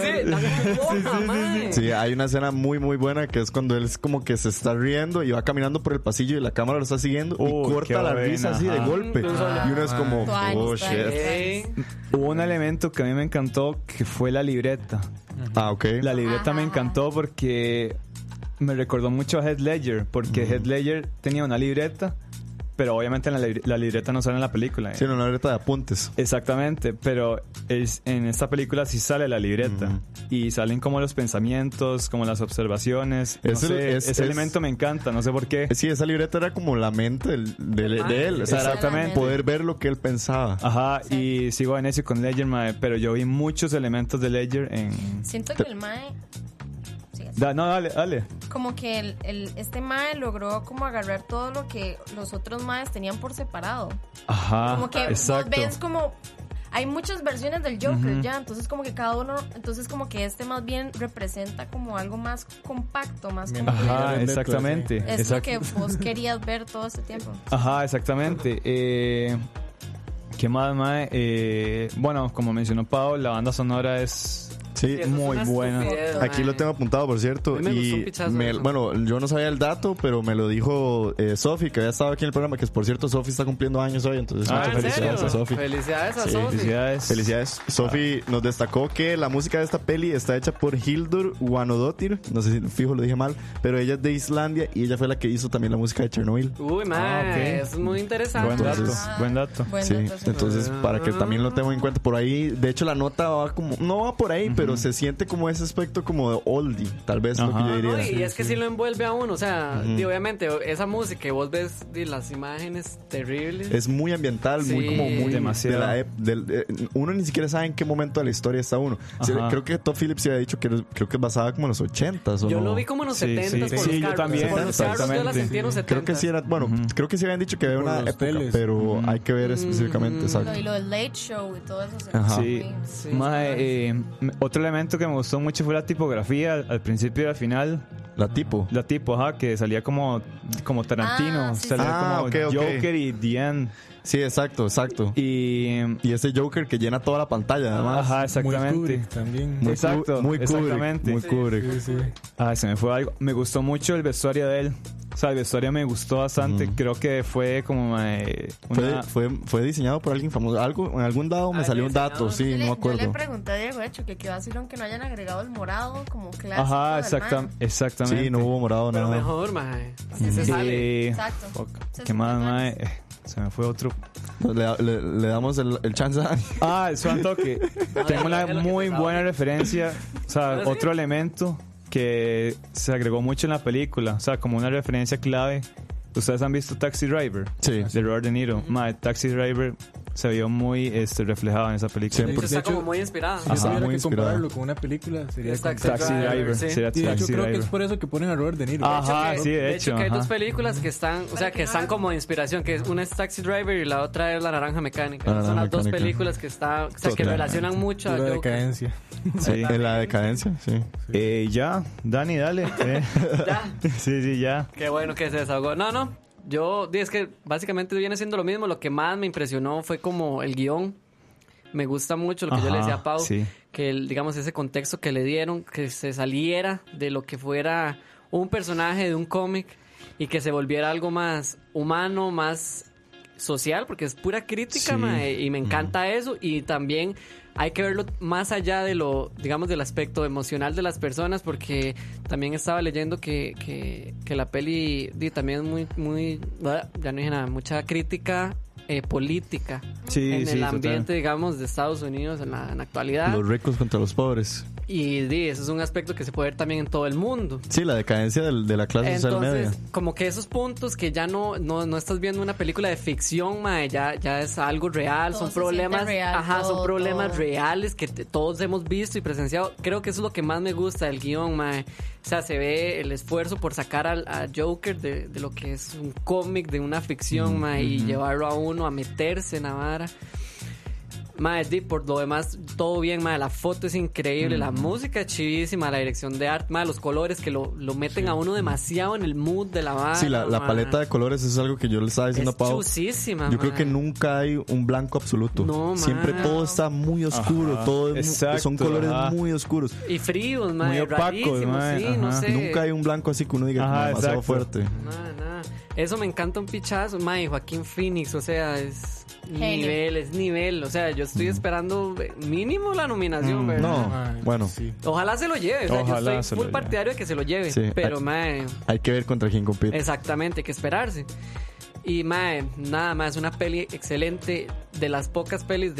mae. Sí, hay una escena muy, muy buena que es cuando él es como que se está riendo y va caminando por el pasillo y la cámara lo está siguiendo y corta la risa así de golpe. Y uno es como, oh shit. Hubo un elemento que a mí me encantó que fue la libreta. Ok. La libreta me encantó porque me recordó mucho a Heath Ledger, porque Heath Ledger tenía una libreta, pero obviamente la libreta no sale en la película. Sí, una libreta de apuntes. Exactamente, pero en esta película sí sale la libreta. Y salen como los pensamientos, como las observaciones. Ese elemento me encanta, no sé por qué. Sí, esa libreta era como la mente de él. O sea, exactamente. Poder ver lo que él pensaba. Ajá, y sigo en eso con Ledger, pero yo vi muchos elementos de Ledger en... Siento que el mae... No, dale. Como que este mae logró como agarrar todo lo que los otros maes tenían por separado. Ajá, como que exacto. Vos ves como hay muchas versiones del Joker ya, entonces como que cada uno, entonces como que este más bien representa como algo más compacto, más como ajá, exactamente. Es lo que vos querías ver todo este tiempo. Ajá, exactamente. ¿Qué más, mae? Bueno, como mencionó Pau, la banda sonora es... Sí, muy buena. Aquí lo tengo apuntado, por cierto. Bueno, yo no sabía el dato, pero me lo dijo Sofi, que había estado aquí en el programa, que por cierto Sofi está cumpliendo años hoy, entonces muchas felicidades a Sofi. Felicidades a Sofi. Felicidades. Sofi nos destacó que la música de esta peli está hecha por Hildur Guðnadóttir, no sé si fijo lo dije mal, pero ella es de Islandia y ella fue la que hizo también la música de Chernobyl. Uy, eso es muy interesante. Buen dato. Sí, entonces para que también lo tengo en cuenta por ahí, de hecho la nota va como, no va por ahí, pero se siente como ese aspecto como de oldie, tal vez lo que yo diría. No, y es que sí lo envuelve a uno, o sea, obviamente esa música que vos ves, las imágenes terribles. Es muy ambiental, muy demasiado. Uno ni siquiera sabe en qué momento de la historia está uno. Sí, creo que Todd Phillips había dicho que creo que es basada como en los 80s. Yo lo vi como en los 70s por los carros. Yo también. Por los carros yo la sentí en los 70s. Creo que sí era, creo que sí habían dicho que había una época, pero hay que ver específicamente, exacto. Y lo del Late Show y todo eso. Otro elemento que me gustó mucho fue la tipografía al principio y al final. La tipo, que salía como Tarantino, salía como Joker y The End. Sí, exacto. Y ese Joker que llena toda la pantalla, además. Ajá, exactamente. Muy Kubrick también. Muy Kubrick. Se me fue algo. Me gustó mucho el vestuario de él. O sea, la historia me gustó bastante. Creo que fue como fue diseñado por alguien famoso. En algún dado me salió un dato, sí, no me acuerdo. Yo le pregunté a Diego, de hecho, que qué vacilón que no hayan agregado el morado como clásico. Ajá, exactamente. Sí, no hubo morado, pero nada. Mejor, mae. Así se sale. Exacto. ¿Qué más, mae? Se me fue otro. Le damos el chance a Dani. Es un toque. Tengo una muy buena referencia. O sea, otro elemento que se agregó mucho en la película. O sea, como una referencia clave. ¿Ustedes han visto Taxi Driver? Sí. De Robert De Niro. Taxi Driver se vio muy reflejado en esa película. De hecho, está como muy inspirada. Si yo tuviera que compararlo con una película, sería Taxi Driver. Sí. Sería de hecho, Taxi creo Driver. que es por eso que ponen a Robert De Niro. De hecho, que hay dos películas que están, o sea, que están como de inspiración, que una es Taxi Driver y la otra es La Naranja Mecánica. Son las dos películas que están, o sea, que relacionan mucho a la decadencia. Sí. En la decadencia, sí. Ya, Dani, dale. ¿Ya? Sí, ya. Qué bueno que se desahogó. No. Yo, es que básicamente viene siendo lo mismo. Lo que más me impresionó fue como el guión. Me gusta mucho lo que yo le decía a Pau, que digamos ese contexto que le dieron, que se saliera de lo que fuera un personaje de un cómic y que se volviera algo más humano, más social, porque es pura crítica, y me encanta eso. Y también hay que verlo más allá de lo, digamos, del aspecto emocional de las personas, porque también estaba leyendo que la peli también es muy, ya no dije nada, mucha crítica política en el ambiente, total, digamos, de Estados Unidos en la actualidad. Los ricos contra los pobres. Y eso es un aspecto que se puede ver también en todo el mundo. Sí, la decadencia de la clase social media. Entonces, como que esos puntos que ya no estás viendo una película de ficción, mae, ya es algo real, todo son problemas real, son problemas reales que todos hemos visto y presenciado. Creo que eso es lo que más me gusta del guión, mae. O sea, se ve el esfuerzo por sacar a Joker de lo que es un cómic, de una ficción, mae, y llevarlo a uno a meterse en la vara. Mae, por lo demás, todo bien, mae. La foto es increíble, la música es chivísima, la dirección de arte, mae, los colores que lo meten a uno demasiado en el mood de la vara. Sí, la paleta de colores es algo que yo le estaba diciendo a Pau. Es chusísima, yo creo que nunca hay un blanco absoluto. No, siempre todo está muy oscuro, son colores muy oscuros. Y fríos, mae, muy opacos, sí, no sé. Nunca hay un blanco así que uno diga demasiado fuerte. Nada. Eso me encanta un pichazo, mae. Joaquín Phoenix, o sea, es nivel. O sea, yo estoy esperando mínimo la nominación, ¿verdad? No, bueno. Sí. Ojalá se lo lleve. O sea, yo estoy full partidario de que se lo lleve. Sí. Pero, mae, hay que ver contra quién compite. Exactamente, hay que esperarse. Y, mae, nada más, una peli excelente. De las pocas pelis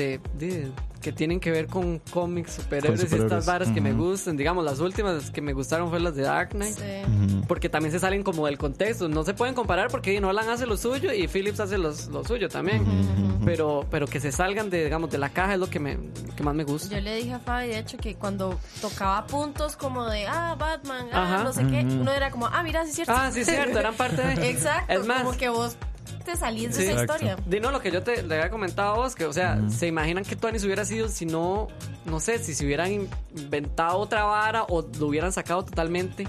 que tienen que ver con cómics, superhéroes y estas varas que me gustan. Digamos, las últimas que me gustaron fueron las de Dark Knight. Sí. Porque también se salen como del contexto. No se pueden comparar porque Nolan hace lo suyo y Phillips hace lo suyo también. Pero que se salgan de la caja es lo que más me gusta. Yo le dije a Fabi, de hecho, que cuando tocaba puntos como de, Batman, no sé qué, uno era como, mira, sí es cierto. Sí es cierto, eran parte de... Exacto, es más, como que vos te salís de esa historia. Lo que yo le había comentado a vos, que, o sea, se imaginan que Tony hubiera sido si no sé, si se hubieran inventado otra vara o lo hubieran sacado totalmente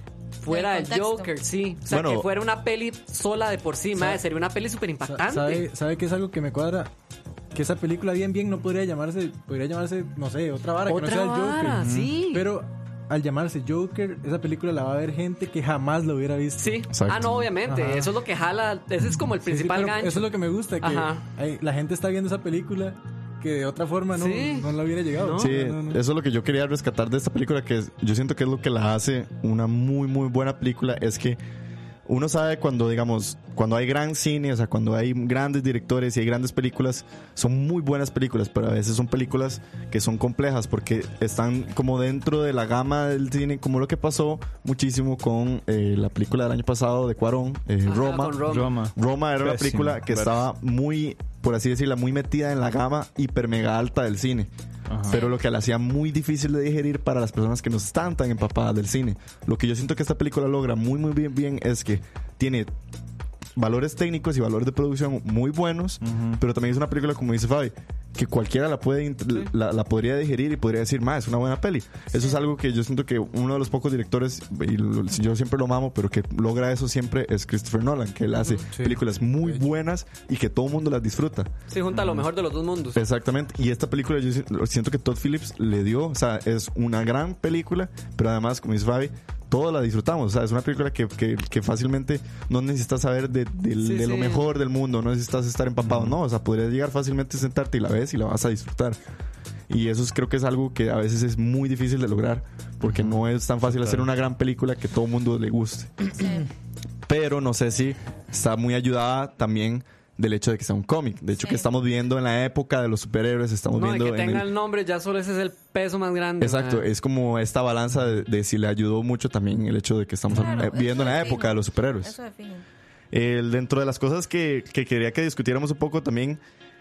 fuera del Joker, sí. O sea, que fuera una peli sola de por sí, madre, sería una peli súper impactante. ¿Sabe qué es algo que me cuadra? Que esa película bien no podría llamarse, no sé, otra vara que no sea el Joker. Sí. Pero al llamarse Joker, esa película la va a ver gente que jamás lo hubiera visto. Sí. Exacto. No, obviamente. Ajá. Eso es lo que jala. Ese es como el principal gancho. Eso es lo que me gusta, que la gente está viendo esa película que de otra forma no la hubiera llegado. Sí, eso es lo que yo quería rescatar de esta película, que yo siento que es lo que la hace una muy, muy buena película, es que uno sabe cuando hay gran cine, o sea, cuando hay grandes directores y hay grandes películas, son muy buenas películas, pero a veces son películas que son complejas porque están como dentro de la gama del cine, como lo que pasó muchísimo con la película del año pasado de Cuarón, Roma. Roma era una película que estaba muy, por así decirlo, muy metida en la gama hiper mega alta del cine. Ajá. Pero lo que la hacía muy difícil de digerir para las personas que no están tan empapadas del cine. Lo que yo siento que esta película logra muy muy bien es que tiene valores técnicos y valores de producción muy buenos, pero también es una película, como dice Fabi, que cualquiera la podría digerir y podría decir, es una buena peli. Eso es algo que yo siento que uno de los pocos directores, y yo siempre lo mamo, pero que logra eso siempre, es Christopher Nolan, que él hace películas muy buenas y que todo el mundo las disfruta. Sí, junta lo mejor de los dos mundos. Exactamente. Y esta película yo siento que Todd Phillips le dio, o sea, es una gran película, pero además, como dice Fabi, todos la disfrutamos. O sea, es una película que fácilmente no necesitas saber de lo mejor del mundo, no necesitas estar empapado, no. O sea, podrías llegar fácilmente, sentarte y la ves y la vas a disfrutar. Y eso creo que es algo que a veces es muy difícil de lograr, porque no es tan fácil hacer una gran película que todo el mundo le guste. Sí. Pero no sé si está muy ayudada también del hecho de que sea un cómic. De hecho, que estamos viviendo en la época de los superhéroes, estamos viendo... Y que tenga el nombre, ya solo ese es el peso más grande. Exacto, es como esta balanza de si le ayudó mucho también el hecho de que estamos viviendo en la época de los superhéroes. Eso es fijo. Dentro de las cosas que quería que discutiéramos un poco también,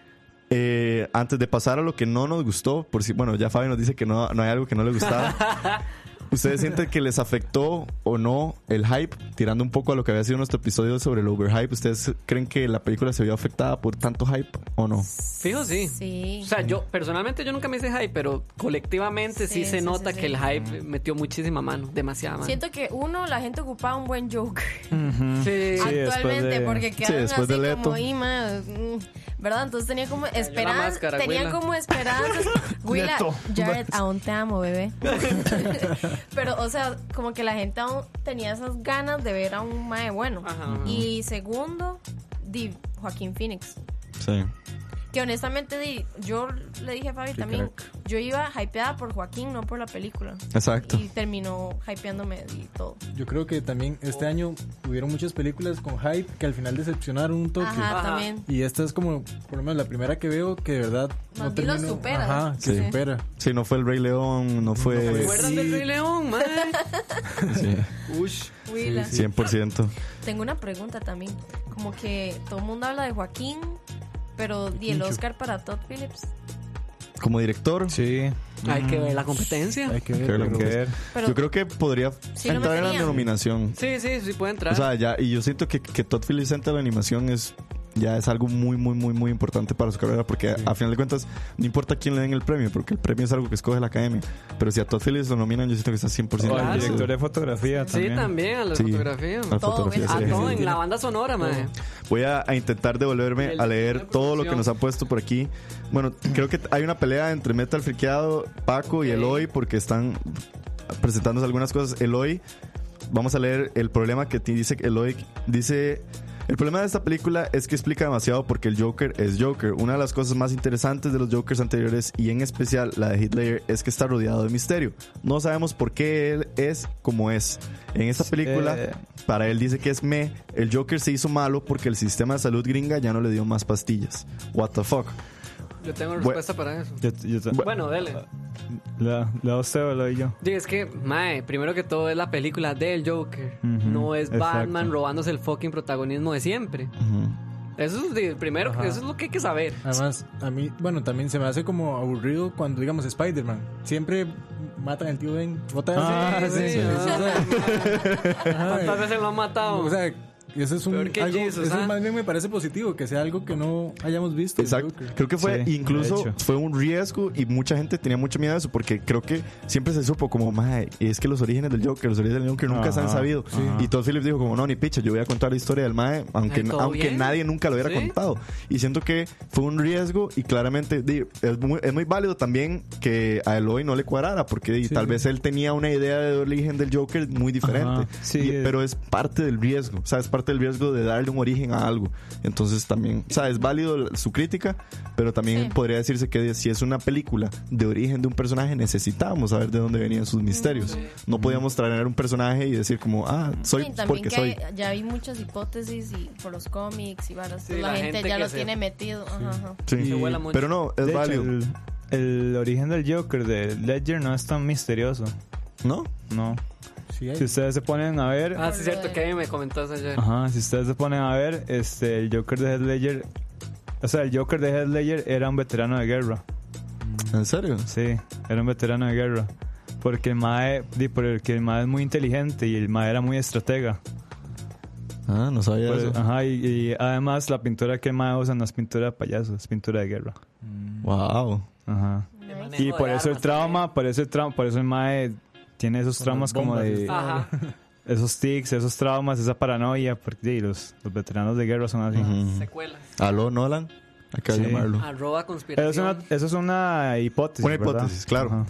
antes de pasar a lo que no nos gustó, por si, bueno, ya Fabi nos dice que no hay algo que no le gustaba. ¿Ustedes sienten que les afectó o no el hype? Tirando un poco a lo que había sido nuestro episodio sobre el overhype, ¿ustedes creen que la película se vio afectada por tanto hype o no? Fijo, sí. O sea, yo personalmente yo nunca me hice hype, pero colectivamente sí se nota que el hype metió muchísima mano, demasiada mano. Siento que la gente ocupaba un buen Joker. Sí. Actualmente, porque quedaron después así de como ¿verdad? Entonces tenían como esperanzas. Willa, Jared, aún te amo, bebé. Pero, o sea, como que la gente aún tenía esas ganas de ver a un mae bueno. Ajá. Y segundo, Joaquín Phoenix. Sí. Que honestamente, yo le dije a Fabi también, yo iba hypeada por Joaquín, no por la película. Exacto. Y terminó hypeándome y todo. Yo creo que también este año hubieron muchas películas con hype que al final decepcionaron un toque. Ajá, también. Y esta es como, por lo menos la primera que veo que de verdad no terminó. Lo supera. Ajá, que supera. Sí, no fue el Rey León, no fue... ¿Se acuerdan del Rey León, man? Sí. Ush. 100%. Tengo una pregunta también. Como que todo el mundo habla de Joaquín, pero ¿y el Oscar para Todd Phillips? Como director, sí. Hay que ver la competencia. Hay que ver. Pero yo creo que podría entrar en la denominación. Sí, puede entrar. O sea, ya, y yo siento que Todd Phillips entre en la animación ya es algo muy, muy, muy, muy importante para su carrera, porque a final de cuentas no importa quién le den el premio, porque el premio es algo que escoge la academia. Pero si a Todd Phillips lo nominan, yo siento que está 100%. El director de fotografía también. Sí, también a la fotografía. Todo en la banda sonora, madre. Voy a intentar devolverme a leer todo lo que nos ha puesto por aquí. Bueno, creo que hay una pelea entre Metal Friqueado, Paco y Eloy, porque están presentándose algunas cosas. Eloy, vamos a leer el problema que dice Eloy. Dice: el problema de esta película es que explica demasiado porque el Joker es Joker. Una de las cosas más interesantes de los Jokers anteriores, y en especial la de Heath Ledger, es que está rodeado de misterio. No sabemos por qué él es como es. En esta película, para él dice que es el Joker se hizo malo porque el sistema de salud gringa ya no le dio más pastillas. What the fuck. Yo tengo respuesta para eso. Bueno, dele. ¿La usted o la doy yo? Sí, es que, primero que todo es la película del Joker. No es Batman robándose el fucking protagonismo de siempre. Eso es primero, eso es lo que hay que saber. Además, a mí, también se me hace como aburrido cuando, digamos, Spider-Man. Siempre matan al tío Ben. ¿Cuántas veces lo han matado? O sea, eso es eso más bien me parece positivo, que sea algo que no hayamos visto. Exacto. Creo que fue fue un riesgo y mucha gente tenía mucho miedo de eso, porque creo que siempre se supo como, es que los orígenes del Joker nunca se han sabido. Y Todd Phillips dijo como, no, ni picha, yo voy a contar la historia del mae, aunque nadie nunca lo hubiera contado. Y siento que fue un riesgo, y claramente es muy válido también que a Eloy no le cuadrara, porque tal vez él tenía una idea de origen del Joker muy diferente. Pero es parte del riesgo, o sea, es parte del riesgo de darle un origen a algo. Entonces también, o sea, es válido su crítica, pero también podría decirse que si es una película de origen de un personaje, necesitábamos saber de dónde venían sus misterios. No podíamos traer un personaje y decir como, soy porque soy. Ya hay muchas hipótesis y por los cómics y varias, la gente ya los tiene metido. Pero no, es válido. El origen del Joker de Ledger no es tan misterioso. ¿No? No. Si ustedes se ponen a ver... sí, es cierto, que me comentó eso ayer. Si ustedes se ponen a ver, el Joker de Heath Ledger... O sea, el Joker de Heath Ledger era un veterano de guerra. ¿En serio? Sí, era un veterano de guerra. Porque el mae es muy inteligente y el mae era muy estratega. No sabía eso. Y además la pintura que el mae usa no es pintura de payaso, es pintura de guerra. Wow. Y por eso el trauma, por eso el mae... Tiene esos traumas como de... Esos tics, esos traumas, esa paranoia, porque los veteranos de guerra son así. Secuelas. ¿Aló, Nolan? Hay que llamarlo. @conspiración. Eso es una hipótesis. Una hipótesis, claro.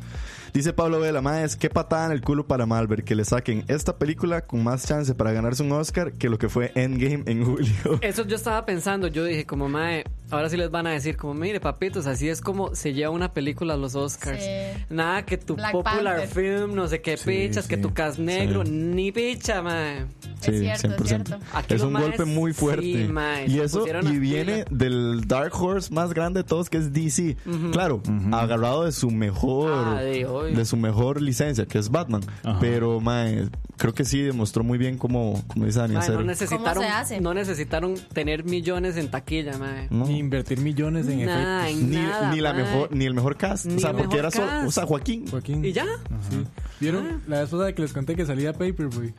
Dice Pablo Vela, maes, qué patada en el culo para Malver que le saquen esta película con más chance para ganarse un Oscar que lo que fue Endgame en julio. Eso yo estaba pensando, yo dije como, mae, ahora sí les van a decir como, mire papitos, así es como se lleva una película a los Oscars. Sí. Nada que tu Black popular Panther. Film, no sé qué pichas, que tu cast negro, ni picha, mae. Sí, es cierto, 100%. Es un golpe muy fuerte. Sí, mae, y eso, y viene del Dark Horse más grande de todos, que es DC. Claro, agarrado de su mejor de su mejor licencia, que es Batman. Pero, mae, creo que sí demostró muy bien cómo dice Dani, hacer. No necesitaron tener millones en taquilla, mae. No. Ni invertir millones en efectos. Ni el mejor cast. O sea, porque era solo, o sea, Joaquín. ¿Y ya? Sí. ¿Vieron la vez pasada que les conté que salía Paperboy?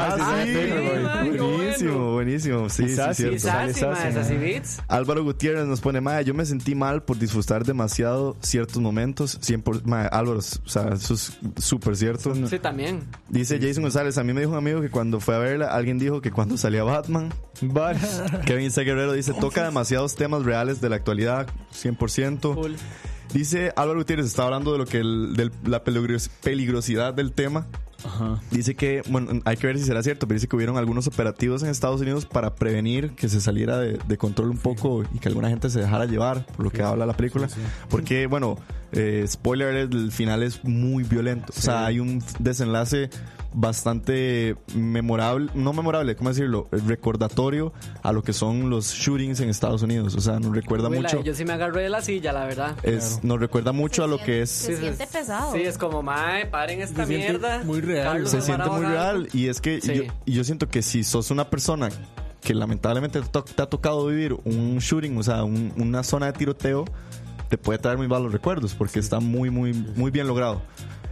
Buenísimo. Sí, cierto. Álvaro Gutiérrez nos pone, mae, yo me sentí mal por disfrutar demasiado ciertos momentos. Álvaro, o sea, eso es súper cierto. Sí, también. Dice Jason González, a mí me dijo un amigo que cuando fue a verla, alguien dijo que cuando salía Batman. Kevin C. Guerrero dice, toca demasiados temas reales de la actualidad, 100%. Cool. Dice Álvaro Gutiérrez, está hablando de lo que de la peligrosidad del tema. Ajá. Dice que, bueno, hay que ver si será cierto, pero dice que hubieron algunos operativos en Estados Unidos para prevenir que se saliera de control un poco y que alguna gente se dejara llevar, por lo que habla la película. Sí. Porque, bueno, spoiler, el final es muy violento. Sí. O sea, hay un desenlace bastante memorable, no memorable, ¿cómo decirlo? Recordatorio a lo que son los shootings en Estados Unidos. O sea, nos recuerda mucho. Yo sí me agarré de la silla, la verdad. Nos recuerda mucho a lo que es. Se siente pesado. Sí, es como, mae, paren esta mierda. Muy real. Se siente muy real. Y es que yo siento que si sos una persona que lamentablemente te ha tocado vivir un shooting, o sea, una zona de tiroteo, te puede traer muy malos recuerdos porque está muy bien logrado.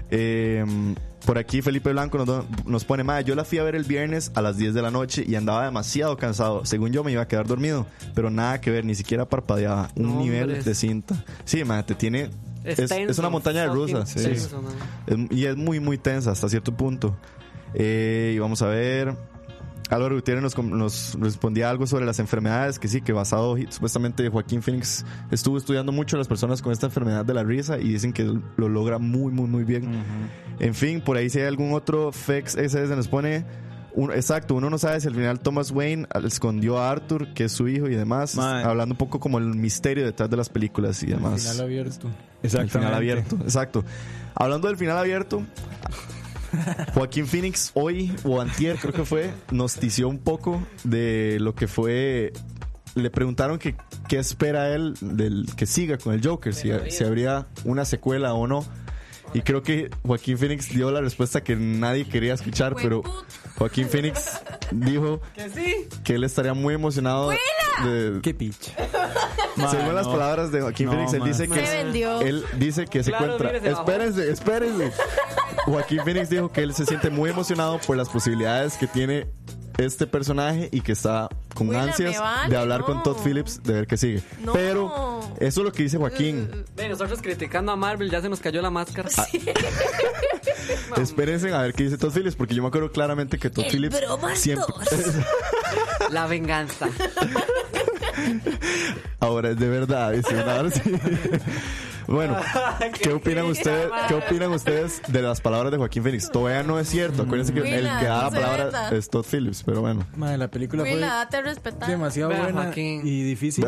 Por aquí Felipe Blanco nos pone, madre, yo la fui a ver el viernes a las 10 de la noche y andaba demasiado cansado. Según yo me iba a quedar dormido, pero nada que ver, ni siquiera parpadeaba. Un nivel de cinta. Sí, madre, te tiene... Es una montaña de rusa. Sí. Y es muy tensa hasta cierto punto. Y vamos a ver... Álvaro Gutiérrez nos respondía algo sobre las enfermedades, que sí, que basado supuestamente Joaquín Phoenix estuvo estudiando mucho a las personas con esta enfermedad de la risa y dicen que lo logra muy bien. En fin, por ahí si hay algún otro FX, ese se nos pone uno no sabe si al final Thomas Wayne escondió a Arthur, que es su hijo y demás, hablando un poco como el misterio detrás de las películas y demás. El final abierto. El final abierto, exacto. Hablando del final abierto, Joaquín Phoenix hoy o antier creo que fue, nos tició un poco de lo que fue. Le preguntaron qué espera él del que siga con el Joker, si habría una secuela o no. Y creo que Joaquín Phoenix dio la respuesta que nadie quería escuchar, pero Joaquín Phoenix dijo que él estaría muy emocionado ¡Qué picha! Según las palabras de Joaquín Phoenix, él dice que se encuentra... Espérense. Joaquín Phoenix dijo que él se siente muy emocionado por las posibilidades que tiene este personaje y que está con ansias de hablar con Todd Phillips, de ver qué sigue. Pero eso es lo que dice Joaquín. Nosotros criticando a Marvel, ya se nos cayó la máscara. Espérense a ver qué dice Todd Phillips, porque yo me acuerdo claramente que Todd Phillips siempre... La venganza. Ahora es de verdad, dice. Ahora sí. Bueno, ¿qué opinan ustedes de las palabras de Joaquín Phoenix? Todavía no es cierto. Acuérdense que el que da la palabra es Todd Phillips, pero bueno. Madre, la película fue demasiado buena y difícil.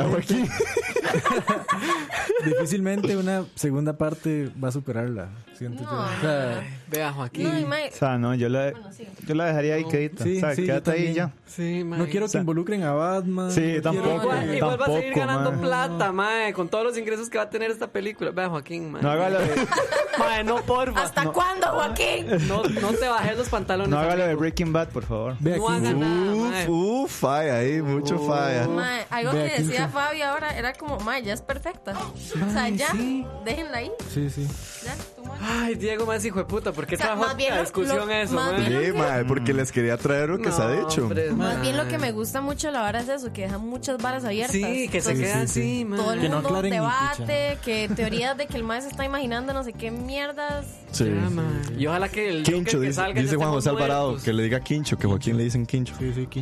Difícilmente una segunda parte va a superarla. Siento yo. O sea, vea Joaquín. O sea, no, yo la dejaría ahí quedita. Sí, o sea, quédate ahí ya. Sí, no quiero que involucren a Batman. Sí, tampoco. Igual va a seguir ganando plata, mae, con todos los ingresos que va a tener esta película. Vea Joaquín, mae. No haga lo de... Mae, no, porfa. ¿Hasta cuándo, Joaquín? No te bajes los pantalones. No haga lo de Breaking Bad, por favor. No haga nada, falla ahí, mucho falla. Mae, algo que decía Fabi ahora era como, mae, ya es perfecta. O sea, ya, déjenla ahí. Sí. Ya, tú, mae. Ay, Diego, más hijo de puta, ¿por qué trajo la discusión eso, mae? Sí, mae, porque les quería traer lo que se ha dicho. Hombre, más bien lo que me gusta mucho la vara es eso, que dejan muchas varas abiertas. Sí, que se queda así, mae. Todo el mundo debate, que teorías de que el mae se está imaginando no sé qué mierdas. Sí. Y ojalá que el Quincho, que salga dice Juan José Alvarado, que le diga Quincho, que Joaquín le dicen Quincho. Sí, Quincho.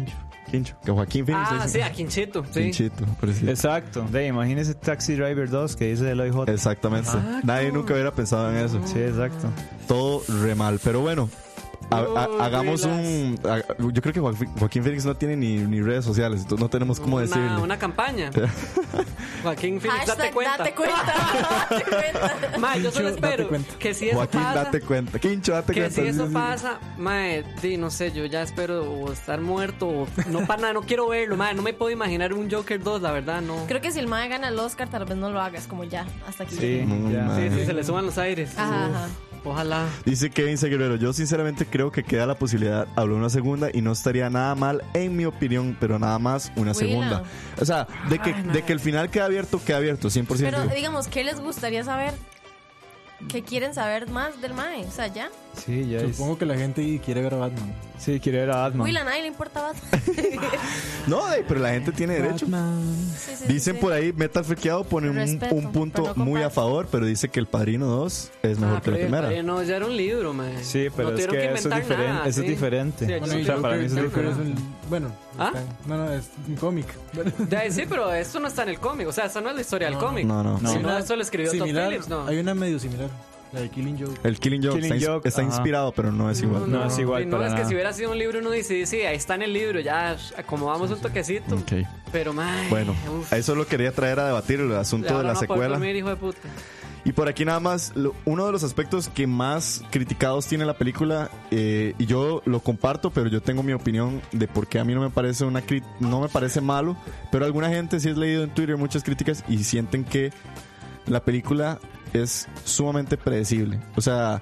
Quincho. Que Joaquín Phoenix. Sí, a Quinchito. Sí. Quinchito. Exacto. Imagínese Taxi Driver 2 que dice Eloy J. Exactamente. Nadie nunca hubiera pensado en eso. Sí, exacto. Todo re mal. Pero bueno, hagamos yo creo que Joaquín Phoenix no tiene ni redes sociales, entonces no tenemos cómo decirle. Una campaña. Joaquín Phoenix, date cuenta. Date cuenta. Mae, yo solo espero que si eso Joaquín, pasa. Date cuenta. Quincho, date que cuenta. Si eso pasa, mae, no sé, yo ya espero o estar muerto o no para nada, no quiero verlo, mae, no me puedo imaginar un Joker 2, la verdad, no. Creo que si el mae gana el Oscar, tal vez no lo hagas, como ya, hasta aquí. Sí, se le suban los aires. Ajá. Ojalá. Dice Kevin C. Guerrero, yo sinceramente creo que queda la posibilidad de hablar una segunda y no estaría nada mal, en mi opinión, pero nada más una segunda. O sea, de que el final queda abierto, 100%. Pero digamos, ¿qué les gustaría saber? ¿Qué quieren saber más del mae? O sea, ya. Sí, ya. Supongo que la gente quiere ver a Batman. Sí, quiere ver a Batman. Uy, a nadie le importa Batman. No, pero la gente tiene derecho. Dicen por ahí, Metal Freakeado pone un punto muy a favor, pero dice que El Padrino 2 es mejor que la primera. No, ya era un libro, man. Sí, pero no es que eso es diferente. Nada, eso es diferente. Sí, bueno, o sea, para mí eso es diferente. Bueno, no, es un cómic. Sí, pero esto no está en el cómic. O sea, esa no es la historia del cómic. No. Si no, eso lo escribió Todd Phillips, ¿no? Hay una medio similar. La de Killing Joke. El Killing Joke está inspirado, pero no es igual. No es igual. No, para es nada. que si hubiera sido un libro, uno dice, sí, ahí está en el libro, ya acomodamos un toquecito. Okay. Pero, man. Bueno, a eso lo quería traer a debatir, el asunto de la secuela. Dormir, hijo de puta. Y por aquí nada más, uno de los aspectos que más criticados tiene la película, y yo lo comparto, pero yo tengo mi opinión de por qué a mí no me parece malo, pero alguna gente sí has leído en Twitter muchas críticas y sienten que la película es sumamente predecible. O sea,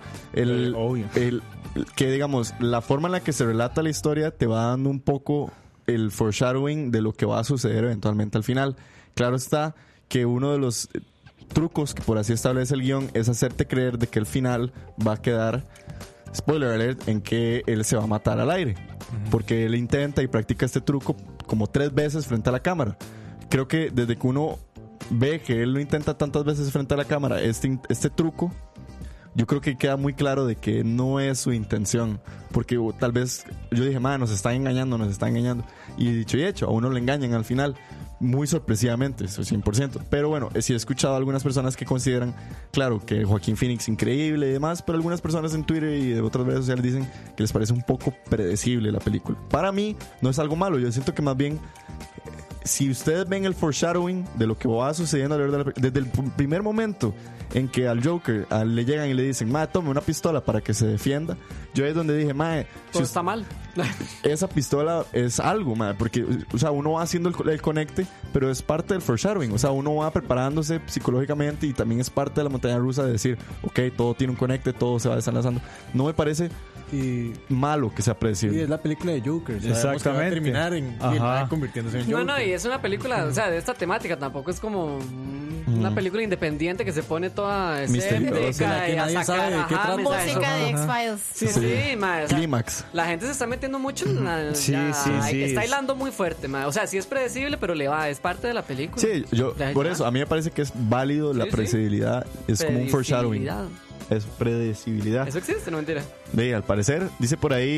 que digamos, la forma en la que se relata la historia te va dando un poco el foreshadowing de lo que va a suceder eventualmente al final. Claro está que uno de los trucos que por así establece el guión es hacerte creer de que el final va a quedar, spoiler alert, en que él se va a matar al aire. Porque él intenta y practica este truco como 3 veces frente a la cámara. Creo que desde que uno ve que él lo intenta tantas veces frente a la cámara, este truco, yo creo que queda muy claro de que no es su intención, porque tal vez yo dije, nos están engañando, y dicho y hecho, a uno le engañan al final, muy sorpresivamente, eso 100%, pero bueno, sí he escuchado a algunas personas que consideran, claro, que Joaquín Phoenix increíble y demás, pero algunas personas en Twitter y de otras redes sociales dicen que les parece un poco predecible la película. Para mí no es algo malo, yo siento que más bien, si ustedes ven el foreshadowing de lo que va sucediendo desde el primer momento en que al Joker le llegan y le dicen, tome una pistola para que se defienda, yo es donde dije, todo está mal. Esa pistola es algo, porque, o sea, uno va haciendo el conecte, pero es parte del foreshadowing, o sea, uno va preparándose psicológicamente y también es parte de la montaña rusa de decir, ok, todo tiene un conecte, todo se va desenlazando. No me parece malo que sea predecible. Y es la película de Joker. Exactamente. Que va a terminar en convirtiéndose en Joker. No, y es una película, o sea, de esta temática, tampoco es como una película independiente que se pone toda escéptica y a sacar música de X-Files. Sí, mae. Clímax. La gente se está metiendo mucho en la, sí. Está hilando muy fuerte, mae. O sea, sí es predecible, pero le va, es parte de la película. Sí, por eso, a mí me parece que es válido la predecibilidad. Es como un foreshadowing. Es predecibilidad. Eso existe, no mentira. Al parecer, dice por ahí,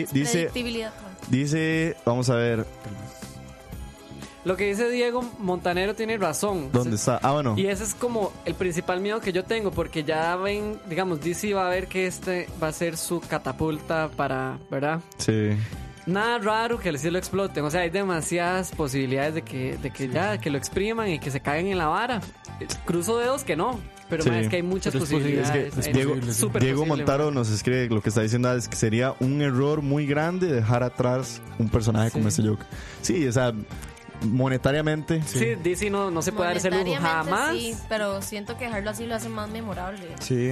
dice, vamos a ver. Lo que dice Diego Montanero tiene razón. ¿Dónde está? Bueno. Y ese es como el principal miedo que yo tengo, porque ya ven, digamos, DC va a ver que este va a ser su catapulta para, ¿verdad? Sí. Nada raro que sí lo exploten. O sea, hay demasiadas posibilidades de que lo expriman y que se caigan en la vara. Cruzo dedos que no. Pero es que hay muchas posibilidades. Es que Diego Montaro nos escribe, lo que está diciendo es que sería un error muy grande dejar atrás un personaje como ese Joker. Sí, o sea, monetariamente. Sí, DC no se puede dar ese lujo jamás. Sí, pero siento que dejarlo así lo hace más memorable. Sí.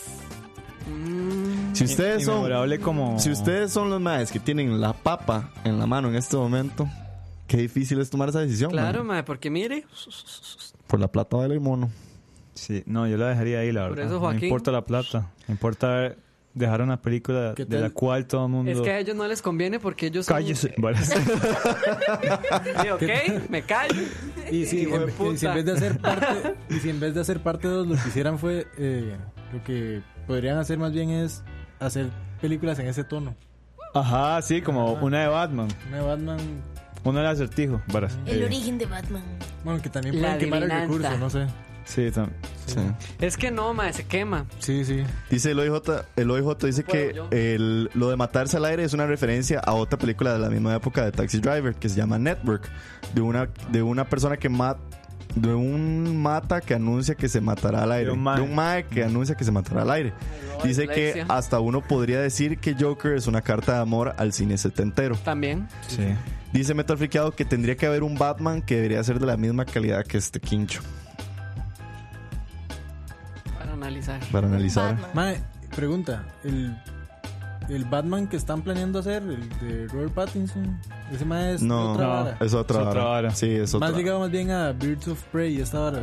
Si ustedes si ustedes son los maes que tienen la papa en la mano en este momento, qué difícil es tomar esa decisión. Claro, mae, porque mire, por la plata vale el mono. Sí, no, yo la dejaría ahí, la verdad. Por eso, Joaquín, no importa la plata, me importa dejar una película de la cual todo el mundo... Es que a ellos no les conviene porque ellos cállese. Vale. Sí, ok, me callo. Y si en vez de hacer parte de dos, lo que hicieran fue lo que podrían hacer más bien es hacer películas en ese tono. Ajá, sí, como una de Batman. Una de Batman Uno el acertijo, varas. El origen de Batman. Bueno, que también pueden quemar el recurso, no sé. Sí, sí. Es que no, mae, se quema. Sí. Dice el OIJ dice que lo de matarse al aire es una referencia a otra película de la misma época de Taxi Driver que se llama Network, de una persona que de un mata que anuncia que se matará al aire, de un mae que anuncia que se matará al aire. Dice que hasta uno podría decir que Joker es una carta de amor al cine setentero. También. Sí. Dice Metal Friqueado que tendría que haber un Batman que debería ser de la misma calidad que este quincho. Para analizar. Mae, pregunta, el Batman que están planeando hacer, el de Robert Pattinson, ese mae es otra vara. Es otra vara. Sí, es otra. Más ligado más bien a Birds of Prey, esta vara.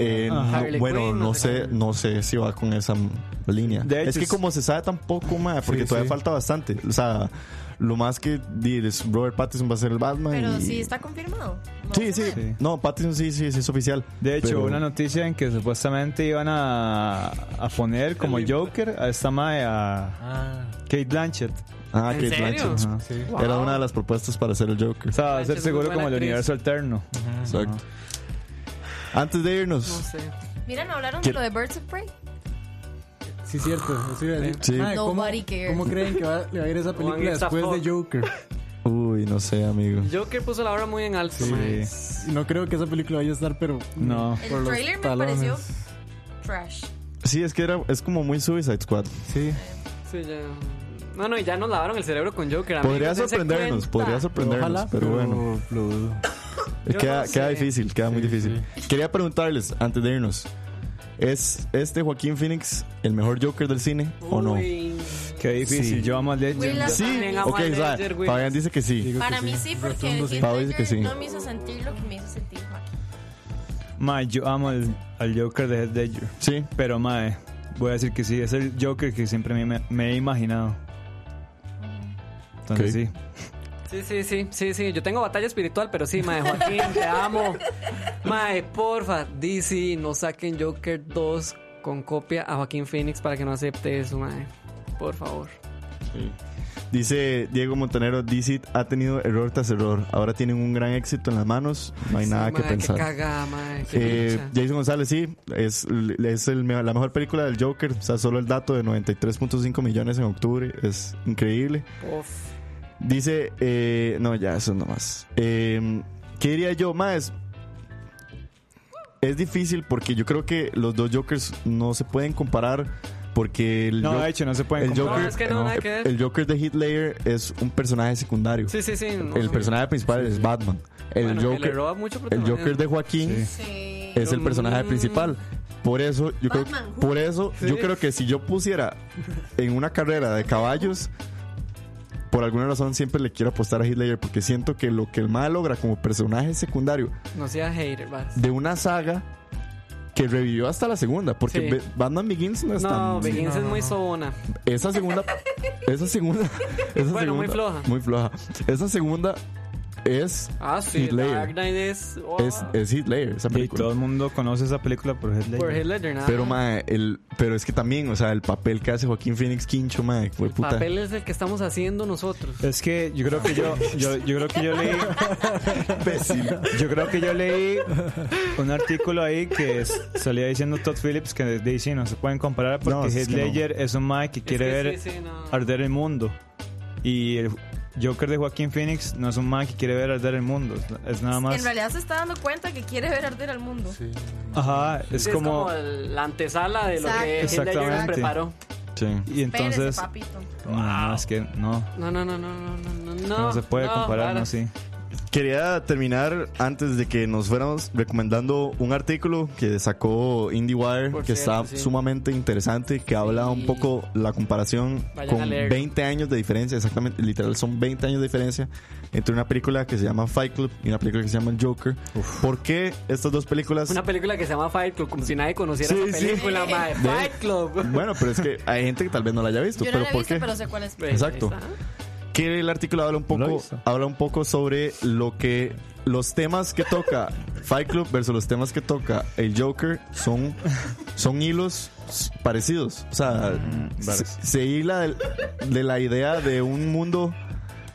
No sé si va con esa línea. Es que como se sabe tampoco, mae, porque todavía falta bastante. O sea, lo más que Robert Pattinson va a ser el Batman. Pero sí está confirmado. Sí. No, Pattinson sí es oficial. De hecho, una noticia en que supuestamente iban a poner como Joker a esta mae, a Kate Blanchett. Kate Blanchett. Sí. Wow. Era una de las propuestas para hacer el Joker. O sea, va a ser seguro como el universo alterno. Exacto. Antes de irnos. No sé. Miren, hablaron de lo de Birds of Prey. Sí, cierto. Sí. Mae, ¿cómo creen que le va a ir esa película después de Joker? Uy, no sé, amigo. Joker puso la vara muy en alto, sí. No creo que esa película vaya a estar, pero no. El trailer me pareció trash. Sí, es que es como muy Suicide Squad. Sí, ya. No, y ya nos lavaron el cerebro con Joker. Podría sorprendernos, ojalá, pero bueno. Queda difícil, muy difícil. Quería preguntarles, antes de irnos, ¿es Joaquín Phoenix el mejor Joker del cine o no? Qué difícil, yo amo a Ledger. Sí, ok, Fabián dice que sí. Para mí sí, porque el Ledger no me hizo sentir lo que me hizo sentir Joaquín. Yo amo al Joker de Heath Ledger. Sí. Pero voy a decir que sí, es el Joker que siempre me he imaginado. Entonces sí. Yo tengo batalla espiritual, pero sí, mae, Joaquín, te amo. Mae, porfa, DC, no saquen Joker 2 con copia a Joaquín Phoenix para que no acepte eso, mae. Por favor. Sí. Dice Diego Montanero, DC ha tenido error tras error. Ahora tienen un gran éxito en las manos. No hay nada que pensar. Qué caga, mae. Jason González, sí, es la mejor película del Joker. O sea, solo el dato de 93.5 millones en octubre es increíble. Uf. Dice, eso nomás. ¿Qué diría yo? Más, es difícil porque yo creo que los dos Jokers no se pueden comparar. Porque de hecho no se pueden comparar. El Joker de Heath Ledger es un personaje secundario. Sí. El personaje principal es Batman. El Joker de Joaquín es el personaje principal. Por eso yo creo que si yo pusiera en una carrera de caballos, por alguna razón siempre le quiero apostar a Heath Ledger, porque siento que lo que el mal logra como personaje secundario no sea hater, de una saga que revivió hasta la segunda, porque Batman Begins no es tan... No, Begins es muy sobona. Esa segunda bueno, muy floja. Muy floja. Esa segunda es Heath Ledger. Dark Knight es Heath Ledger, esa película. Y todo el mundo conoce esa película por Heath Ledger. Por Heath Ledger, nada. Pero es que también, o sea, el papel que hace Joaquín Phoenix Quincho, fue puta. El papel es el que estamos haciendo nosotros. Es que yo creo que yo leí yo creo que yo leí un artículo ahí que salía diciendo Todd Phillips que de DC no se pueden comparar porque Heath Ledger es un mae que quiere ver arder el mundo. Y el Joker de Joaquín Phoenix no es un man que quiere ver arder el mundo. Es nada más. En realidad se está dando cuenta que quiere ver arder al mundo. Sí. Ajá, es como la antesala de lo que Heath Ledger nos preparó. Sí. Y entonces. No, es que no. No se puede comparar, no, sí. Quería terminar antes de que nos fuéramos recomendando un artículo que sacó IndieWire que está sumamente interesante, que habla un poco la comparación con 20 años de diferencia, exactamente, literal son 20 años de diferencia entre una película que se llama Fight Club y una película que se llama Joker. ¿Por qué estas dos películas? Una película que se llama Fight Club, como si nadie conociera esa película, mae. Fight Club. Bueno, pero es que hay gente que tal vez no la haya visto. Yo pero no la he ¿por visto, qué? pero sé cuál es. Exacto. Que el artículo habla un poco sobre lo que los temas que toca Fight Club versus los temas que toca el Joker son hilos parecidos. O sea, se hila de la idea de un mundo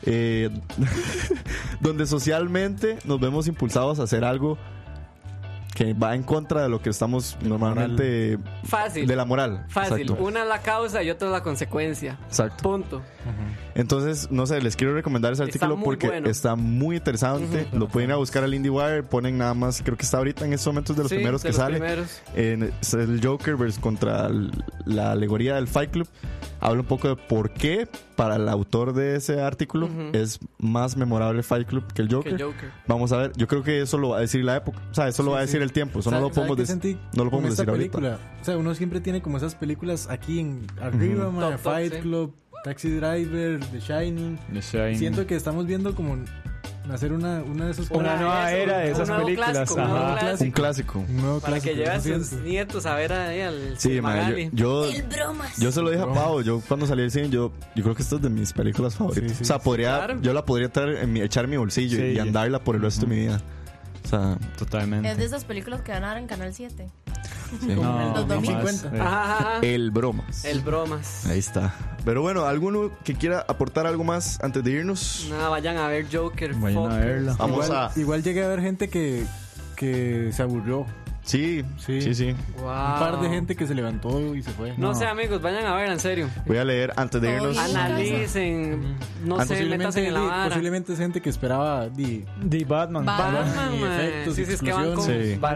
donde socialmente nos vemos impulsados a hacer algo que va en contra de lo que estamos normalmente... Fácil. De la moral. Fácil. Exacto. Una es la causa y otra es la consecuencia. Exacto. Punto. Entonces, no sé, les quiero recomendar ese artículo porque está muy interesante. Lo pueden ir a buscar al IndieWire. Ponen nada más, creo que está ahorita en estos momentos de los primeros que sale. Es el Joker versus contra la alegoría del Fight Club. Habla un poco de por qué para el autor de ese artículo es más memorable Fight Club que el Joker. Vamos a ver, yo creo que eso lo va a decir la época. O sea, eso lo va a decir el tiempo. Eso no lo podemos decir ahorita. O sea, uno siempre tiene como esas películas aquí arriba, Fight Club, Taxi Driver, The Shining. Siento que estamos viendo como hacer una de esas una nueva era de esas películas. Un clásico. Para que lleven a sus nietos a ver ahí al Magali. Yo se lo dije a Pau. Yo cuando salí del cine, yo creo que esto es de mis películas favoritas. O sea, yo la podría echar en mi bolsillo y andarla por el resto de mi vida. O sea, totalmente. Es de esas películas que van a dar en Canal 7. Como en el 2050. El Bromas. Ahí está. Pero bueno, ¿alguno que quiera aportar algo más antes de irnos? Nada, vayan a ver Joker. Vayan a verla. Igual llegué a ver gente que se aburrió. Sí. Wow. Un par de gente que se levantó y se fue. No sé, amigos, vayan a ver, en serio. Voy a leer antes de irnos. Analicen, no sé, métanse en la vara. Posiblemente es gente que esperaba Batman. Y efectos, sí, es que van con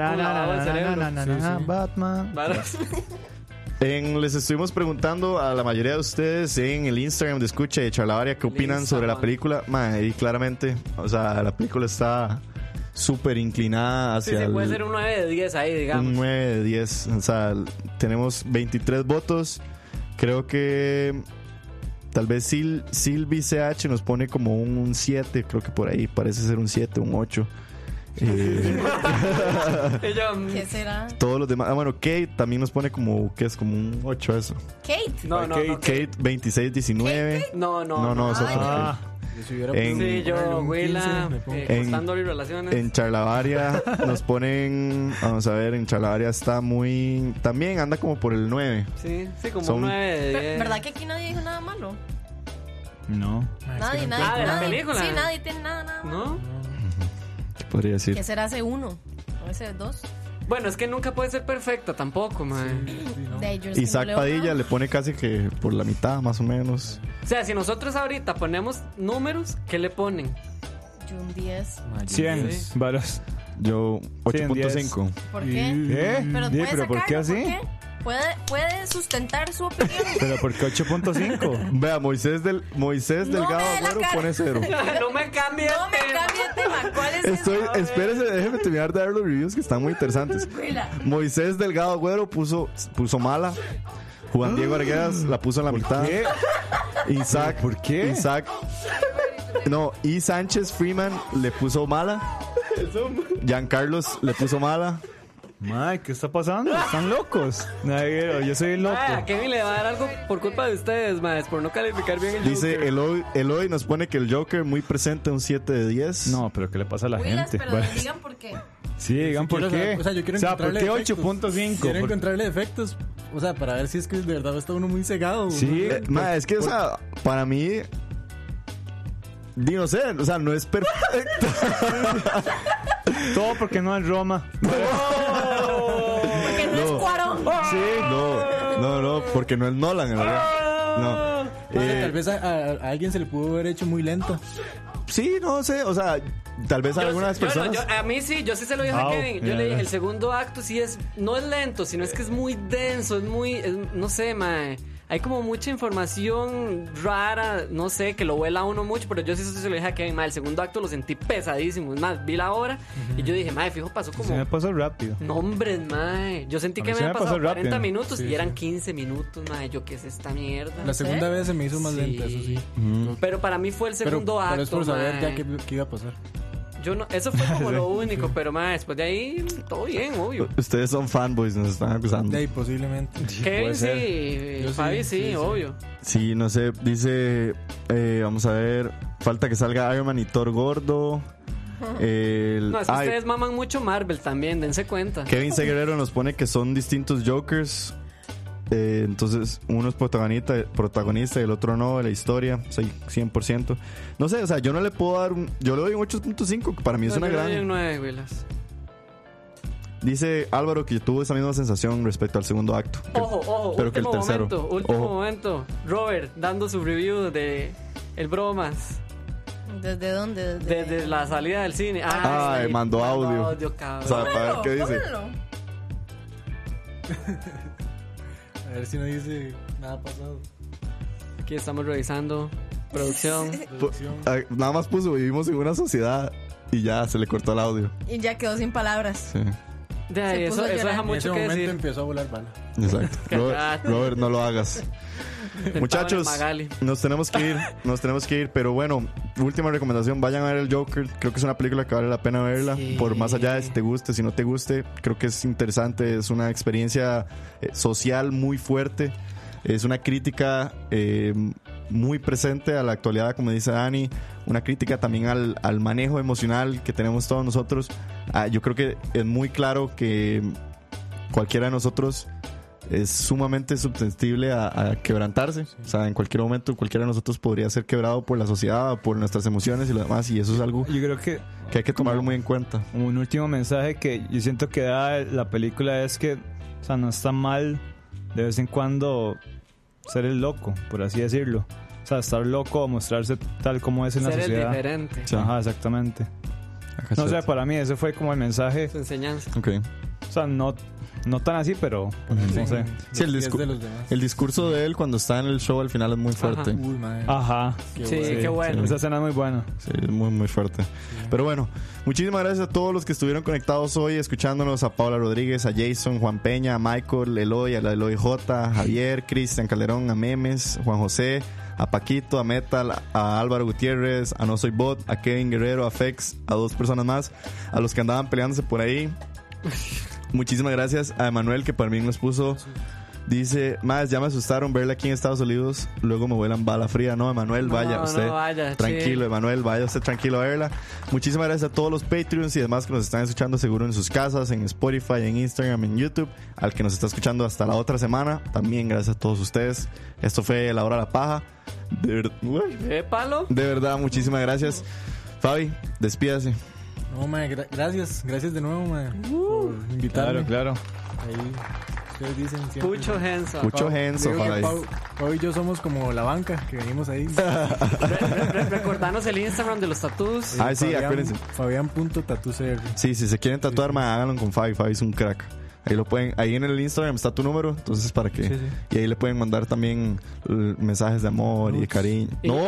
Batman. Les estuvimos preguntando a la mayoría de ustedes en el Instagram de Escucha de Charlavaria qué opinan sobre la película. Y claramente, o sea, la película está súper inclinada hacia... Sí, puede ser un 9 de 10 ahí, digamos. Un 9 de 10. O sea, tenemos 23 votos. Creo que tal vez Silvi CH nos pone como un 7. Creo que por ahí parece ser un 7, un 8. ¿Qué será? Todos los demás. Bueno, Kate también nos pone como que es como un 8 eso. ¿Kate? No. Kate 2619. No, es otro. Yo, Willa, cortándole relaciones. En Charlavaria nos ponen, vamos a ver, en Charlavaria está muy, también anda como por el 9. Sí, como un 9 de 10. ¿Verdad que aquí nadie dijo nada malo? No. Nadie. ¿De la película? Sí, nadie tiene nada malo. ¿No? ¿Qué podría decir? ¿Qué será ese 1? ¿O ese 2? Bueno, es que nunca puede ser perfecta tampoco, man. Isaac Padilla le pone casi que por la mitad, más o menos. O sea, si nosotros ahorita ponemos números, ¿qué le ponen? Yo un 10. 100 varas. Yo 8.5. ¿Por qué? ¿Pero por qué así? ¿Por qué? ¿Puede sustentar su opinión? ¿Pero por qué 8.5? Vea, Moisés Delgado Agüero pone 0. No me cambie el tema. ¿Cuál es eso? Espérese, déjeme terminar de dar los reviews que están muy interesantes. Moisés Delgado Agüero puso mala. Juan Diego Arguedas la puso en la mitad. ¿Qué? Isaac, ¿por qué? Y Sánchez Freeman le puso mala. Giancarlos le puso mala. Mae, ¿qué está pasando? ¿Están locos? Yo soy el loco. A Kevin le va a dar algo por culpa de ustedes, más por no calificar bien el Dice Joker. Eloy nos pone que el Joker muy presente, un 7 de 10. No, pero ¿qué le pasa a la gente? Pero digan por qué. Sí, digan por qué. O sea, yo quiero ¿por qué 8.5? Quiero encontrarle defectos. O sea, para ver si es que de verdad está uno muy cegado. Sí. Es que, o sea, para mí... no sé, o sea, no es perfecto. Todo porque no es Roma. Porque no es Cuarón. Sí. No, porque no es Nolan, en verdad. No. Tal vez a alguien se le pudo haber hecho muy lento. Sí, no sé, o sea, tal vez a algunas personas. A mí sí, yo sí se lo dije a Kevin. Yo le dije, el segundo acto sí no es lento, sino es que es muy denso, no sé, mae. Hay como mucha información rara, no sé, que lo vuela a uno mucho, pero yo sí se lo dije a Kevin, el segundo acto lo sentí pesadísimo. Es más, vi la hora y yo dije, fijo, pasó como... Se me pasó rápido. No, hombre, yo sentí que me habían pasado 40 minutos y eran 15 minutos, yo, ¿qué es esta mierda? La segunda vez se me hizo más lenta, eso sí. Pero para mí fue el segundo acto, pero es por saber ya qué iba a pasar. Eso fue como lo único, pero después de ahí, todo bien, obvio. Ustedes son fanboys, nos están acusando. De ahí, posiblemente. Kevin sí, Fabi sí, obvio. Sí, no sé, dice, vamos a ver, falta que salga Iron Man y Thor gordo. No, es que ustedes maman mucho Marvel también, dense cuenta. Kevin C. Guerrero nos pone que son distintos Jokers. Entonces uno es protagonista y el otro no de la historia, 100%. No sé, o sea, yo no le puedo dar yo le doy un 8.5, que para mí es una gran... Yo le doy un 9, Willas. Dice Álvaro que tuvo esa misma sensación respecto al segundo acto. Ojo, pero que el tercero. Último momento. Robert dando su review de El Bromas. ¿Desde dónde? Desde la salida del cine. Mandó audio. Cabrón. O sea, para ver qué dice. A ver si no dice nada pasado. Aquí estamos revisando producción. Nada más puso, vivimos en una sociedad y ya se le cortó el audio. Y ya quedó sin palabras. Sí. De ahí, eso deja mucho que decir. En ese momento empezó a volar bala. Exacto. Robert, no lo hagas. Muchachos, nos tenemos que ir, pero bueno, última recomendación, vayan a ver el Joker. Creo que es una película que vale la pena verla, por más allá de si te guste, si no te guste. Creo que es interesante, es una experiencia social muy fuerte, es una crítica muy presente a la actualidad, como dice Dani, una crítica también al manejo emocional que tenemos todos nosotros. Yo creo que es muy claro que cualquiera de nosotros es sumamente susceptible a quebrantarse. O sea, en cualquier momento cualquiera de nosotros podría ser quebrado por la sociedad, por nuestras emociones y lo demás, y eso es algo yo creo que hay que tomarlo muy en cuenta. Un último mensaje que yo siento que da la película es que, o sea, no está mal de vez en cuando ser el loco, por así decirlo. O sea, estar loco o mostrarse tal como es en la sociedad. Ser el diferente. Sí. Ajá, exactamente. No, o sea, para mí ese fue como el mensaje. Su enseñanza. Okay. O sea, no tan así, pero no sé. Sí, el discurso de él cuando está en el show al final es muy fuerte. Ajá. Uy, ajá. Qué bueno. Esa escena es muy buena. Sí, es muy, muy fuerte. Pero bueno, muchísimas gracias a todos los que estuvieron conectados hoy, escuchándonos, a Paula Rodríguez, a Jason, Juan Peña, a Michael, Eloy, a la Eloy J, a Javier, Cristian Calderón, a Memes, Juan José, a Paquito, a Metal, a Álvaro Gutiérrez, a No Soy Bot, a Kevin Guerrero, a Fex, a 2 personas más, a los que andaban peleándose por ahí. Muchísimas gracias a Emanuel, que para mí nos puso, dice, más ya me asustaron verla aquí en Estados Unidos, luego me vuelan bala fría. No, Emanuel, vaya tranquilo, Emanuel, vaya usted tranquilo a verla. Muchísimas gracias a todos los Patreons y demás que nos están escuchando seguro en sus casas, en Spotify, en Instagram, en YouTube. Al que nos está escuchando hasta la otra semana, también gracias a todos ustedes. Esto fue La Hora de la Paja. De verdad, muchísimas gracias. Fabi, despídase. No, mae, gracias de nuevo, mae, por invitarme. Claro. Ahí ustedes dicen siempre. Pucho Henso, Pau y yo somos como la banca que venimos ahí. Recordanos el Instagram de los tatús. Sí, acuérdense. Fabian.tatucr. Sí, si se quieren tatuar, mae, háganlo con Fabi. Fabi es un crack. Ahí lo pueden, ahí en el Instagram está tu número, entonces para que sí. Y ahí le pueden mandar también mensajes de amor y de cariño. Digo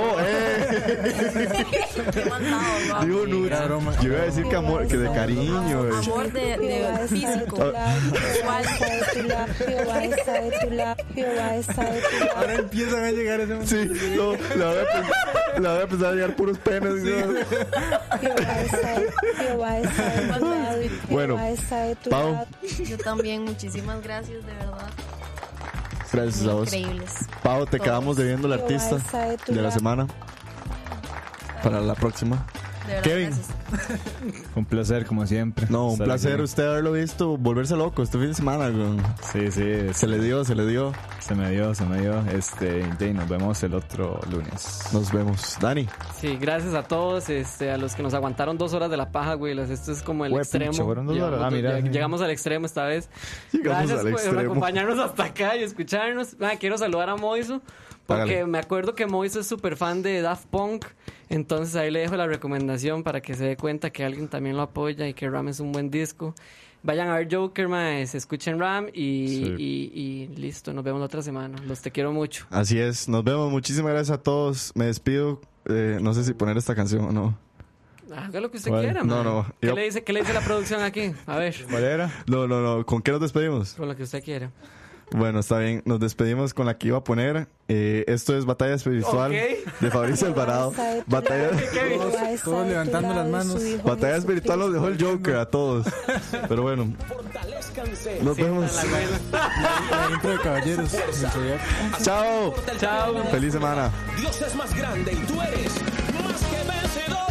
nudes. Yo iba a decir que amor, que de cariño. Amor de físico. Ahora empiezan a llegar ese momento. Sí, no, la voy a empezar a llegar puros penes. Bueno, Pau. Yo también, muchísimas gracias, de verdad. Gracias a vos. Increíbles. Pau, te quedamos debiendo el artista de la semana para la próxima. Verdad, Kevin. Un placer, como siempre. No, un placer usted haberlo visto, volverse loco este fin de semana. Sí. Se le dio. Se me dio. Y nos vemos el otro lunes. Nos vemos. Dani. Sí, gracias a todos, a los que nos aguantaron 2 horas de la paja, güey. Esto es como el extremo. Fueron 2 horas. Llegamos al extremo esta vez. Gracias por acompañarnos hasta acá y escucharnos. Quiero saludar a Moiso, porque me acuerdo que Moiso es súper fan de Daft Punk. Entonces ahí le dejo la recomendación para que se dé cuenta que alguien también lo apoya y que Ram es un buen disco. Vayan a ver Joker, se escuchen Ram y listo, nos vemos la otra semana. Los te quiero mucho. Así es, nos vemos. Muchísimas gracias a todos. Me despido. No sé si poner esta canción o no. Haga lo que usted quiera, man. No. ¿Qué le dice la producción aquí? A ver. ¿Cuál era? No. ¿Con qué nos despedimos? Con lo que usted quiera. Bueno, está bien. Nos despedimos con la que iba a poner. Esto es Batalla Espiritual de Fabricio Alvarado. Todos levantando las manos. Batalla Espiritual nos dejó el Joker a todos. Pero bueno, nos vemos. La intro de Caballeros. Chao. Feliz semana. Dios es más grande y tú eres más que vencedor.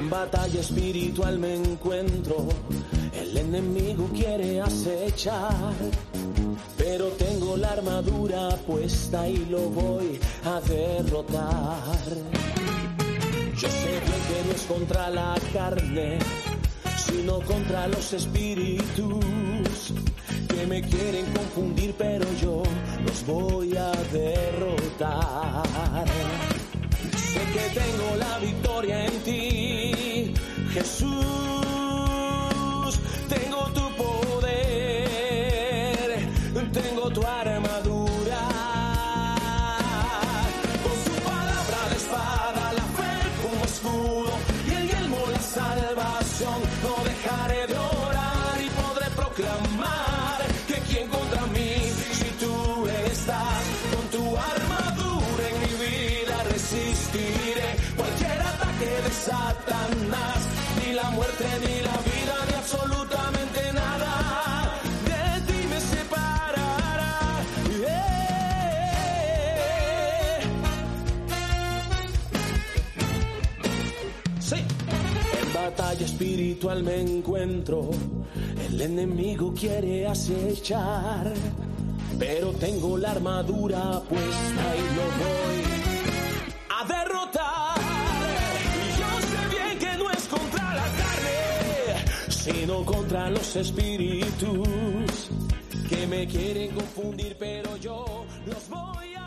En batalla espiritual me encuentro, el enemigo quiere acechar, pero tengo la armadura puesta y lo voy a derrotar. Yo sé bien que no es contra la carne, sino contra los espíritus que me quieren confundir, pero yo los voy a derrotar. Sé que tengo la victoria en ti, Jesús. Tengo tu poder, tengo tu armadura. Con tu palabra la espada, la fe como escudo y el yelmo la salvación. No dejaré de orar y podré proclamar que quien contra mí, si tú estás con tu armadura en mi vida resistiré cualquier ataque de Satanás, ni la muerte ni la vida ni absolutamente nada de ti me separará. Sí. En batalla espiritual me encuentro, el enemigo quiere acechar, pero tengo la armadura puesta y lo voy a derrotar. Yo sé bien que no es contra la carne, sino contra los espíritus que me quieren confundir, pero yo los voy a